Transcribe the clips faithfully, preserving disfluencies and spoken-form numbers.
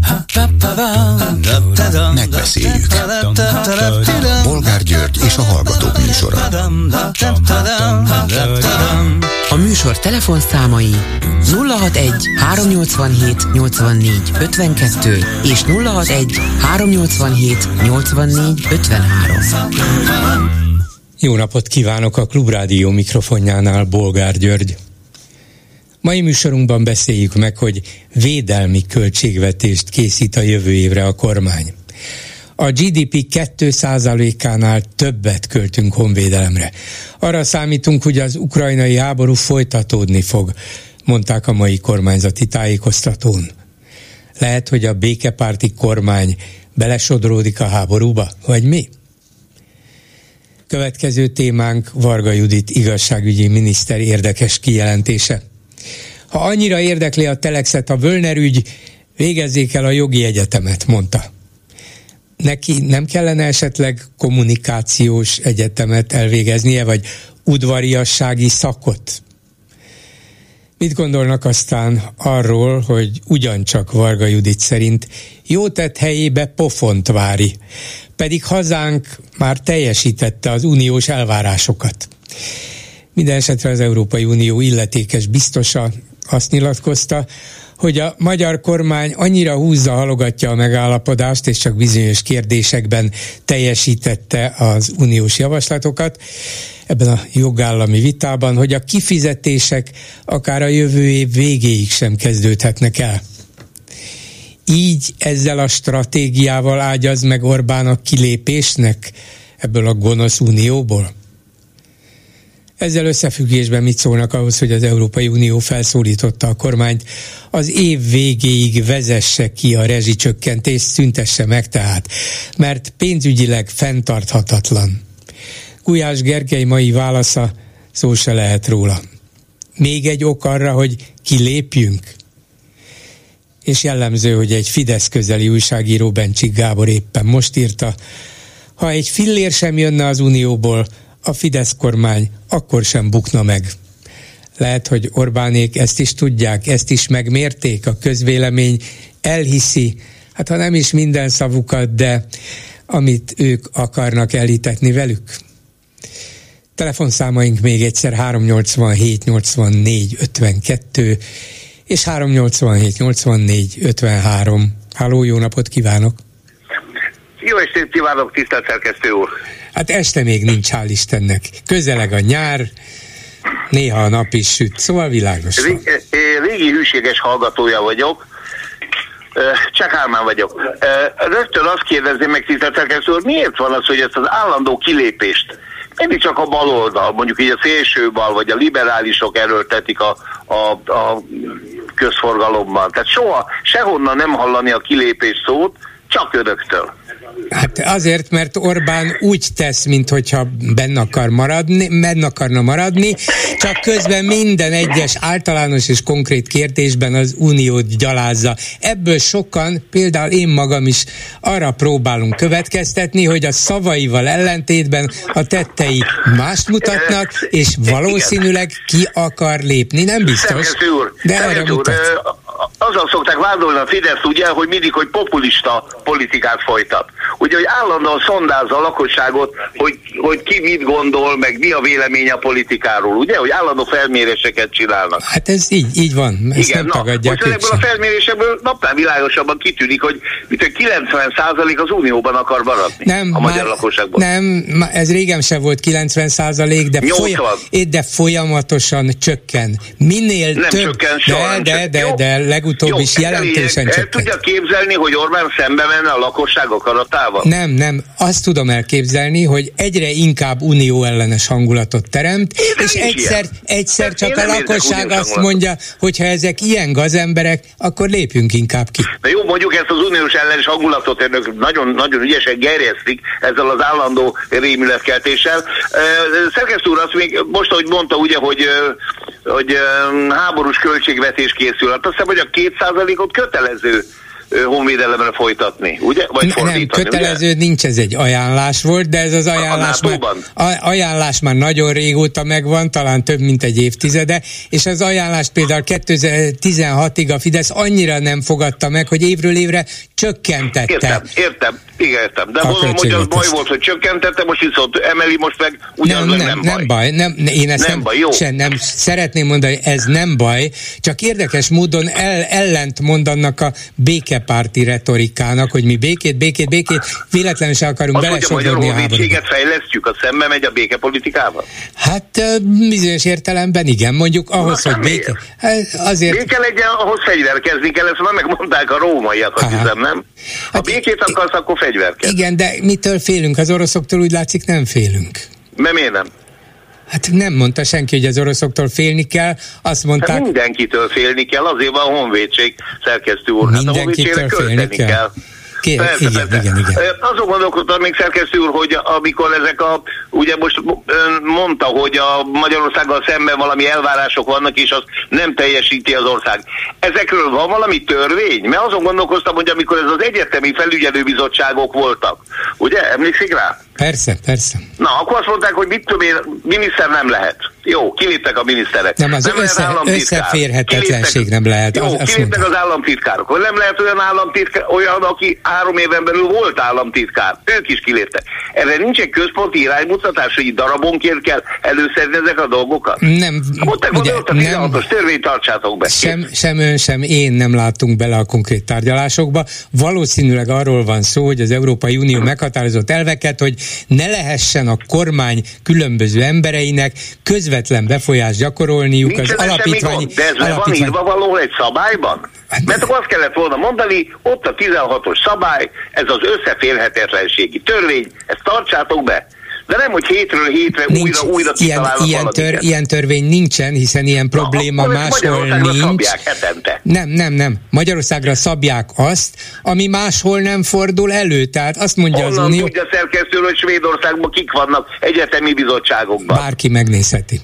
Megbeszéljük. Bolgár György és a Hallgatók műsora. A műsor telefonszámai nulla hatvanegy háromnyolcvanhét nyolcvannégy ötvenkettő és nulla hatvanegy háromnyolcvanhét nyolcvannégy ötvenhárom. Jó napot kívánok, a Klubrádió mikrofonjánál Bolgár György. Mai műsorunkban beszéljük meg, hogy védelmi költségvetést készít a jövő évre a kormány. A gé dé pé két százalékánál többet költünk honvédelemre. Arra számítunk, hogy az ukrajnai háború folytatódni fog, mondták a mai kormányzati tájékoztatón. Lehet, hogy a békepárti kormány belesodródik a háborúba, vagy mi? Következő témánk Varga Judit igazságügyi miniszter érdekes kijelentése. Ha annyira érdekli a Telexet a Völner ügy, végezzék el a jogi egyetemet, mondta. Neki nem kellene esetleg kommunikációs egyetemet elvégeznie, vagy udvariassági szakot? Mit gondolnak aztán arról, hogy ugyancsak Varga Judit szerint jó tett helyébe pofont vári, pedig hazánk már teljesítette az uniós elvárásokat. Minden esetre az Európai Unió illetékes biztosa azt nyilatkozta, hogy a magyar kormány annyira húzza, halogatja a megállapodást, és csak bizonyos kérdésekben teljesítette az uniós javaslatokat ebben a jogállami vitában, hogy a kifizetések akár a jövő év végéig sem kezdődhetnek el. Így ezzel a stratégiával ágyaz meg Orbán a kilépésnek ebből a gonosz unióból? Ezzel összefüggésben mit szólnak ahhoz, hogy az Európai Unió felszólította a kormányt, az év végéig vezesse ki a rezsicsökkentést, szüntesse meg tehát, mert pénzügyileg fenntarthatatlan. Gulyás Gergely mai válasza: szó se lehet róla. Még egy ok arra, hogy kilépjünk? És jellemző, hogy egy Fidesz közeli újságíró, Bencsik Gábor éppen most írta: ha egy fillér sem jönne az unióból, a Fidesz kormány akkor sem bukna meg. Lehet, hogy Orbánék ezt is tudják, ezt is megmérték, a közvélemény elhiszi, hát ha nem is minden szavukat, de amit ők akarnak elhitetni velük. Telefonszámaink még egyszer háromnyolcvanhét nyolcvannégy ötvenkettő és háromnyolcvanhét nyolcvannégy ötvenhárom. Halló, jó napot kívánok! Jó estét kívánok, tisztelt szerkesztő úr! Hát este még nincs, hál' Istennek. Közeleg a nyár, néha a nap is süt, szóval világos van. Régi hűséges hallgatója vagyok, Csak Álmán vagyok. Rögtön azt kérdezném meg, tisztelt szerkesztő úr, miért van az, hogy ezt az állandó kilépést mindig csak a baloldal, mondjuk így a szélső bal, vagy a liberálisok erőltetik a, a, a közforgalomban. Tehát soha, sehonnan nem hallani a kilépés szót, csak önöktől. Hát azért, mert Orbán úgy tesz, minthogyha benne akar maradni, benne akarna maradni, csak közben minden egyes általános és konkrét kérdésben az uniót gyalázza. Ebből sokan, például én magam is arra próbálunk következtetni, hogy a szavaival ellentétben a tettei mást mutatnak, és valószínűleg ki akar lépni. Nem biztos, de erre mutat. Azzal szokták vádolni a Fidesz, ugye, hogy mindig, hogy populista politikát folytat. Ugye, hogy állandóan szondázza a lakosságot, hogy, hogy ki mit gondol, meg mi a véleménye a politikáról, ugye, hogy állandó felméréseket csinálnak. Hát ez így, így van, ezt igen, nem na, tagadják. Most ebből a felmérésekből napnál világosabban kitűnik, hogy mint kilencven százalék az unióban akar maradni nem, a magyar lakosságban. Nem, ez régen sem volt kilencven százalék, de, folyam, de folyamatosan csökken. Minél nem több, csökken, soha, de, de, de, de legutóbb jó, is jelentősen csökkent. El tudja képzelni, hogy Orbán szembe menne a lakosság akaratával? Nem, nem. Azt tudom elképzelni, hogy egyre inkább unió ellenes hangulatot teremt, én és egyszer, egyszer csak a lakosság azt mondja, hogy ha ezek ilyen gazemberek, akkor lépjünk inkább ki. Na jó, mondjuk ezt az uniós ellenes hangulatot önök nagyon, nagyon ügyesen gerjesztik ezzel az állandó rémületkeltéssel. Szerkesztő úr azt még most, ahogy mondta, ugye, hogy, hogy háborús költségvetés készül. Hát azt hiszem, hogy a két százalékot kötelező honvédelemre folytatni, ugye? Vagy ne, nem, kötelező ugye? Nincs, ez egy ajánlás volt, de ez az ajánlás már, ajánlás már nagyon régóta megvan, talán több mint egy évtizede, és az ajánlást például kétezer-tizenhatig a Fidesz annyira nem fogadta meg, hogy évről évre csökkentette. Értem, értem, igen, értem. De mondom, hogy az baj volt, hogy csökkentette, most viszont emeli, most meg ugyanaz nem, nem, nem, nem baj. Nem baj, nem, én ezt nem, nem, baj, jó. Sem, nem szeretném mondani, hogy ez nem baj, csak érdekes módon el, ellent mondanak a békepárti retorikának, hogy mi békét, békét, békét, véletlenül se akarunk belesodorni a háborúba. Azt mondja, hogy a fejlesztjük, a szembe megy a békepolitikával? Hát bizonyos értelemben igen, mondjuk ahhoz, na, hogy béke... Azért... Béke legyen, ahhoz fegyverkezni kell, ezt már megmondták a rómaiak, azt hiszem, nem? Ha hát békét akarsz, akkor fegyverkezz. Igen, de mitől félünk? Az oroszoktól úgy látszik nem félünk. De miért nem? Hát nem mondta senki, hogy az oroszoktól félni kell, azt mondták... Hát mindenkitől félni kell, azért van a honvédség, szerkesztő úr. Mindenkitől hát félni kell. kell. Ké- persze, igen, persze. igen, igen. Azon gondolkodtam még, szerkesztő úr, hogy amikor ezek a, ugye most mondta, hogy a Magyarországgal szemben valami elvárások vannak, és azt nem teljesíti az ország. Ezekről van valami törvény? Mert azon gondolkoztam, hogy amikor ez az egyetemi felügyelőbizottságok voltak, ugye, emlékszik rá? Persze, persze. Na, akkor azt mondták, hogy mit tudom én, miniszter nem lehet. Jó, kiléptek a miniszterek. Nem, az nem össze, összeférhetetlenség kiléptek, nem lehet. Jó, az, kiléptek az államtitkárok. Hogy nem lehet olyan államtitkár, olyan, aki három éven belül volt államtitkár. Ők is kiléptek. Erre nincs egy központi iránymutatás, hogy darabonként kell előszedni ezek a dolgokat? Nem. Mondták, hogy ott a tizenhatos törvényt tartsátok be. Sem, sem ön, sem én nem látunk bele a konkrét tárgyalásokba. Valószínűleg arról van szó, hogy az Európai Unió meghatározott elveket, hogy ne lehessen a kormány különböző embereinek közvetlen befolyást gyakorolniuk. Nincs az alapítványi... De ez alapítvány... van írva valahol egy szabályban? Hát, mert akkor azt kellett volna mondani, ott a tizenhatos szabály, ez az összeférhetetlenségi törvény, ezt tartsátok be. De nem, hogy hétről hétre nincs, újra, újra kitalálnak ilyen, tör, ilyen törvény nincsen, hiszen ilyen probléma na, máshol nincs. Nem, nem, nem. Magyarországra szabják azt, ami máshol nem fordul elő. Tehát azt mondja Honnan az Unió... tudja szerkesztő, hogy Svédországban kik vannak egyetemi bizottságokban? Bárki megnézheti.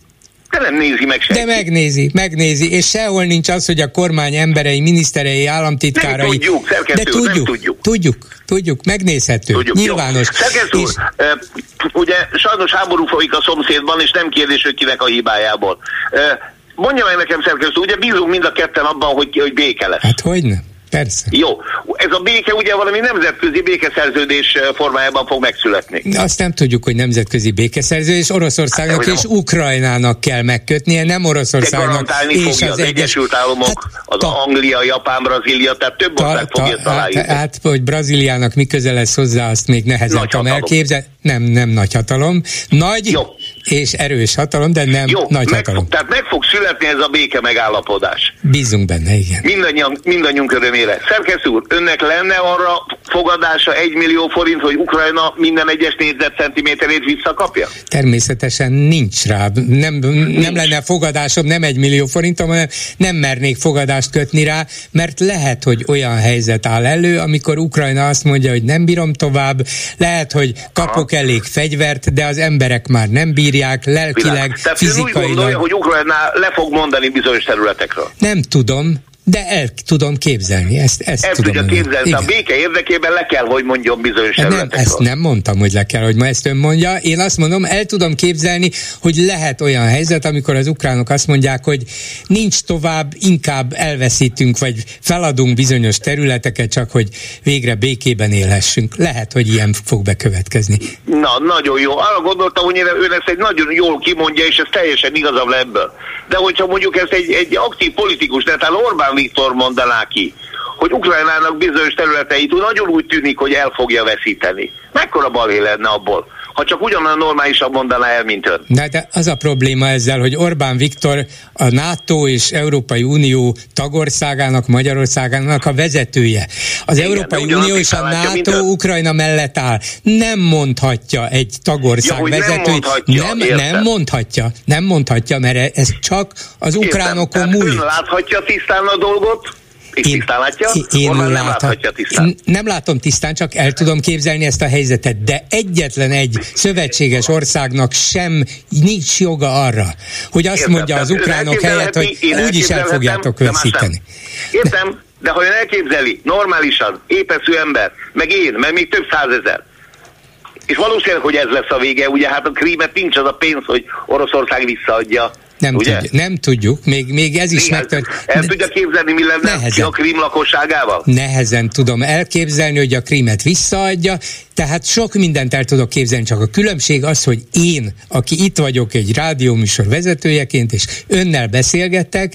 De nem nézi meg senki. De megnézi, megnézi, és sehol nincs az, hogy a kormány emberei, miniszterei, államtitkárai... Nem tudjuk, szerkesztő, de tudjuk, nem tudjuk. Tudjuk, tudjuk, megnézhető, tudjuk, nyilvános. Szerkesztő, és... uh, ugye sajnos háború folyik a szomszédban, és nem kérdés, hogy kinek a hibájából. Uh, mondja meg nekem, szerkesztő, ugye bízunk mind a ketten abban, hogy, hogy béke lesz. Hát hogyne? Persze. Jó. Ez a béke ugye valami nemzetközi békeszerződés formájában fog megszületni. Azt nem tudjuk, hogy nemzetközi békeszerződés. Oroszországnak hát, és nem. Ukrajnának kell megkötnie, nem Oroszországnak és az, az Egyesült Államok, hát, az ta, Anglia, Japán, Brazília, tehát több ország ta, fogja ezt aláírni. Hát, hát, hogy Brazíliának mi köze lesz hozzá, azt még nehezen tudom elképzelni. Nem, nem nagy hatalom. Nagy Jó. és erős hatalom, de nem Jó, nagy meg, hatalom. Tehát meg fog születni ez a béke megállapodás. Bízunk benne, igen. Mindannyian, mindannyiunk örömére. Szerkesztő úr, önnek lenne arra fogadása egy millió forint, hogy Ukrajna minden egyes négyzetcentiméterét visszakapja? Természetesen nincs rá. Nem, nincs. nem lenne fogadásom, nem egy millió forintom, hanem nem mernék fogadást kötni rá, mert lehet, hogy olyan helyzet áll elő, amikor Ukrajna azt mondja, hogy nem bírom tovább, lehet, hogy kapok Aha. elég fegyvert, de az emberek már nem bírják, lelkileg, Tehát fizikailag. Tehát úgy gondolja, hogy Ukrajna le fog mondani bizonyos területekről? Nem tudom, de el tudom képzelni. Ezt, ezt el tudom tudja képzelni. A béke érdekében le kell, hogy mondjon bizonyos nem, területekről. Ezt nem mondtam, hogy le kell, hogy ma ezt ön mondja. Én azt mondom, el tudom képzelni, hogy lehet olyan helyzet, amikor az ukránok azt mondják, hogy nincs tovább, inkább elveszítünk, vagy feladunk bizonyos területeket, csak hogy végre békében élhessünk. Lehet, hogy ilyen fog bekövetkezni. Na, nagyon jó. Arra gondoltam, hogy ön ezt egy nagyon jól kimondja, és ez teljesen igazabb le ebből. De hogyha mondjuk ezt egy, egy aktív politikus, de talán Orbán Viktor mondaná ki, hogy Ukrajnának bizonyos területeit nagyon úgy tűnik, hogy el fogja veszíteni. Mekkora balhé lenne abból, ha csak ugyanolyan normálisan mondaná el, mint ön. De, de az a probléma ezzel, hogy Orbán Viktor a NATO és Európai Unió tagországának, Magyarországának a vezetője. Az Igen, Európai Unió és a NATO Ukrajna mellett áll. Nem mondhatja egy tagország ja, vezetői. Nem, nem, nem mondhatja. Nem mondhatja, mert ez csak az ukránokon múlik. Ön láthatja tisztán a dolgot? Én, én nem, nem, láthat, tisztán. nem látom tisztán, csak el tudom képzelni ezt a helyzetet, de egyetlen egy szövetséges országnak sem nincs joga arra, hogy azt Értem, mondja az ukránok helyett, hogy úgyis el fogjátok veszíteni. Értem, De ha ön elképzeli, normálisan, épeszű ember, meg én, meg még több százezer, és valószínűleg, hogy ez lesz a vége, ugye hát a Krímet nincs az a pénz, hogy Oroszország visszaadja. Nem, tudjuk, nem tudjuk, még, még ez is megtört. El ne, tudja képzelni, mi lenne nehezen, a Krím lakosságával? Nehezen tudom elképzelni, hogy a Krímet visszaadja, tehát sok mindent el tudok képzelni, csak a különbség az, hogy én, aki itt vagyok egy rádióműsor vezetőjeként, és önnel beszélgettek,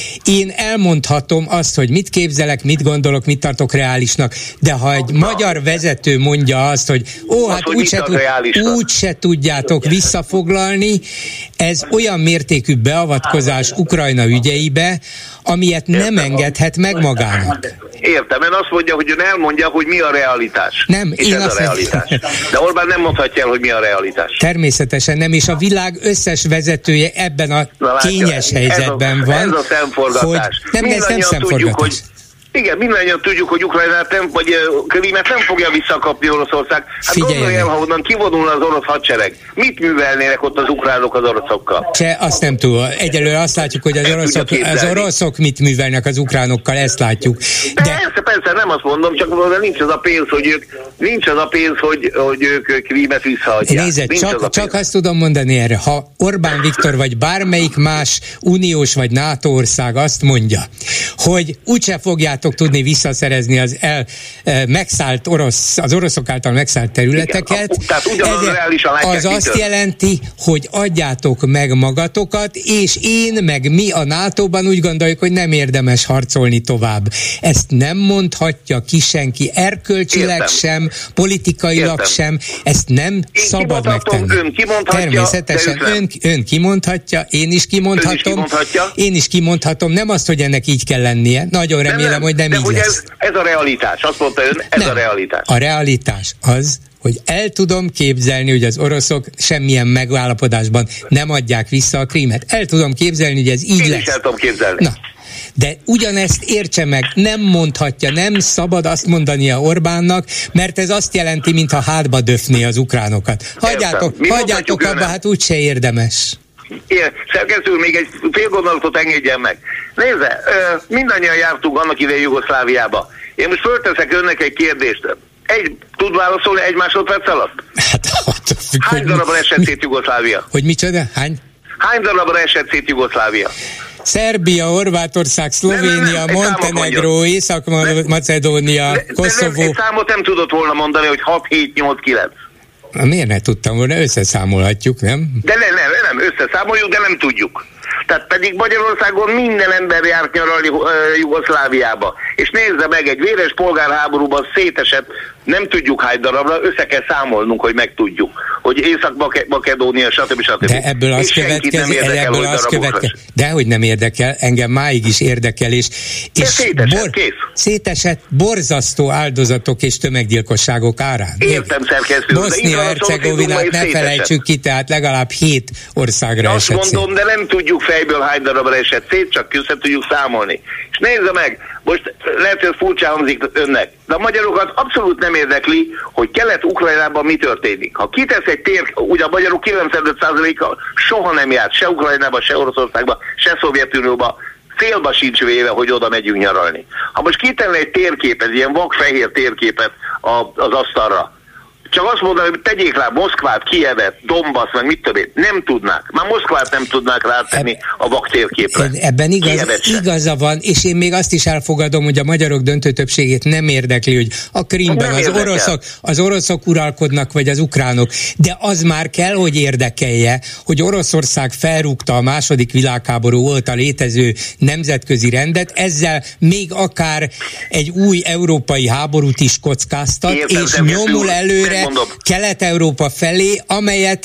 én elmondhatom azt, hogy mit képzelek, mit gondolok, mit tartok reálisnak, de ha egy Na. magyar vezető mondja azt, hogy ó, hát úgy se, úgy se tudjátok visszafoglalni, ez olyan mértékű beavatkozás Ukrajna ügyeibe, amilyet nem engedhet meg magának. Értem, ön azt mondja, hogy ön elmondja, hogy mi a realitás. Nem, és én ez azt a realitás. De Orbán nem mondhatja el, hogy mi a realitás. Természetesen nem, és a világ összes vezetője ebben a Na, kényes látja, helyzetben ez a, van. Ez a szemforgatás. Hogy nem, ez nem szemforgatás. Hogy igen, mindannyian tudjuk, hogy Ukrajnát nem, vagy Krímet nem fogja visszakapni Oroszország. Hát gondolj el, ha onnan kivonulna az orosz hadsereg. Mit művelnének ott az ukránok az oroszokkal? Se, azt nem tudom. Egyelőre azt látjuk, hogy az oroszok, az oroszok mit művelnek az ukránokkal, ezt látjuk. De, De persze, persze, nem azt mondom, csak nincs az a pénz, hogy ők, nincs az a pénz, hogy, hogy ők Krímet visszaadják. Nézd, csak, az csak azt tudom mondani erre, ha Orbán Viktor vagy bármelyik más uniós vagy NATO ország azt mondja, hogy úgyse fogják tudni visszaszerezni az el, e, megszállt orosz, az oroszok által megszállt területeket. Igen, a, az azt jelenti, hogy adjátok meg magatokat, és én, meg mi a nátóban úgy gondoljuk, hogy nem érdemes harcolni tovább. Ezt nem mondhatja ki senki, erkölcsileg Értem. sem, politikailag Értem. sem, ezt nem én szabad megtenni. Ön kimondhatja, Természetesen ön, ön kimondhatja, én is kimondhatom, is kimondhatja. én is kimondhatom, nem azt, hogy ennek így kell lennie, nagyon remélem, nem, nem. hogy nem De így hogy lesz. Ez, ez a realitás, azt mondta ön, ez nem. a realitás. A realitás az, hogy el tudom képzelni, hogy az oroszok semmilyen megállapodásban nem adják vissza a Krímet. El tudom képzelni, hogy ez így Én lesz. Is el tudom képzelni. Na, de ugyanezt értse meg, nem mondhatja, nem szabad azt mondania Orbánnak, mert ez azt jelenti, mintha hátba döfné az ukránokat. Hagyjátok, hagyjátok abba, hát úgyse érdemes. Igen, szerkesztő úr, még egy fél gondolatot engedjen meg. Nézze, mindannyian jártunk annak idején Jugoszláviába. Én most fölteszek önnek egy kérdést. Egy, tud válaszolni egy másodperc alatt? Hát, függ, Hány darabra esett szét Jugoszlávia? Hogy micsoda? Hány? Hány darabra esett szét Jugoszlávia? Szerbia, Horvátország, Szlovénia, Montenegró, Észak-Macedónia, Koszovó. Egy számot nem tudott volna mondani, hogy hat, hét, nyolc, kilenc. Miért ne tudtam volna? Összeszámolhatjuk, nem? De nem, nem, nem, összeszámoljuk, de nem tudjuk. Tehát pedig Magyarországon minden ember járt nyaralni uh, Jugoszláviába. És nézze meg, egy véres polgárháborúban szétesett, nem tudjuk hány darabra, össze kell számolnunk, hogy megtudjuk, hogy Észak-Makedónia, stb. stb. De ebből az következik, ebből az következik. De hogy nem érdekel, engem máig is érdekel, és, és szétesett, bor, kész. szétesett borzasztó áldozatok és tömeggyilkosságok árán. Értem, szerkesztő. Bosznia-Hercegovinát ne felejtsük ki, tehát legalább hét országra de esett azt mondom, szét. De nem tudjuk fejből hány darabra esett szét, csak össze tudjuk számolni. És nézze meg, most lehet, hogy furcsa hangzik önnek, de a magyarokat abszolút nem érdekli, hogy Kelet-Ukrajnában mi történik. Ha kitesz egy tér, ugye a magyarok kilencvenöt százaléka soha nem járt, se Ukrajnába, se Oroszországba, se Szovjetunióba, célba sincs véve, hogy oda megyünk nyaralni. Ha most kitenne egy térképet, ilyen vakfehér térképet az asztalra, csak azt mondom, hogy tegyék rá Moszkvát, Kijevet, Donbass, meg mit többé. Nem tudnák. Már Moszkvát nem tudnák rátenni a vak térképre. Ebben igaz, igaza van, és én még azt is elfogadom, hogy a magyarok döntő többségét nem érdekli, hogy a Krímben az oroszok, az oroszok uralkodnak, vagy az ukránok. De az már kell, hogy érdekelje, hogy Oroszország felrúgta a második világháború óta létező nemzetközi rendet, ezzel még akár egy új európai háborút is kockáztat, Értem, és nyomul előre mondom. Kelet-Európa felé, amelyet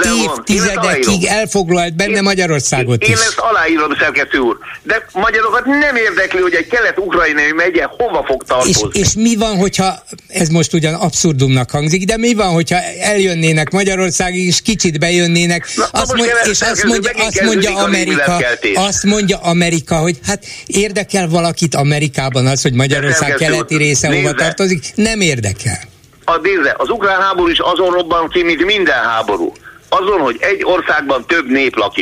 évtizedekig elfoglalt benne én, Magyarországot én, is. Én ezt aláírom, szerkesztő úr. De magyarokat nem érdekli, hogy egy kelet-ukrajnai megye hova fog tartozni. És, és mi van, hogyha, ez most ugyan abszurdumnak hangzik, de mi van, hogyha eljönnének Magyarországig, és kicsit bejönnének, na, azt mond, és azt mondja, azt mondja Amerika, azt mondja Amerika, hogy hát érdekel valakit Amerikában az, hogy Magyarország keleti része hova tartozik? Nem érdekel. A nézze, az ukrán háború is azon robban ki, mint minden háború. Azon, hogy egy országban több nép lakik.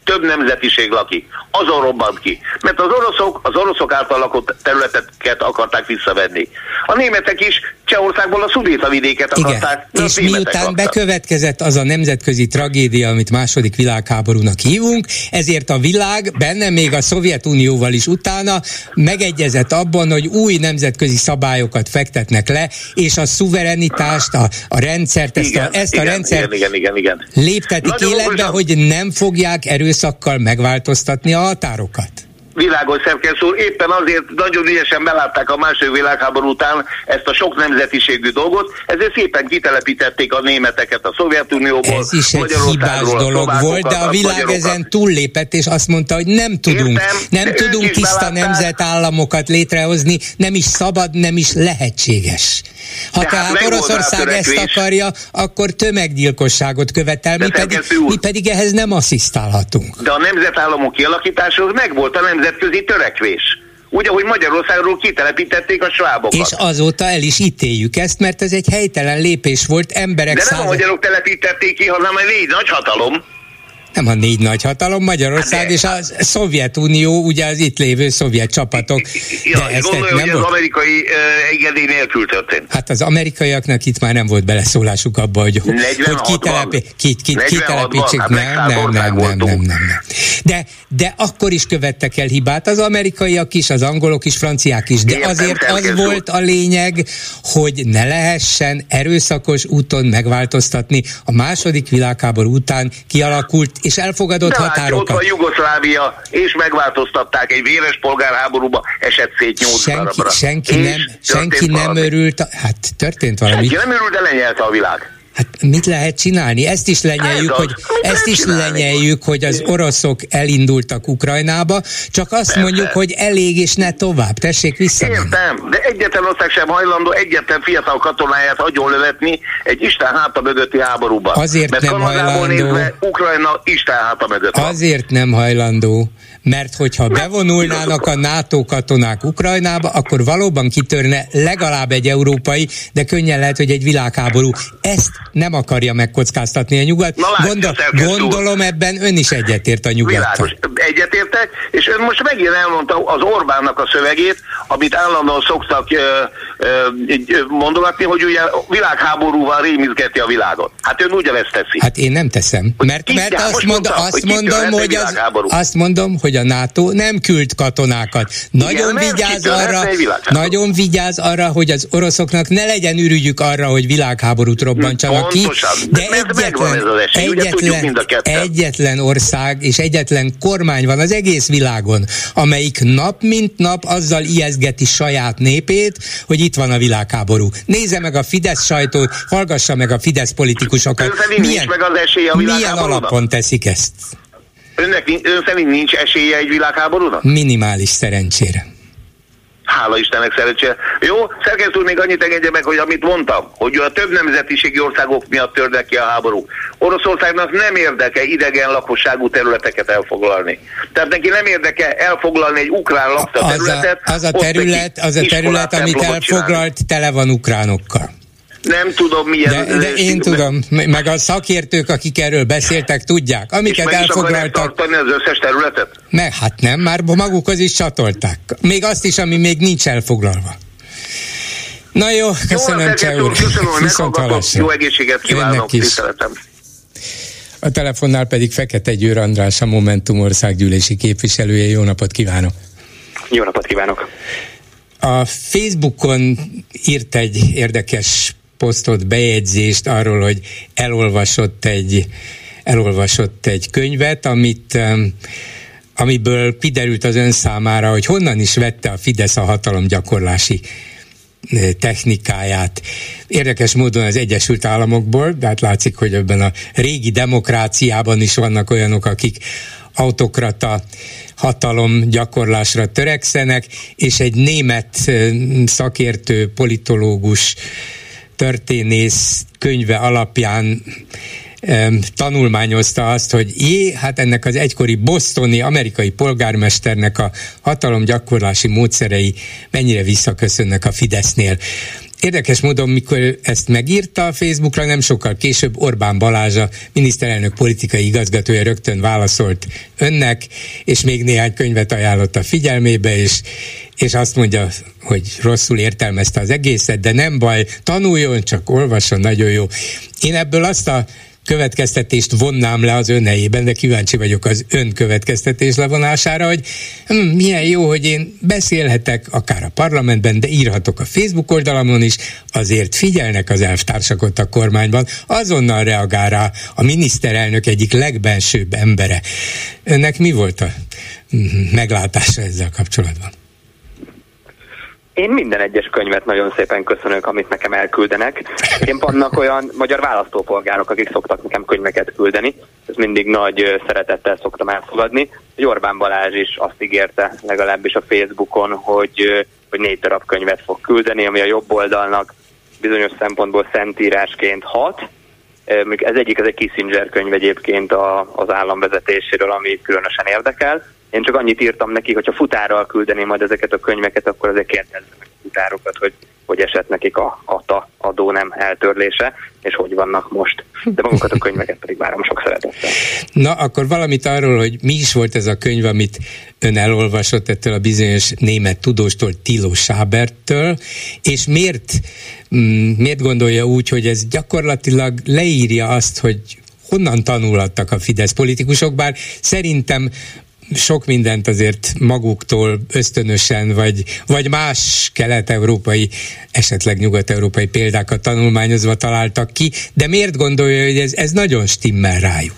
több nemzetiség lakik. Azon robbant ki. Mert az oroszok az oroszok által lakott területeket akarták visszavenni. A németek is Csehországból a Szudétavidéket akarták. Igen, és miután laktak. Bekövetkezett az a nemzetközi tragédia, amit második világháborúnak hívunk, ezért a világ, benne még a Szovjetunióval is utána megegyezett abban, hogy új nemzetközi szabályokat fektetnek le, és a szuverenitást, a, a rendszert, ezt, igen, a, ezt igen, a rendszert igen, igen, igen, igen. léptetik nagyon életbe, okosan, hogy nem fogják erőszakkal megváltoztatni a határokat. Világos, Szerkesz úr, éppen azért nagyon ügyesen belátták a második világháború után ezt a sok nemzetiségű dolgot, ezért szépen kitelepítették a németeket a Szovjetunióból. Ez is egy hibás dolog volt, de a világ a ezen túllépett, és azt mondta, hogy nem tudunk, Értem, nem tudunk tiszta nemzetállamokat létrehozni, nem is szabad, nem is lehetséges. Ha tehát, tehát Oroszország ezt akarja, akkor tömeggyilkosságot követel, mi pedig, mi pedig ehhez nem asszisztálhatunk. De a nemzetállamok kialakításhoz megvolt a nemzetközi törekvés. Úgy, ahogy Magyarországról kitelepítették a svábokat. És azóta el is ítéljük ezt, mert ez egy helytelen lépés volt, emberek De nem század... a magyarok telepítették ki, hanem a négy nagyhatalom. Nem a négy nagyhatalom, Magyarország hát és a Szovjetunió, ugye az itt lévő szovjet csapatok. Ja, de ezt gondolja, nem hogy az amerikai uh, engedély nélkül történt. Hát az amerikaiaknak itt már nem volt beleszólásuk abba, hogy, hogy kitelepi, kit, kit, kitelepítsék. Hát nem, nem, nem, nem, nem, nem. De, de akkor is követtek el hibát az amerikaiak is, az angolok is, franciák is. De Értem, azért az volt a lényeg, hogy ne lehessen erőszakos úton megváltoztatni a második világháború után kialakult és elfogadott de határokat. De ott van Jugoszlávia, és megváltoztatták, egy véres polgárháborúba esett szét nyolc darabra. Senki, nem, senki nem örült, hát történt valami. Senki nem örült, de lenyelte a világ. Hát mit lehet csinálni? Ezt is lenyeljük, hogy, ezt is lenyeljük, hogy az oroszok elindultak Ukrajnába, csak azt Persze. mondjuk, hogy elég és ne tovább. Tessék visszamenni. Értem, de egyetlen ország sem hajlandó egyetlen fiatal katonáját agyonlövetni egy Isten háta mögötti háborúban. Azért mert nem hajlandó. Nézve, Ukrajna Isten háta mögött van. Azért nem hajlandó, mert hogyha bevonulnának a NATO katonák Ukrajnába, akkor valóban kitörne legalább egy európai, de könnyen lehet, hogy egy világháború. Ezt nem akarja megkockáztatni a nyugat. Na, Gondol, gondolom ebben ön is egyetért a nyugattal. Egyetértek, és ön most megint elmondta az Orbánnak a szövegét, amit állandóan szoktak ö, ö, mondogatni, hogy ugye világháborúval rémizgeti a világot. Hát ön ugyanezt teszi. Hát én nem teszem, mert, mert azt, mond, mondta, azt, hogy mondom, hogy az, azt mondom, hogy a NATO nem küld katonákat. Nagyon Igen, vigyáz arra, nagyon vigyáz arra, hogy az oroszoknak ne legyen ürügyük arra, hogy világháborút robbantsanak ki, de egyetlen, esély, egyetlen, egyetlen ország és egyetlen kormány van az egész világon, amelyik nap mint nap azzal ijeszgeti saját népét, hogy itt van a világháború. Nézze meg a Fidesz sajtót, hallgassa meg a Fidesz politikusokat. Milyen, meg az esélye a milyen alapon teszik ezt? Önnek, ön szerint nincs esélye egy világháborúnak? Minimális szerencsére. Hála Istennek szerencsére. Jó, Szerkesz úr, még annyit engedje meg, hogy amit mondtam, hogy a több nemzetiségi országok miatt törnek ki a háború. Oroszországnak nem érdeke idegen lakosságú területeket elfoglalni. Tehát neki nem érdeke elfoglalni egy ukrán lakta területet. Az a, az a terület, az a terület amit elfoglalt, csinálni. Tele van ukránokkal. Nem tudom, milyen... De, de én tudom, meg a szakértők, akik erről beszéltek, tudják. Amiket és meg elfoglaltak... És tartani az összes területet? Meg, hát nem, már magukhoz is csatolták. Még azt is, ami még nincs elfoglalva. Na jó, köszönöm, Cseh úr. Köszönöm, hogy meghallgatott. Jó egészséget kívánok, tiszteletem. A telefonnál pedig Fekete Győr András, a Momentum országgyűlési képviselője. Jó napot kívánok! Jó napot kívánok! A Facebookon írt egy érdekes posztot, bejegyzést arról, hogy elolvasott egy, elolvasott egy könyvet, amit, amiből kiderült az ön számára, hogy honnan is vette a Fidesz a hatalomgyakorlási technikáját. Érdekes módon az Egyesült Államokból, de hát látszik, hogy ebben a régi demokráciában is vannak olyanok, akik autokrata hatalom gyakorlásra törekszenek, és egy német szakértő, politológus, történész könyve alapján um, tanulmányozta azt, hogy jé, hát ennek az egykori bostoni amerikai polgármesternek a hatalomgyakorlási módszerei mennyire visszaköszönnek a Fidesznél. Érdekes módon, mikor ezt megírta a Facebookra, nem sokkal később Orbán Balázs, a miniszterelnök politikai igazgatója rögtön válaszolt önnek, és még néhány könyvet ajánlott a figyelmébe, és, és azt mondja, hogy rosszul értelmezte az egészet, de nem baj, tanuljon, csak olvasson, nagyon jó. Én ebből azt a következtetést vonnám le az ön helyében, de kíváncsi vagyok az ön következtetés levonására, hogy hm, milyen jó, hogy én beszélhetek akár a parlamentben, de írhatok a Facebook oldalamon is, azért figyelnek az elvtársak ott a kormányban, azonnal reagál rá a miniszterelnök egyik legbensőbb embere. Önnek mi volt a meglátása ezzel kapcsolatban? Én minden egyes könyvet nagyon szépen köszönök, amit nekem elküldenek. Én vannak olyan magyar választópolgárok, akik szoktak nekem könyveket küldeni. Ez mindig nagy szeretettel szoktam elfogadni. Orbán Balázs is azt ígérte, legalábbis a Facebookon, hogy, hogy négy darab könyvet fog küldeni, ami a jobb oldalnak bizonyos szempontból szentírásként hat. Ez egyik, ez egy Kissinger könyv egyébként az államvezetéséről, ami különösen érdekel. Én csak annyit írtam neki, hogyha futárral küldeném majd ezeket a könyveket, akkor azért kérdezzem meg a futárokat, hogy hogy esett nekik a ata adó nem eltörlése, és hogy vannak most. De magukat a könyveket pedig várom sok szeretettel. Na, akkor valamit arról, hogy mi is volt ez a könyv, amit ön elolvasott ettől a bizonyos német tudóstól, Thilo Schaberttől, és miért, miért gondolja úgy, hogy ez gyakorlatilag leírja azt, hogy honnan tanulhattak a Fidesz politikusok, bár szerintem sok mindent azért maguktól ösztönösen, vagy, vagy más kelet-európai, esetleg nyugat-európai példákat tanulmányozva találtak ki, de miért gondolja, hogy ez, ez nagyon stimmel rájuk?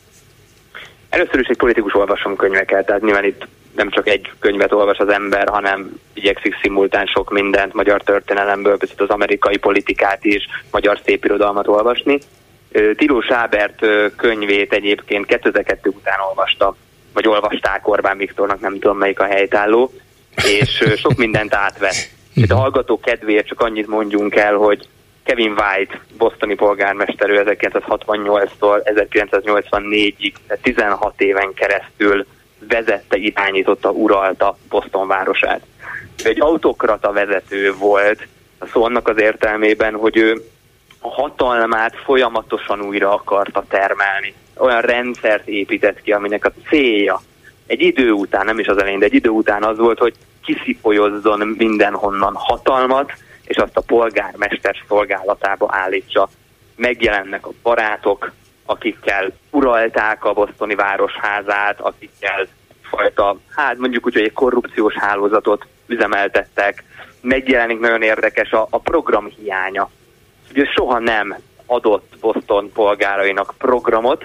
Először is egy politikus olvasom könyveket, tehát nyilván itt nem csak egy könyvet olvas az ember, hanem igyekszik szimultán sok mindent, magyar történelemből, például az amerikai politikát is, magyar szépirodalmat olvasni. Thilo Schabert könyvét egyébként kétezer-kettő után olvasta, vagy olvasták Orbán Viktornak, nem tudom melyik a helytálló, és sok mindent átvett. Itt a hallgató kedvéért csak annyit mondjunk el, hogy Kevin White, bostoni polgármester, ezerkilencszázhatvannyolctól ezerkilencszáznyolcvannégyig, tehát tizenhat éven keresztül vezette, irányította, uralta Boston városát. Ő egy autokrata vezető volt, a szó annak az értelmében, hogy ő a hatalmát folyamatosan újra akarta termelni. Olyan rendszert épített ki, aminek a célja egy idő után, nem is az elején, de egy idő után az volt, hogy kiszipolyozzon mindenhonnan hatalmat, és azt a polgármester szolgálatába állítsa. Megjelennek a barátok, akikkel uralták a bostoni városházát, akikkel fajta, hát mondjuk úgy, hogy egy korrupciós hálózatot üzemeltettek. Megjelenik nagyon érdekes a, a program hiánya. Ugye soha nem adott Boston polgárainak programot,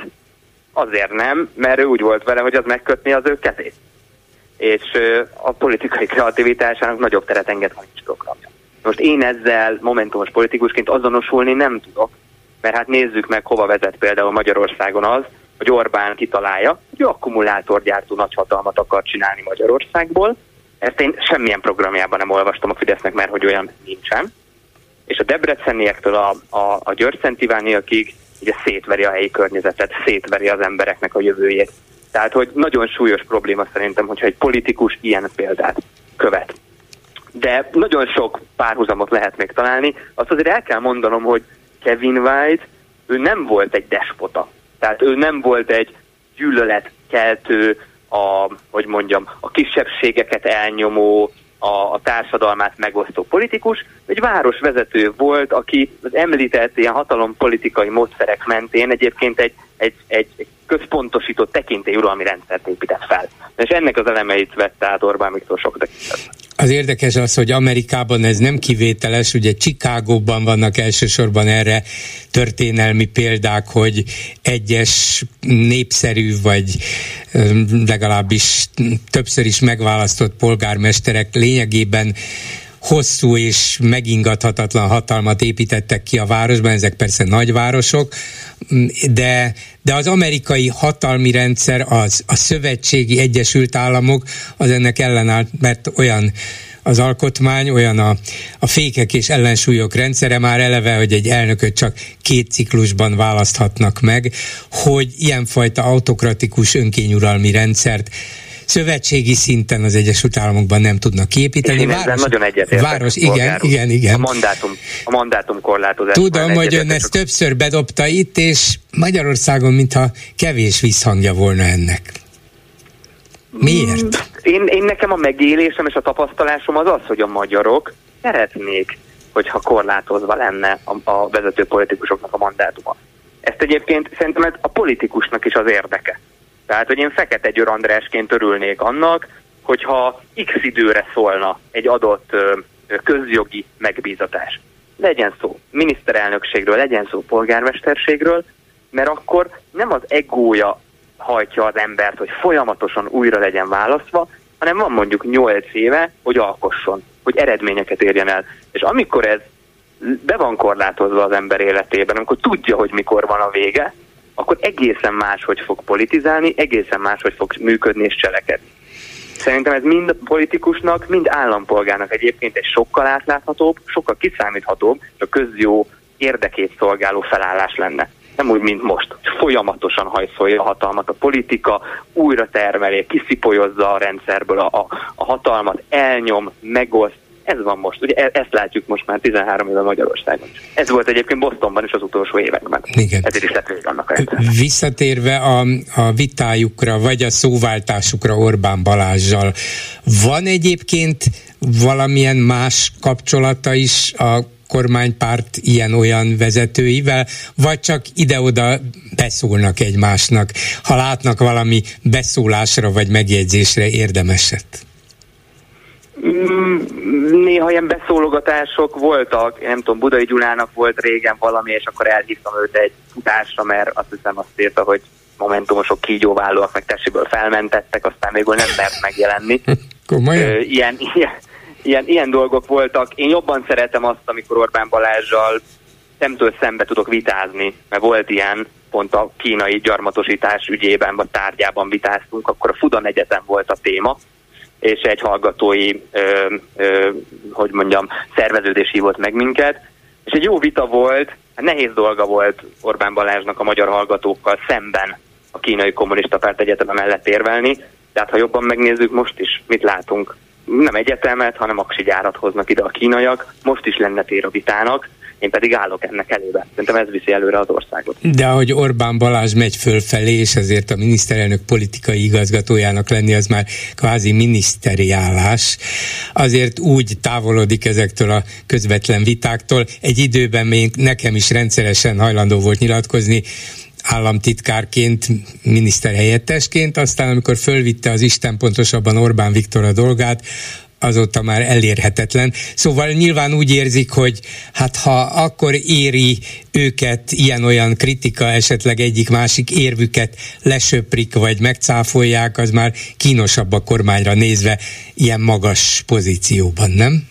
azért nem, mert ő úgy volt vele, hogy az megkötni az ő kezét. És a politikai kreativitásának nagyobb teret enged, ha nincs programja. Most én ezzel momentumos politikusként azonosulni nem tudok, mert hát nézzük meg, hova vezet például Magyarországon az, hogy Orbán kitalálja, hogy akkumulátorgyártó nagyhatalmat akar csinálni Magyarországból. Ezt én semmilyen programjában nem olvastam a Fidesznek, mert hogy olyan nincsen. És a debreceniektől a, a, a györgyszentivániakig ugye szétveri a helyi környezetet, szétveri az embereknek a jövőjét. Tehát, hogy nagyon súlyos probléma szerintem, hogyha egy politikus ilyen példát követ. De nagyon sok párhuzamot lehet még találni. Azt azért el kell mondanom, hogy Kevin White, ő nem volt egy despota. Tehát ő nem volt egy gyűlöletkeltő, a, hogy mondjam, a kisebbségeket elnyomó, a, a társadalmát megosztó politikus, egy városvezető volt, aki az említett ilyen hatalompolitikai módszerek mentén egyébként egy, egy, egy központosított tekintélyuralmi rendszert épített fel. És ennek az elemeit vette át Orbán Viktor sok tekintetben. Az érdekes az, hogy Amerikában ez nem kivételes, ugye Chicagóban vannak elsősorban erre történelmi példák, hogy egyes népszerű, vagy legalábbis többször is megválasztott polgármesterek lényegében hosszú és megingathatatlan hatalmat építettek ki a városban, ezek persze nagyvárosok, de, de az amerikai hatalmi rendszer, az, a szövetségi Egyesült Államok az ennek ellenállt, mert olyan az alkotmány, olyan a, a fékek és ellensúlyok rendszere már eleve, hogy egy elnököt csak két ciklusban választhatnak meg, hogy ilyenfajta autokratikus önkényuralmi rendszert szövetségi szinten az Egyesült Államokban nem tudnak kiépíteni. Én város, nagyon egyetértek. Város, igen, igen, igen. A mandátum, a mandátum korlátozás. Tudom, hogy ön ezt többször bedobta itt, és Magyarországon mintha kevés visszhangja volna ennek. Miért? Én, én nekem a megélésem és a tapasztalásom az az, hogy a magyarok szeretnék, hogyha korlátozva lenne a, a vezető politikusoknak a mandátuma. Ezt egyébként szerintem a politikusnak is az érdeke. Tehát, hogy én Fekete Győr Andrásként örülnék annak, hogyha x időre szólna egy adott ö, közjogi megbízatás. Legyen szó miniszterelnökségről, legyen szó polgármesterségről, mert akkor nem az egója hajtja az embert, hogy folyamatosan újra legyen választva, hanem van mondjuk nyolc éve, hogy alkosson, hogy eredményeket érjen el. És amikor ez be van korlátozva az ember életében, amikor tudja, hogy mikor van a vége, akkor egészen máshogy fog politizálni, egészen máshogy fog működni és cselekedni. Szerintem ez mind politikusnak, mind állampolgárnak egyébként egy sokkal átláthatóbb, sokkal kiszámíthatóbb, és a közjó érdekét szolgáló felállás lenne. Nem úgy, mint most, hogy folyamatosan hajszolja a hatalmat. A politika újra termelé, kiszipolyozza a rendszerből a, a, a hatalmat, elnyom, megoszt. Ez van most. Ugye ezt látjuk most már tizenhárom éve Magyarországon. Ez volt egyébként Bostonban is az utolsó években. Igen. Ezért is lett vége annak a rendszernek. Visszatérve a, a vitájukra, vagy a szóváltásukra Orbán Balázssal, van egyébként valamilyen más kapcsolata is a kormánypárt ilyen-olyan vezetőivel, vagy csak ide-oda beszólnak egymásnak, ha látnak valami beszólásra vagy megjegyzésre érdemeset? Néha ilyen beszólogatások voltak, nem tudom, Budai Gyulának volt régen valami, és akkor elhívtam őt egy futásra, mert azt hiszem azt írta, hogy momentumosok kígyóvállóak meg testéből felmentettek, aztán végül nem mert megjelenni. Komolyan? Ilyen, ilyen, ilyen, ilyen dolgok voltak. Én jobban szeretem azt, amikor Orbán Balázssal szemtől szembe tudok vitázni, mert volt ilyen, pont a kínai gyarmatosítás ügyében, vagy tárgyában vitáztunk, akkor a Fudan Egyetem volt a téma, és egy hallgatói, ö, ö, hogy mondjam, szerveződés hívott meg minket, és egy jó vita volt, hát nehéz dolga volt Orbán Balázsnak a magyar hallgatókkal szemben a Kínai Kommunista Párt Egyeteme mellett érvelni, de hát ha jobban megnézzük, most is mit látunk. Nem egyetemet, hanem aksigyárat hoznak ide a kínaiak, most is lenne tér a vitának, én pedig állok ennek elébe. Szerintem ez viszi előre az országot. De ahogy Orbán Balázs megy fölfelé, és ezért a miniszterelnök politikai igazgatójának lenni, az már kvázi miniszteriálás, azért úgy távolodik ezektől a közvetlen vitáktól. Egy időben még nekem is rendszeresen hajlandó volt nyilatkozni, államtitkárként, miniszterhelyettesként, aztán amikor fölvitte az Isten, pontosabban Orbán Viktor a dolgát, azóta már elérhetetlen. Szóval nyilván úgy érzik, hogy hát ha akkor éri őket ilyen-olyan kritika, esetleg egyik-másik érvüket lesöprik, vagy megcáfolják, az már kínosabb a kormányra nézve ilyen magas pozícióban, nem?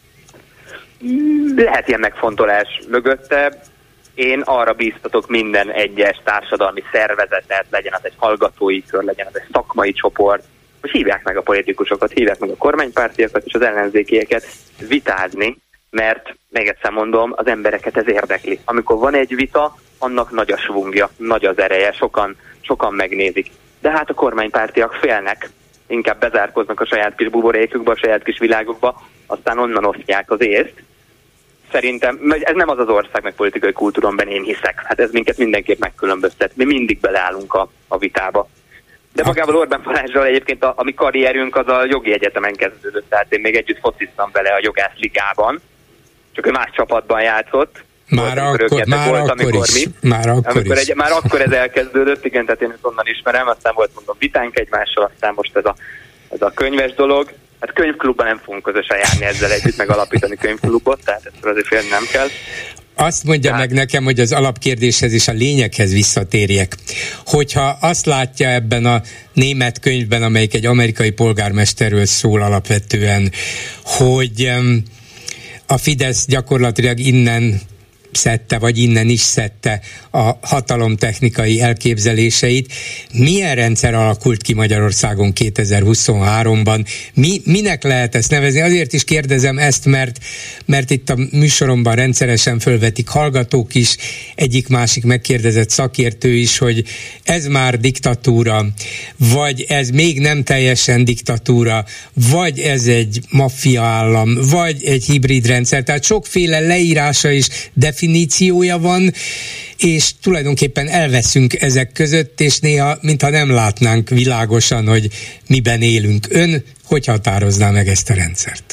Lehet ilyen megfontolás mögötte. Én arra bíztatok minden egyes társadalmi szervezetet, legyen az egy hallgatói kör, legyen az egy szakmai csoport, hogy hívják meg a politikusokat, hívják meg a kormánypártiakat és az ellenzékieket vitázni, mert még egyszer mondom, az embereket ez érdekli. Amikor van egy vita, annak nagy a svungja, nagy az ereje, sokan, sokan megnézik. De hát a kormánypártiak félnek, inkább bezárkoznak a saját kis buborékukba, a saját kis világukba, aztán onnan osztják az észt. Szerintem, ez nem az az ország meg politikai kultúromban én hiszek. Hát ez minket mindenképp megkülönböztet. Mi mindig beleállunk a, a vitába. De magával Orbán Balázsral egyébként a, a mi karrierünk az a jogi egyetemen kezdődött, tehát én még együtt fociztam vele a jogász ligában, csak ő más csapatban játszott. Már volt, akkor, már volt, akkor amikor is. Mi, már akkor amikor is. Egy, már akkor ez elkezdődött, igen, tehát én őt onnan ismerem, aztán volt mondom vitánk egymással, aztán most ez a, ez a könyves dolog. Hát könyvklubban nem fogunk közösen járni ezzel együtt, meg alapítani könyvklubot, tehát ezt azért félni nem kell. Azt mondja meg nekem, hogy az alapkérdéshez és a lényeghez visszatérjek. Hogyha azt látja ebben a német könyvben, amelyik egy amerikai polgármesterről szól alapvetően, hogy a Fidesz gyakorlatilag innen szedte, vagy innen is szedte a hatalomtechnikai elképzeléseit. Milyen rendszer alakult ki Magyarországon kétezer-huszonháromban? Mi, minek lehet ezt nevezni? Azért is kérdezem ezt, mert, mert itt a műsoromban rendszeresen fölvetik hallgatók is, egyik-másik megkérdezett szakértő is, hogy ez már diktatúra, vagy ez még nem teljesen diktatúra, vagy ez egy maffia állam, vagy egy hibrid rendszer. Tehát sokféle leírása és definíciója van, és tulajdonképpen elveszünk ezek között, és néha, mintha nem látnánk világosan, hogy miben élünk. Ön hogy határozná meg ezt a rendszert?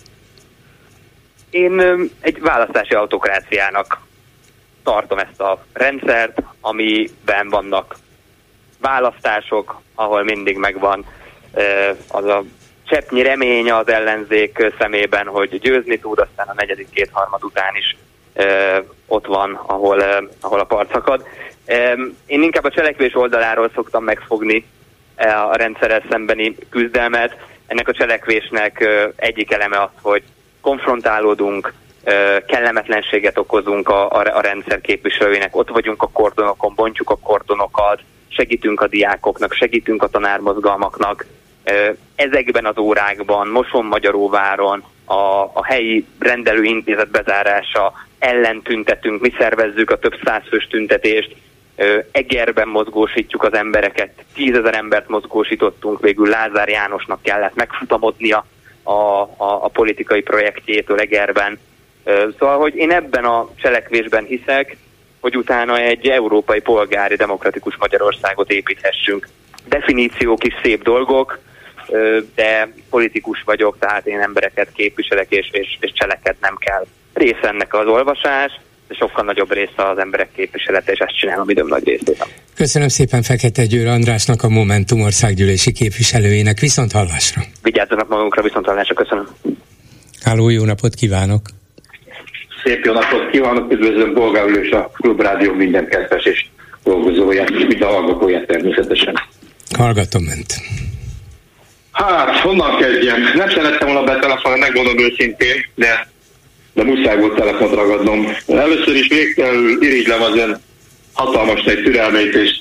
Én egy választási autokráciának tartom ezt a rendszert, amiben vannak választások, ahol mindig megvan az a cseppnyi remény az ellenzék szemében, hogy győzni tud, aztán a negyedik kétharmad után is ott van, ahol, ahol a part szakad. Én inkább a cselekvés oldaláról szoktam megfogni a rendszerrel szembeni küzdelmet. Ennek a cselekvésnek egyik eleme az, hogy konfrontálódunk, kellemetlenséget okozunk a, a, a rendszer képviselőinek, ott vagyunk a kordonokon, bontjuk a kordonokat, segítünk a diákoknak, segítünk a tanármozgalmaknak. Ezekben az órákban, Moson-Magyaróváron a, a helyi rendelőintézet bezárása ellen tüntetünk, mi szervezzük a több százfős tüntetést, Egerben mozgósítjuk az embereket, tízezer embert mozgósítottunk, végül Lázár Jánosnak kellett megfutamodnia a, a, a politikai projektjétől Egerben. Szóval, hogy én ebben a cselekvésben hiszek, hogy utána egy európai polgári demokratikus Magyarországot építhessünk. Definíciók is szép dolgok, de politikus vagyok, tehát én embereket képviselek, és, és, és cselekednem kell. Része ennek az olvasás, de sokkal nagyobb része az emberek képviselete, és ezt csinálom időm nagy részét. Köszönöm szépen Fekete Győr Andrásnak, a Momentum országgyűlési képviselőjének. Viszont hallásra! Vigyázzanak magunkra, viszont hallásra, köszönöm. Háló, jó napot kívánok! Szép jó napot kívánok, üdvözlöm Bolgár Úr és a Klubrádió minden kedves és dolgozóját, és minden hallgatóját természetesen. Hallgatom önt. Hát, honnan kezdjem? Nem szerettem volna betelefonálni, megmondom őszintén, de, de muszáj volt telefont ragadnom. Először is végtelenül irigylem az ön hatalmas nagy türelmét, és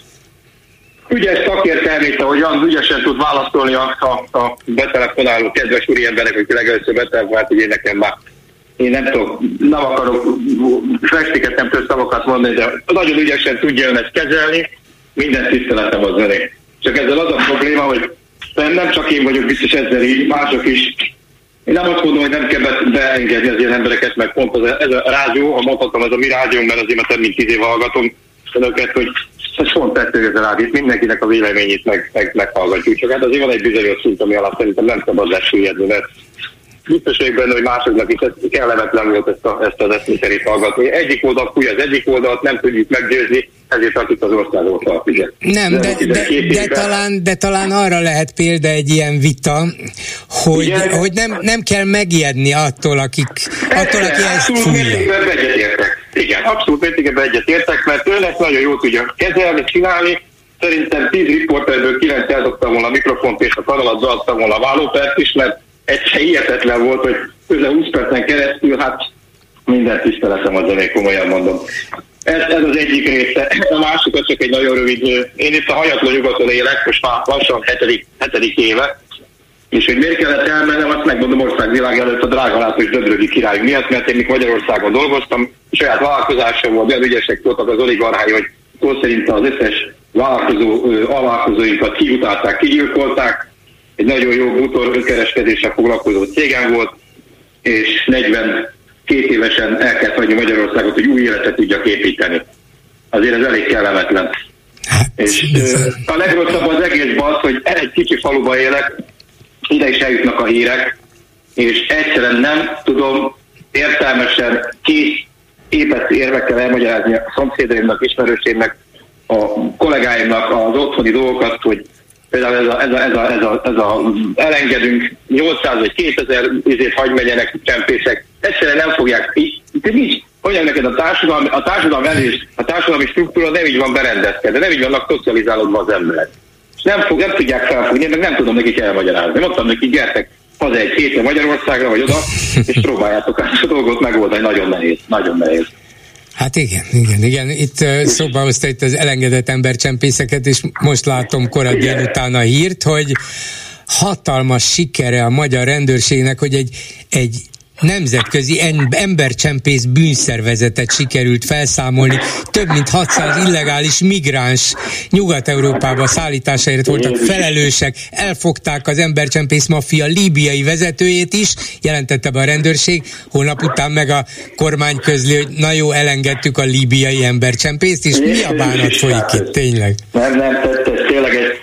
ügyes szakértelmét, ahogy olyan ügyesen tud válaszolni a, a, a betelefonáló kedves úri emberek, akik legelőször betelefonált, hogy én nekem már én nem tudok, nem akarok festéket, nem tudok szavakat mondani, de nagyon ügyesen tudja ön ezt kezelni, minden tiszteletem az öné. Csak ezzel az a probléma, hogy nem csak én vagyok biztos ezzel így, mások is. Én nem azt mondom, hogy nem kell beengedni az ilyen embereket, meg pont az, ez a rádió, ha mondhatom, ez a mi rádiónk, mert azért már több mint tíz éve hallgatom önöket, hogy ez pont tettő ez a rádiót, mindenkinek a véleményét meg, meg, meghallgatjuk. Csak hát azért van egy bizonyos szint, ami alatt szerintem nem szabad lesüllyedni, mert biztos vagyok benne, hogy másoknak is ez kellemetlen volt ezt, a, ezt az eszményszerét hallgatni. Egyik oldal fúj az egyik oldalt, nem tudjuk meggyőzni, ezért akik az országot alapítják. Nem, de, de, de, de, talán, de talán arra lehet példa egy ilyen vita, hogy, hogy nem, nem kell megijedni attól, akik, attól aki ezt fújja. Igen, abszolút mértékben egyetértek, mert ön ezt nagyon jól tudja kezelni, csinálni. Szerintem tíz riporterből kilenc eldobtam volna a mikrofont, és a kanalat beadtam volna a vállópert is, mert egyszer hihetetlen volt, hogy közel húsz percen keresztül, hát minden tiszteletem az elég, komolyan mondom. Ez, ez az egyik része. A másik az csak egy nagyon rövid. Én itt a hanyatlan nyugaton élek, most már lassan hetedik, hetedik éve, és hogy miért kellett elmennem, azt megmondom országvilág előtt a drága László és Döbrögi király miatt, mert én még Magyarországon dolgoztam, saját vállalkozásom volt, olyan ügyesek voltak az oligarchái, hogy szó szerint az összes vállalkozó, alvállalkozóinkat kiutálták, kigyilkolták. Egy nagyon jó bútor önkereskedéssel foglalkozó cégem volt, és negyvenkét évesen el kellett hagyni Magyarországot, hogy új életet tudjak építeni. Azért ez elég kellemetlen. És a legrosszabb az egészben az, hogy egy kicsi faluban élek, ide is eljutnak a hírek, és egyszerűen nem tudom értelmesen kész épett érvekkel elmagyarázni a szomszédaimnak, ismerősémnek, a kollégáimnak az otthoni dolgokat, hogy például ez a, ez a, ez a, ez a, ez a elengedünk nyolcszáz vagy kétezer izét hagymegyenek csempészek, egyszerűen nem fogják, így, nincs, mondják neked a társadalmi, a társadalmi elés, a társadalmi struktúra nem így van berendezkedve, nem így vannak szocializálódva az emberek. És nem, fog, nem tudják felfogni, meg nem tudom nekik elmagyarázni. Mondtam nekik, gyertek haza egy hétre Magyarországra, vagy oda, és próbáljátok át a dolgot megoldani, nagyon nehéz, nagyon nehéz. Hát igen, igen, igen. Itt szóba hozta itt az elengedett embercsempészeket, és most látom korai délután a hírt, hogy hatalmas sikere a magyar rendőrségnek, hogy egy, egy nemzetközi embercsempész bűnszervezetet sikerült felszámolni. Több mint hatszáz illegális migráns Nyugat-Európába szállításáért voltak felelősek. Elfogták az embercsempész maffia líbiai vezetőjét is, jelentette be a rendőrség. Holnap után meg a kormány közli, hogy na jó, elengedtük a líbiai embercsempészt, és mi a bánat folyik itt, tényleg? Nem, nem, ez tényleg egy...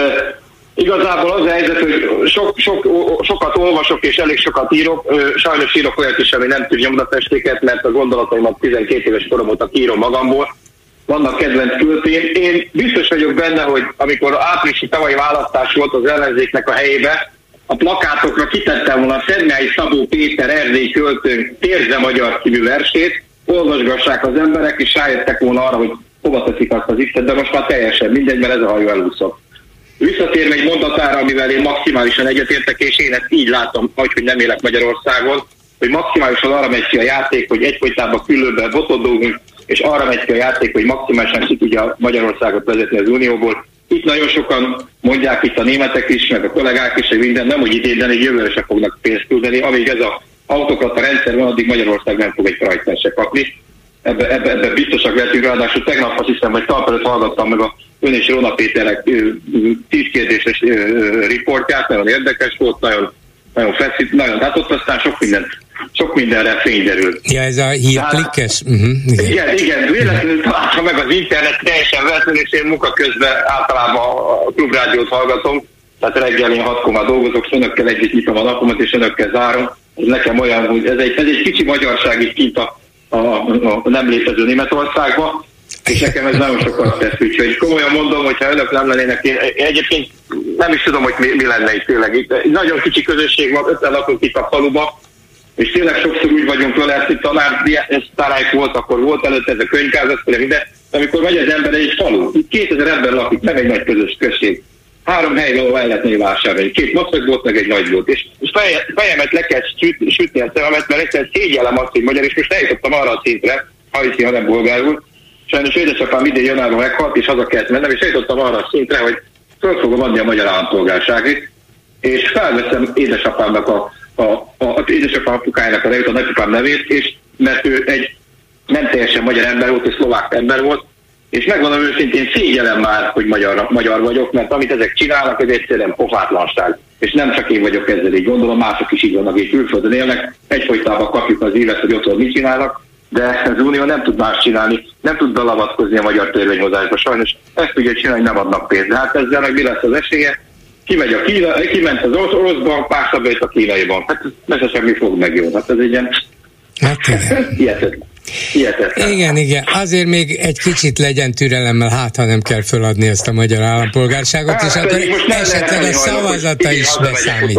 Igazából az a helyzet, hogy sok, sok, sokat olvasok és elég sokat írok, sajnos írok olyat is, ami nem tud nyomdatestéket, mert a gondolataimat tizenkét éves korom óta kírom magamból. Vannak kedvenc költén. Én biztos vagyok benne, hogy amikor áprilisi tavalyi választás volt az ellenzéknek a helyébe, a plakátokra kitettem volna a Szednyái Szabó Péter erdélyi költőnk Térze magyar című versét, olvasgassák az emberek, és rájöttek volna arra, hogy hova teszik azt az X-et, de most már teljesen mindegy, mert ez a hajó elúszott. Visszatérve egy mondatára, amivel én maximálisan egyetértek, és én ezt így látom, hogy nem élek Magyarországon, hogy maximálisan arra megy ki a játék, hogy egyfolytában küllőben botodógunk, és arra megy ki a játék, hogy maximálisan ki tudja Magyarországot vezetni az Unióból. Itt nagyon sokan mondják, itt a németek is, meg a kollégák is, hogy minden nem, hogy idén, de még jövőre se fognak pénzt küldeni. Amíg ez az autokrata rendszer van, addig Magyarország nem fog egy Reutert se kapni. Ebbe, ebbe, ebbe biztosak lehetünk, ráadásul tegnap azt hiszem, hogy talán előtt hallgattam meg a ön és Róna Péternek tíz kérdéses riportját, nagyon érdekes volt, nagyon, nagyon feszít, nagyon, hát ott aztán sok minden, sok mindenre fény derül. Ja, ez a hírklikkes? Uh-huh, igen. igen, igen, véletlenül találtam meg az internet teljesen véletlenül, és én munka közben általában a klubrádiót hallgatom, tehát reggel én hatkor már dolgozok, és önökkel együtt nyitom a napomat, és önökkel zárom. Ez nekem olyan, hogy ez egy, ez egy kicsi magyarság itt kint a, a, a nem létező Németországban, és nekem ez nagyon sokat tesz, úgyhogy komolyan mondom, hogyha önök nem lennének, én egyébként nem is tudom, hogy mi, mi lenne itt tényleg. Itt nagyon kicsi közösség van, öten lakunk itt a faluba, és tényleg sokszor úgy vagyunk vele, ezt itt tanárik volt, akkor volt előtte ez a könyvkázat, de amikor megy az ember egy falu, itt kétezer ember lakik, nem egy nagy közös község. Három helyről el lehetne vásárolni, két macag volt, meg egy nagy volt, és, és feje, fejemet le kell sütni, sütni a szememet, mert egyszerűen szégyellem azt, hogy magyar, és most eljutottam arra a szintre, ha hiszi, hanem bolgárul. Sajnos édesapám idén januárban meghalt, és haza kellett mennem, és eljutottam arra a szintre, hogy föl fogom adni a magyar állampolgárságét, és felveszem édesapámnak a, a, a, a édesapám apukájának a nevét, a nagyapám nevét, és mert ő egy nem teljesen magyar ember volt, és szlovák ember volt, és megmondom őszintén, szégyellem már, hogy magyar, magyar vagyok, mert amit ezek csinálnak, ez egyszerűen pofátlanság. És nem csak én vagyok ezzel így gondolom, mások is így vannak, és külföldön élnek, egyfolytában kapjuk az élet, hogy otthon mit csinálnak, de az Unió nem tud más csinálni, nem tud belavatkozni a magyar törvényhozásba. Sajnos ezt tudja csinálni, hogy nem adnak pénzt. De hát ezzel meg mi lesz az esélye? Kimegy a Kína, kiment az orosz bank, pár bejött a kínai bank. Hát ez sem mi fog meg jó. Hát ez egy ilyen... Hát igen. Hihetetlen. Hihetetlen. Igen, igen. Azért még egy kicsit legyen türelemmel, hát ha nem kell föladni ezt a magyar állampolgárságot, hát, és akkor esetleg a szavazata is beszámít.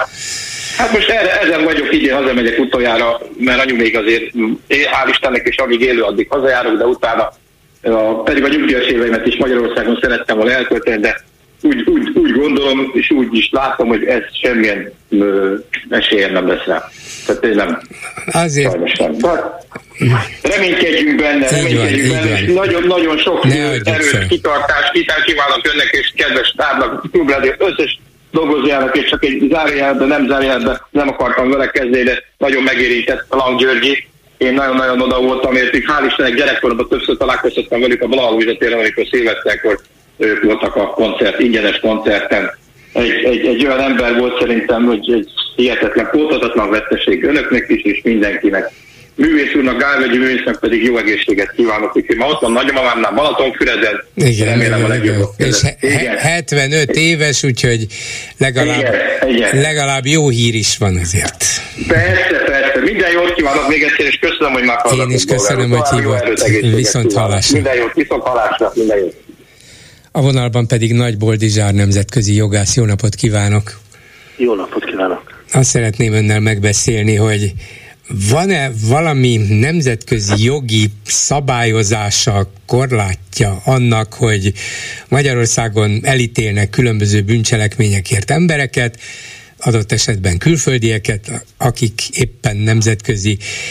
Hát most erre, ezen vagyok, idén hazamegyek utoljára, mert anyu még azért, hál' Istennek, és amíg élő, addig hazajárok, de utána a, pedig a nyugdíjas éveimet is Magyarországon szerettem volna eltölteni, de úgy, úgy, úgy gondolom, és úgy is látom, hogy ez semmilyen ö, esélyem nem lesz rá. Tehát én nem. Azért. Reménykedjünk benne, reménykedjünk benne, és nagyon-nagyon sok erős kitartást, kitár kívánok önnek, és kedves tábnak, klubrádió összes dolgozójának, és csak egy zárójelben, nem zárójelben nem akartam vele kezdeni, de nagyon megérintett a Lang Györgyi. Én nagyon-nagyon oda voltam, és hál' Istennek gyerekkoromban többször találkoztattam velük a Blahalújza téren, amikor szilveszterkor ők voltak a koncert, ingyenes koncerten. Egy, egy, egy olyan ember volt szerintem, hogy egy hihetetlen, póthatatlan veszteség önöknek is, és mindenkinek. Művész úrnak, Gálvegyi művésznek pedig jó egészséget kívánok, úgyhogy ma ott van nagymamámnál Balatonfüreden, remélem a legjobb. És he- hetvenöt éves, úgyhogy legalább, igen, igen. legalább jó hír is van azért. Persze, persze. Minden jót kívánok még egyszer, és köszönöm, hogy meghallgatok. Én is köszönöm, hogy hívott. Viszont hallásra. Minden jót, viszont hallásra, minden jót. A vonalban pedig Nagy Boldizsár nemzetközi jogász. Jó napot kívánok! Jó napot kívánok! Azt szeretném önnel megbeszélni, hogy van-e valami nemzetközi jogi szabályozása, korlátja annak, hogy Magyarországon elítélnek különböző bűncselekményekért embereket, adott esetben külföldieket, akik éppen nemzetközi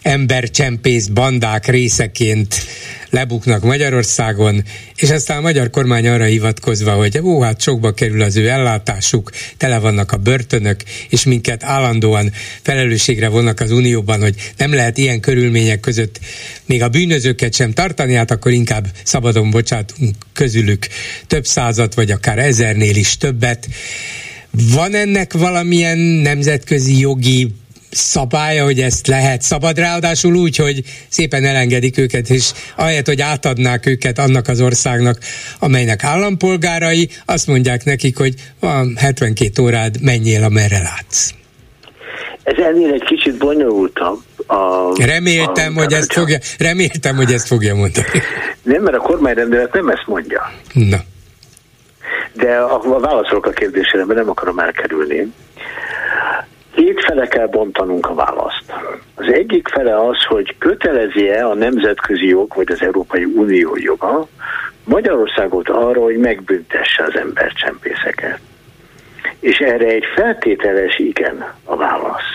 embercsempész bandák részeként lebuknak Magyarországon, és aztán a magyar kormány arra hivatkozva, hogy ó, hát sokba kerül az ő ellátásuk, tele vannak a börtönök, és minket állandóan felelősségre vonnak az Unióban, hogy nem lehet ilyen körülmények között még a bűnözőket sem tartani, hát akkor inkább szabadon bocsátunk közülük több százat, vagy akár ezernél is többet. Van ennek valamilyen nemzetközi jogi szabálya, hogy ezt lehet szabad, ráadásul úgy, hogy szépen elengedik őket, és ahelyett, hogy átadnák őket annak az országnak, amelynek állampolgárai, azt mondják nekik, hogy van hetvenkét órád, menjél, amerre látsz. Ez ennél egy kicsit bonyolultabb. A, reméltem, a, hogy ezt fogja, reméltem, hogy ezt fogja mondani. Nem, mert a kormányrendelet nem ezt mondja. Na. De a, a válaszolok a kérdésére, mert nem akarom elkerülni. Két fele kell bontanunk a választ. Az egyik fele az, hogy kötelezi-e a nemzetközi jog, vagy az Európai Unió joga Magyarországot arra, hogy megbüntesse az embercsempészeket. És erre egy feltételes igen a válasz.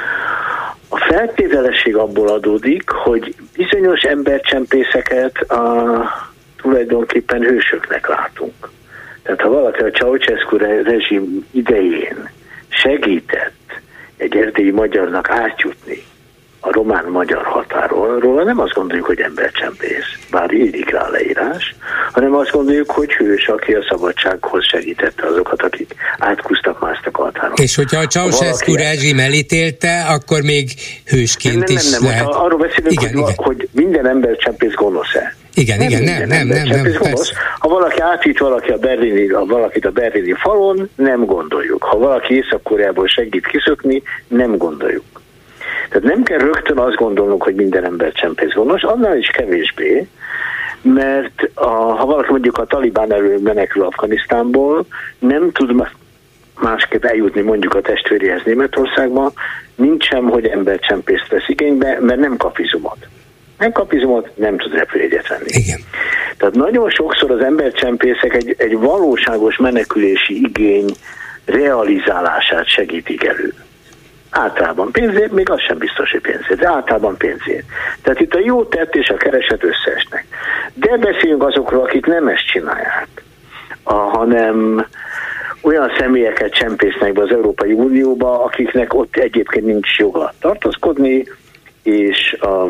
A feltételesség abból adódik, hogy bizonyos embercsempészeket a, tulajdonképpen hősöknek látunk. Tehát ha valaki a Ceausescu rezsim idején segített egy erdélyi magyarnak átjutni a román-magyar határól, róla nem azt gondoljuk, hogy embercsempész, bár illik rá leírás, hanem azt gondoljuk, hogy hős, aki a szabadsághoz segítette azokat, akik átkusztak, másztak a határon. És hogyha a Ceausescu valaki... rezsim elítélte, akkor még hősként nem, nem, is nem, nem, lehet. Nem, arról beszélünk, igen, hogy, igen. hogy minden embercsempész gonosz-e. Igen, nem, igen, nem, nem, nem, nem, nem ha valaki átít valaki a berlini, a valakit a berlini falon, nem gondoljuk. Ha valaki Észak-Koreából segít kiszökni, nem gondoljuk. Tehát nem kell rögtön azt gondolnunk, hogy minden embercsempész gonosz, annál is kevésbé, mert a, ha valaki mondjuk a Talibán elől menekül Afganisztánból, nem tud másképp eljutni mondjuk a testvéréhez Németországba, nincs sem, hogy embercsempészt vesz igénybe, mert nem kap vizumot. Nem kap vizumot, nem tud repülőjegyet venni. Igen. Tehát nagyon sokszor az embercsempészek egy, egy valóságos menekülési igény realizálását segítik elő. Általában pénzért, még az sem biztos, hogy pénzért, de általában pénzért. Tehát itt a jó tett és a kereset összeesnek. De beszéljünk azokról, akik nem ezt csinálják, a, hanem olyan személyeket csempésznek be az Európai Unióba, akiknek ott egyébként nincs joga tartózkodni, és a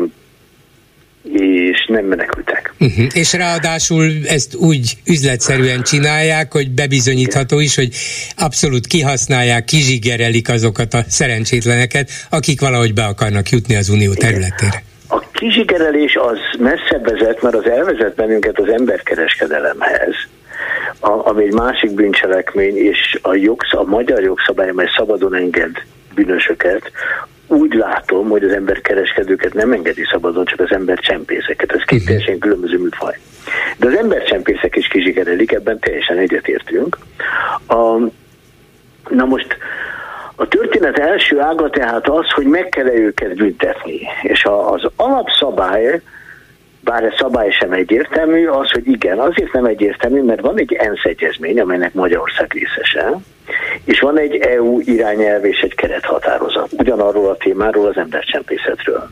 és nem menekültek. Uh-huh. És ráadásul ezt úgy üzletszerűen csinálják, hogy bebizonyítható is, hogy abszolút kihasználják, kizsigerelik azokat a szerencsétleneket, akik valahogy be akarnak jutni az unió területére. A kizsigerelés az messzebb vezet, mert az elvezet bennünket az emberkereskedelemhez, a, ami egy másik bűncselekmény, és a, jogsz, a magyar jogszabály, amely szabadon enged bűnösöket, úgy látom, hogy az emberkereskedőket nem engedi szabadon, csak az embercsempészeket. Ez két teljesen különböző műfaj. De az embercsempészek is kizsigerelik, ebben teljesen egyetértünk. A, na most a történet első ága tehát az, hogy meg kell őket büntetni. És a, az alapszabály, bár a szabály sem egyértelmű, az, hogy igen, azért nem egyértelmű, mert van egy ENSZ egyezmény, amelynek Magyarország részese, és van egy é u irányelv és egy kerethatározat, ugyanarról a témáról, az embercsempészetről.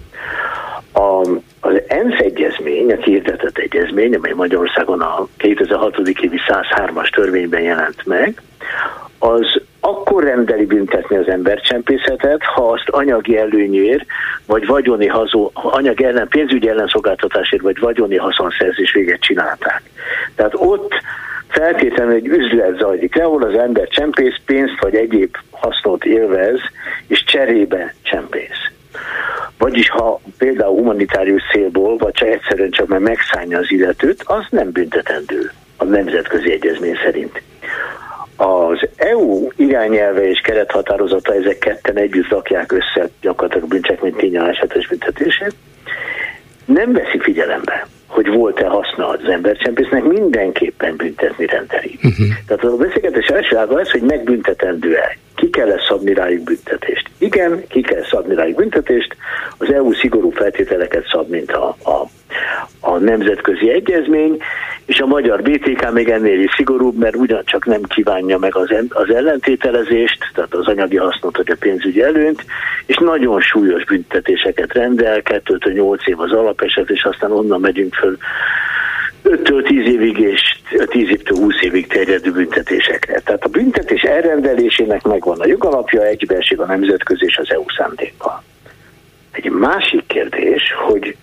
A, az ENSZ egyezmény, a kihirdetett egyezmény, amely Magyarországon a kétezer-hat évi száz hármas törvényben jelent meg, az akkor rendeli büntetni az embercsempészetet, ha azt anyagi előnyért, vagy vagyoni hazó, anyagi ellen, pénzügyi ellenszolgáltatásért, vagy vagyoni haszonszerzés véget csinálták. Tehát ott feltétlenül egy üzlet zajlik le, ahol az ember csempész pénzt vagy egyéb hasznot élvez, és cserébe csempész. Vagyis ha például humanitárius célból, vagy csak egyszerűen csak mert megszállja az illetőt, az nem büntetendő a nemzetközi egyezmény szerint. Az é u irányelve és kerethatározata, ezek ketten együtt rakják össze gyakorlatilag a bűncselekmény tényállását és büntetését, nem veszi figyelembe, hogy volt-e haszna az embercsempésznek, mindenképpen büntetni rendeli. Uh-huh. Tehát a beszélgetés első ága az, hogy megbüntetendő-e. Ki kell szabni rájuk büntetést? Igen, ki kell szabni rájuk büntetést. Az é u szigorú feltételeket szab, mint a, a, a nemzetközi egyezmény, és a magyar bé té ká még ennél is szigorúbb, mert ugyancsak nem kívánja meg az, az ellentételezést, tehát az anyagi hasznot vagy a pénzügyi előnyt, és nagyon súlyos büntetéseket rendel, kettőtől nyolc év az alapeset, és aztán onnan megyünk föl öttől tíz évig és tíz évtől húsz évig terjedő büntetésekre. Tehát a büntetés elrendelésének megvan a jogalapja, egybeesik a nemzetközi és az é u szándéka. Egy másik kérdés, hogy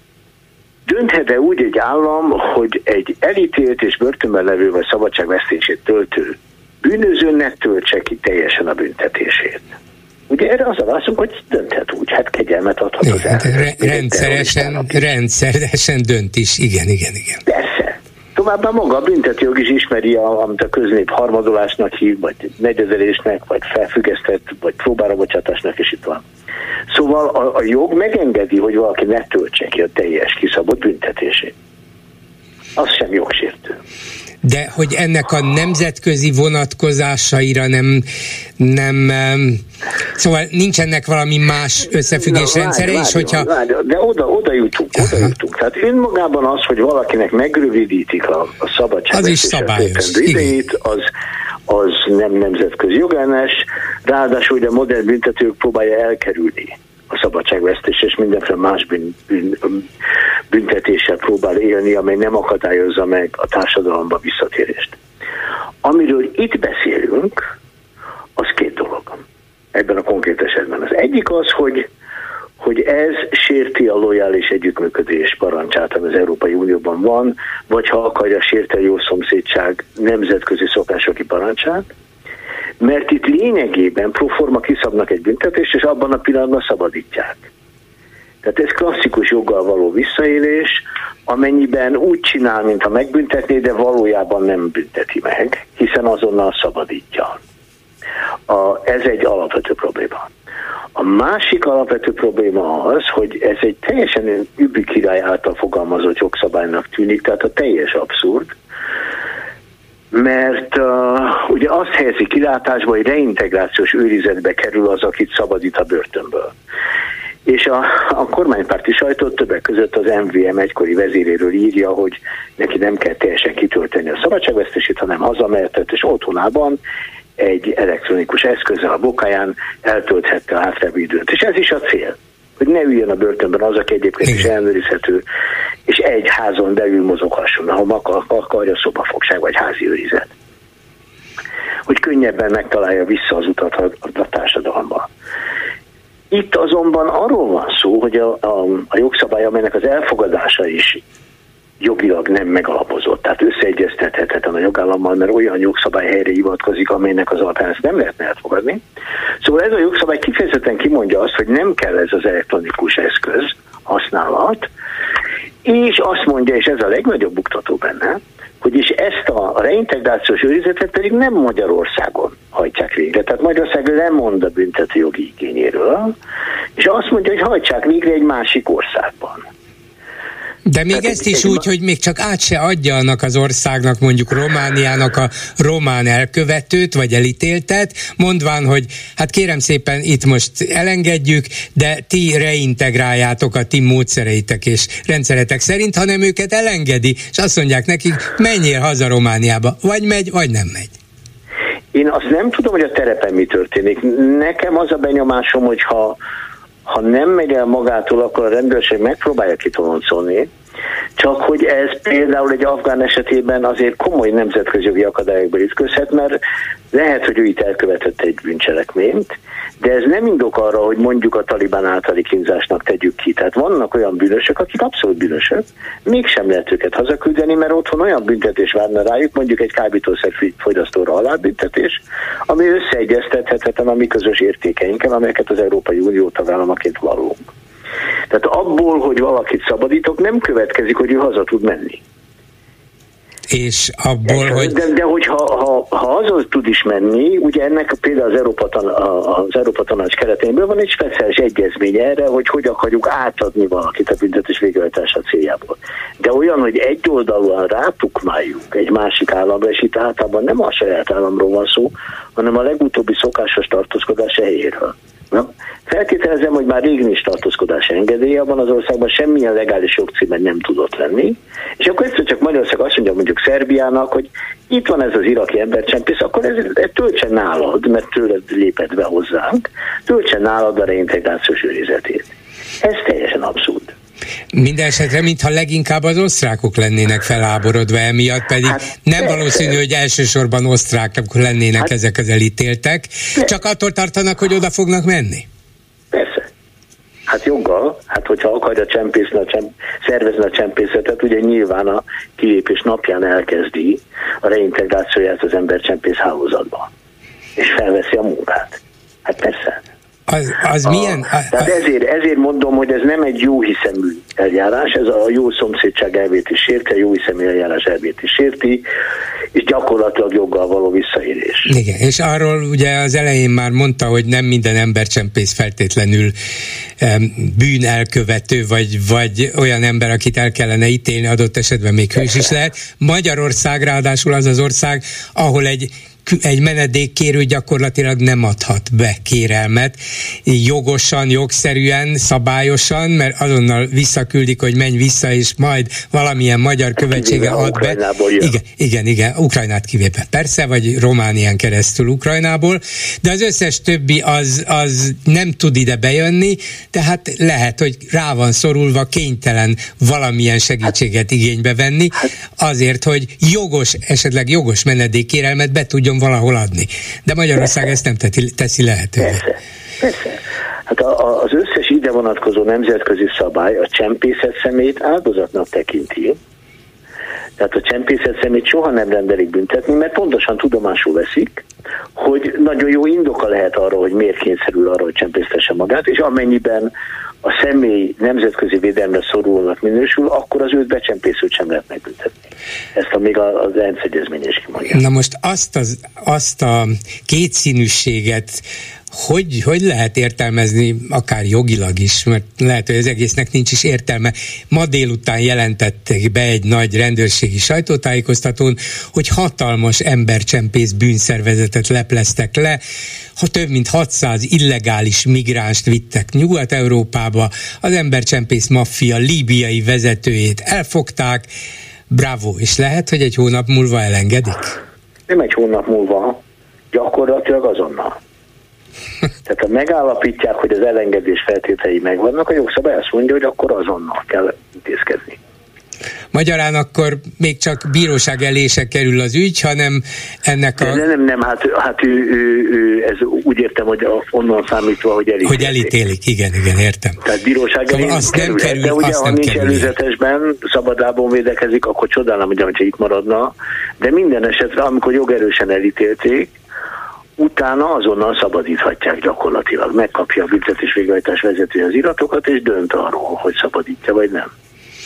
dönthet-e úgy egy állam, hogy egy elítélt és börtönben levő vagy szabadságvesztését töltő bűnöző ne töltse ki teljesen a büntetését? Ugye erre az a válaszunk, hogy dönthet úgy, hát kegyelmet adhat az elnök. Rendszeresen, rendszeresen dönt is, igen, igen, igen. Persze. Továbbá maga a büntetőjog is ismeri, amit a köznép harmadolásnak hív, vagy negyedelésnek, vagy felfüggesztett, vagy próbára bocsátásnak, és itt van. Szóval a, a jog megengedi, hogy valaki ne töltse ki a teljes kiszabott büntetését. Az sem jogsértő. De hogy ennek a nemzetközi vonatkozásaira nem, nem szóval nincsenek valami más összefüggés rendszere is, hogyha... Várj, de oda, oda jutunk, oda jutunk. Tehát önmagában az, hogy valakinek megrövidítik a, a szabadságvesztés idejét, az, az nem nemzetközi jogellenes, ráadásul ugye a modern büntetők próbálja elkerülni a szabadságvesztés, és mindenféle más bűn, bűn, büntetéssel próbál élni, amely nem akadályozza meg a társadalomba visszatérést. Amiről itt beszélünk, az két dolog. Ebben a konkrét esetben. Az egyik az, hogy, hogy ez sérti a lojális együttműködés parancsát, ami az Európai Unióban van, vagy ha akarja sérteni a jó szomszédság nemzetközi szokásoki parancsát, mert itt lényegében proforma kiszabnak egy büntetést, és abban a pillanatban szabadítják. Tehát ez klasszikus joggal való visszaélés, amennyiben úgy csinál, mintha megbüntetné, de valójában nem bünteti meg, hiszen azonnal szabadítja. A, ez egy alapvető probléma. A másik alapvető probléma az, hogy ez egy teljesen Übbi király által fogalmazott jogszabálynak tűnik, tehát a teljes abszurd, mert uh, ugye azt helyezi kilátásba, hogy reintegrációs őrizetbe kerül az, akit szabadít a börtönből. És a, a kormánypárti sajtó többek között az em vé em egykori vezéréről írja, hogy neki nem kell teljesen kitölteni a szabadságvesztését, hanem hazamehetett, és otthonában egy elektronikus eszközzel a bokáján eltölthette a hátralévő időt. És ez is a cél, hogy ne üljön a börtönben az, aki egyébként is ellenőrizhető, és egy házon belül mozoghasson, ahol akarja szobafogság vagy házi őrizet. Hogy könnyebben megtalálja vissza az utat a, a társadalomba. Itt azonban arról van szó, hogy a, a, a jogszabály, amelynek az elfogadása is jogilag nem megalapozott, tehát összeegyeztethetetlen a jogállammal, mert olyan jogszabály helyre hivatkozik, amelynek az alapján ezt nem lehetne elfogadni. Szóval ez a jogszabály kifejezetten kimondja azt, hogy nem kell ez az elektronikus eszköz használat, és azt mondja, és ez a legnagyobb buktató benne, hogy és ezt a reintegrációs őrizetet pedig nem Magyarországon hajtsák végre. Tehát Magyarország lemond a büntető jogi igényéről, és azt mondja, hogy hajtsák végre egy másik országban. De még ezt is úgy, hogy még csak át se adja annak az országnak, mondjuk Romániának a román elkövetőt, vagy elítéltet, mondván, hogy hát kérem szépen itt most elengedjük, de ti reintegráljátok a ti módszereitek és rendszeretek szerint, hanem őket elengedi, és azt mondják nekik, menjél haza Romániába, vagy megy, vagy nem megy. Én azt nem tudom, hogy a terepen mi történik. Nekem az a benyomásom, hogy ha Ha nem megy el magától, akkor a rendőrség megpróbálja kitoloncolni, csak hogy ez például egy afgán esetében azért komoly nemzetközi jogi akadályokba ütközhet, mert lehet, hogy ő itt elkövetett egy bűncselekményt, de ez nem indok arra, hogy mondjuk a talibán általi kínzásnak tegyük ki. Tehát vannak olyan bűnösök, akik abszolút bűnösök, mégsem lehet őket hazaküldeni, mert otthon olyan büntetés várna rájuk, mondjuk egy kábítószer fogyasztóra halálbüntetés, ami összeegyeztethetetlen a mi közös értékeinkkel, amelyeket az Európai Unió tagállamaként vallunk. Tehát abból, hogy valakit szabadítok, nem következik, hogy ő haza tud menni. És abból, de, hogy... De, de hogyha ha, ha haza tud is menni, ugye ennek például az Európa, az Európa Tanács keretéből van egy speciális egyezmény erre, hogy hogy akarjuk átadni valakit a büntetés végrehajtása céljából. De olyan, hogy egyoldalúan rátukmáljuk egy másik államra, és itt általában nem a saját államról van szó, hanem a legutóbbi szokásos tartózkodás helyéről. Na, feltételezem, hogy már rég nincs tartózkodás engedélye, abban az országban semmilyen legális jogcímen nem tudott lenni, és akkor egyszer csak Magyarország azt mondja mondjuk Szerbiának, hogy itt van ez az iraki embercsempész, akkor ez, ez töltsen nálad, mert tőled lépett be hozzánk, töltsen nálad a reintegrációs őrizetét. Ez teljesen abszurd. Minden esetre, mintha leginkább az osztrákok lennének feláborodva emiatt, pedig hát, nem persze. Valószínű, hogy elsősorban osztrákok lennének hát, ezek az elítéltek, persze. Csak attól tartanak, hogy oda fognak menni. Persze. Hát joggal, hát hogyha akarja csempészni a csemp- szervezni a csempészetet, ugye nyilván a kilépés napján elkezdi a reintegrációját az embercsempész hálózatba, és felveszi a munkát. Hát persze. Az, az a, milyen? A, tehát ezért, ezért mondom, hogy ez nem egy jó hiszemű eljárás, ez a jó szomszédság elvét is sérti, a jó hiszemű eljárás elvét is sérti, és gyakorlatilag joggal való visszaélés. Igen, és arról ugye az elején már mondta, hogy nem minden embercsempész feltétlenül um, bűn elkövető, vagy, vagy olyan ember, akit el kellene ítélni, adott esetben még hős is lehet. Magyarország ráadásul az az ország, ahol egy egy menedékkérő gyakorlatilag nem adhat be kérelmet jogosan, jogszerűen, szabályosan, mert azonnal visszaküldik, hogy menj vissza, és majd valamilyen magyar követsége ad be. Igen, igen, igen, Ukrajnát kivéve persze, vagy Románián keresztül Ukrajnából, de az összes többi az, az nem tud ide bejönni, tehát lehet, hogy rá van szorulva, kénytelen valamilyen segítséget igénybe venni, azért, hogy jogos, esetleg jogos menedékkérelmet be tudjon valahol adni. De Magyarország ezt nem teszi lehetővé. Persze, persze. Hát a, a, az összes ide vonatkozó nemzetközi szabály a csempészet személyt áldozatnak tekinti. Tehát a csempészet személyt soha nem rendelik büntetni, mert pontosan tudomásul veszik, hogy nagyon jó indoka lehet arra, hogy miért kényszerül arra, hogy csempésztesse magát, és amennyiben a személy nemzetközi védelemre szorulnak minősül, akkor az őt becsempészőt sem lehet megbüntetni. Ezt a még az e en cé egyezmény is kimondja. Na most azt, az, azt a kétszínűséget Hogy, hogy lehet értelmezni, akár jogilag is, mert lehet, hogy az egésznek nincs is értelme. Ma délután jelentették be egy nagy rendőrségi sajtótájékoztatón, hogy hatalmas embercsempész bűnszervezetet lepleztek le, ha több mint hatszáz illegális migránst vittek Nyugat-Európába, az embercsempész maffia líbiai vezetőjét elfogták, bravo, és lehet, hogy egy hónap múlva elengedik? Nem egy hónap múlva, gyakorlatilag azonnal. Tehát ha megállapítják, hogy az elengedés feltételei megvannak, a jogszabály azt mondja, hogy akkor azonnal kell intézkedni. Magyarán akkor még csak bíróság elé se kerül az ügy, hanem ennek a... Nem, nem, nem, hát, hát ő, ő, ő, ez úgy értem, hogy onnan számítva, hogy elítélik. Hogy elítélik, igen, igen, értem. Tehát bíróság elé szóval kerül, kerül, de ugye, ha nincs előzetesben, szabadlábon védekezik, akkor csodálom, hogy hogyha itt maradna, de minden esetre, amikor jogerősen elítélték, utána azonnal szabadíthatják gyakorlatilag. Megkapja a büntetés végrehajtás vezetője az iratokat, és dönt arról, hogy szabadítja, vagy nem.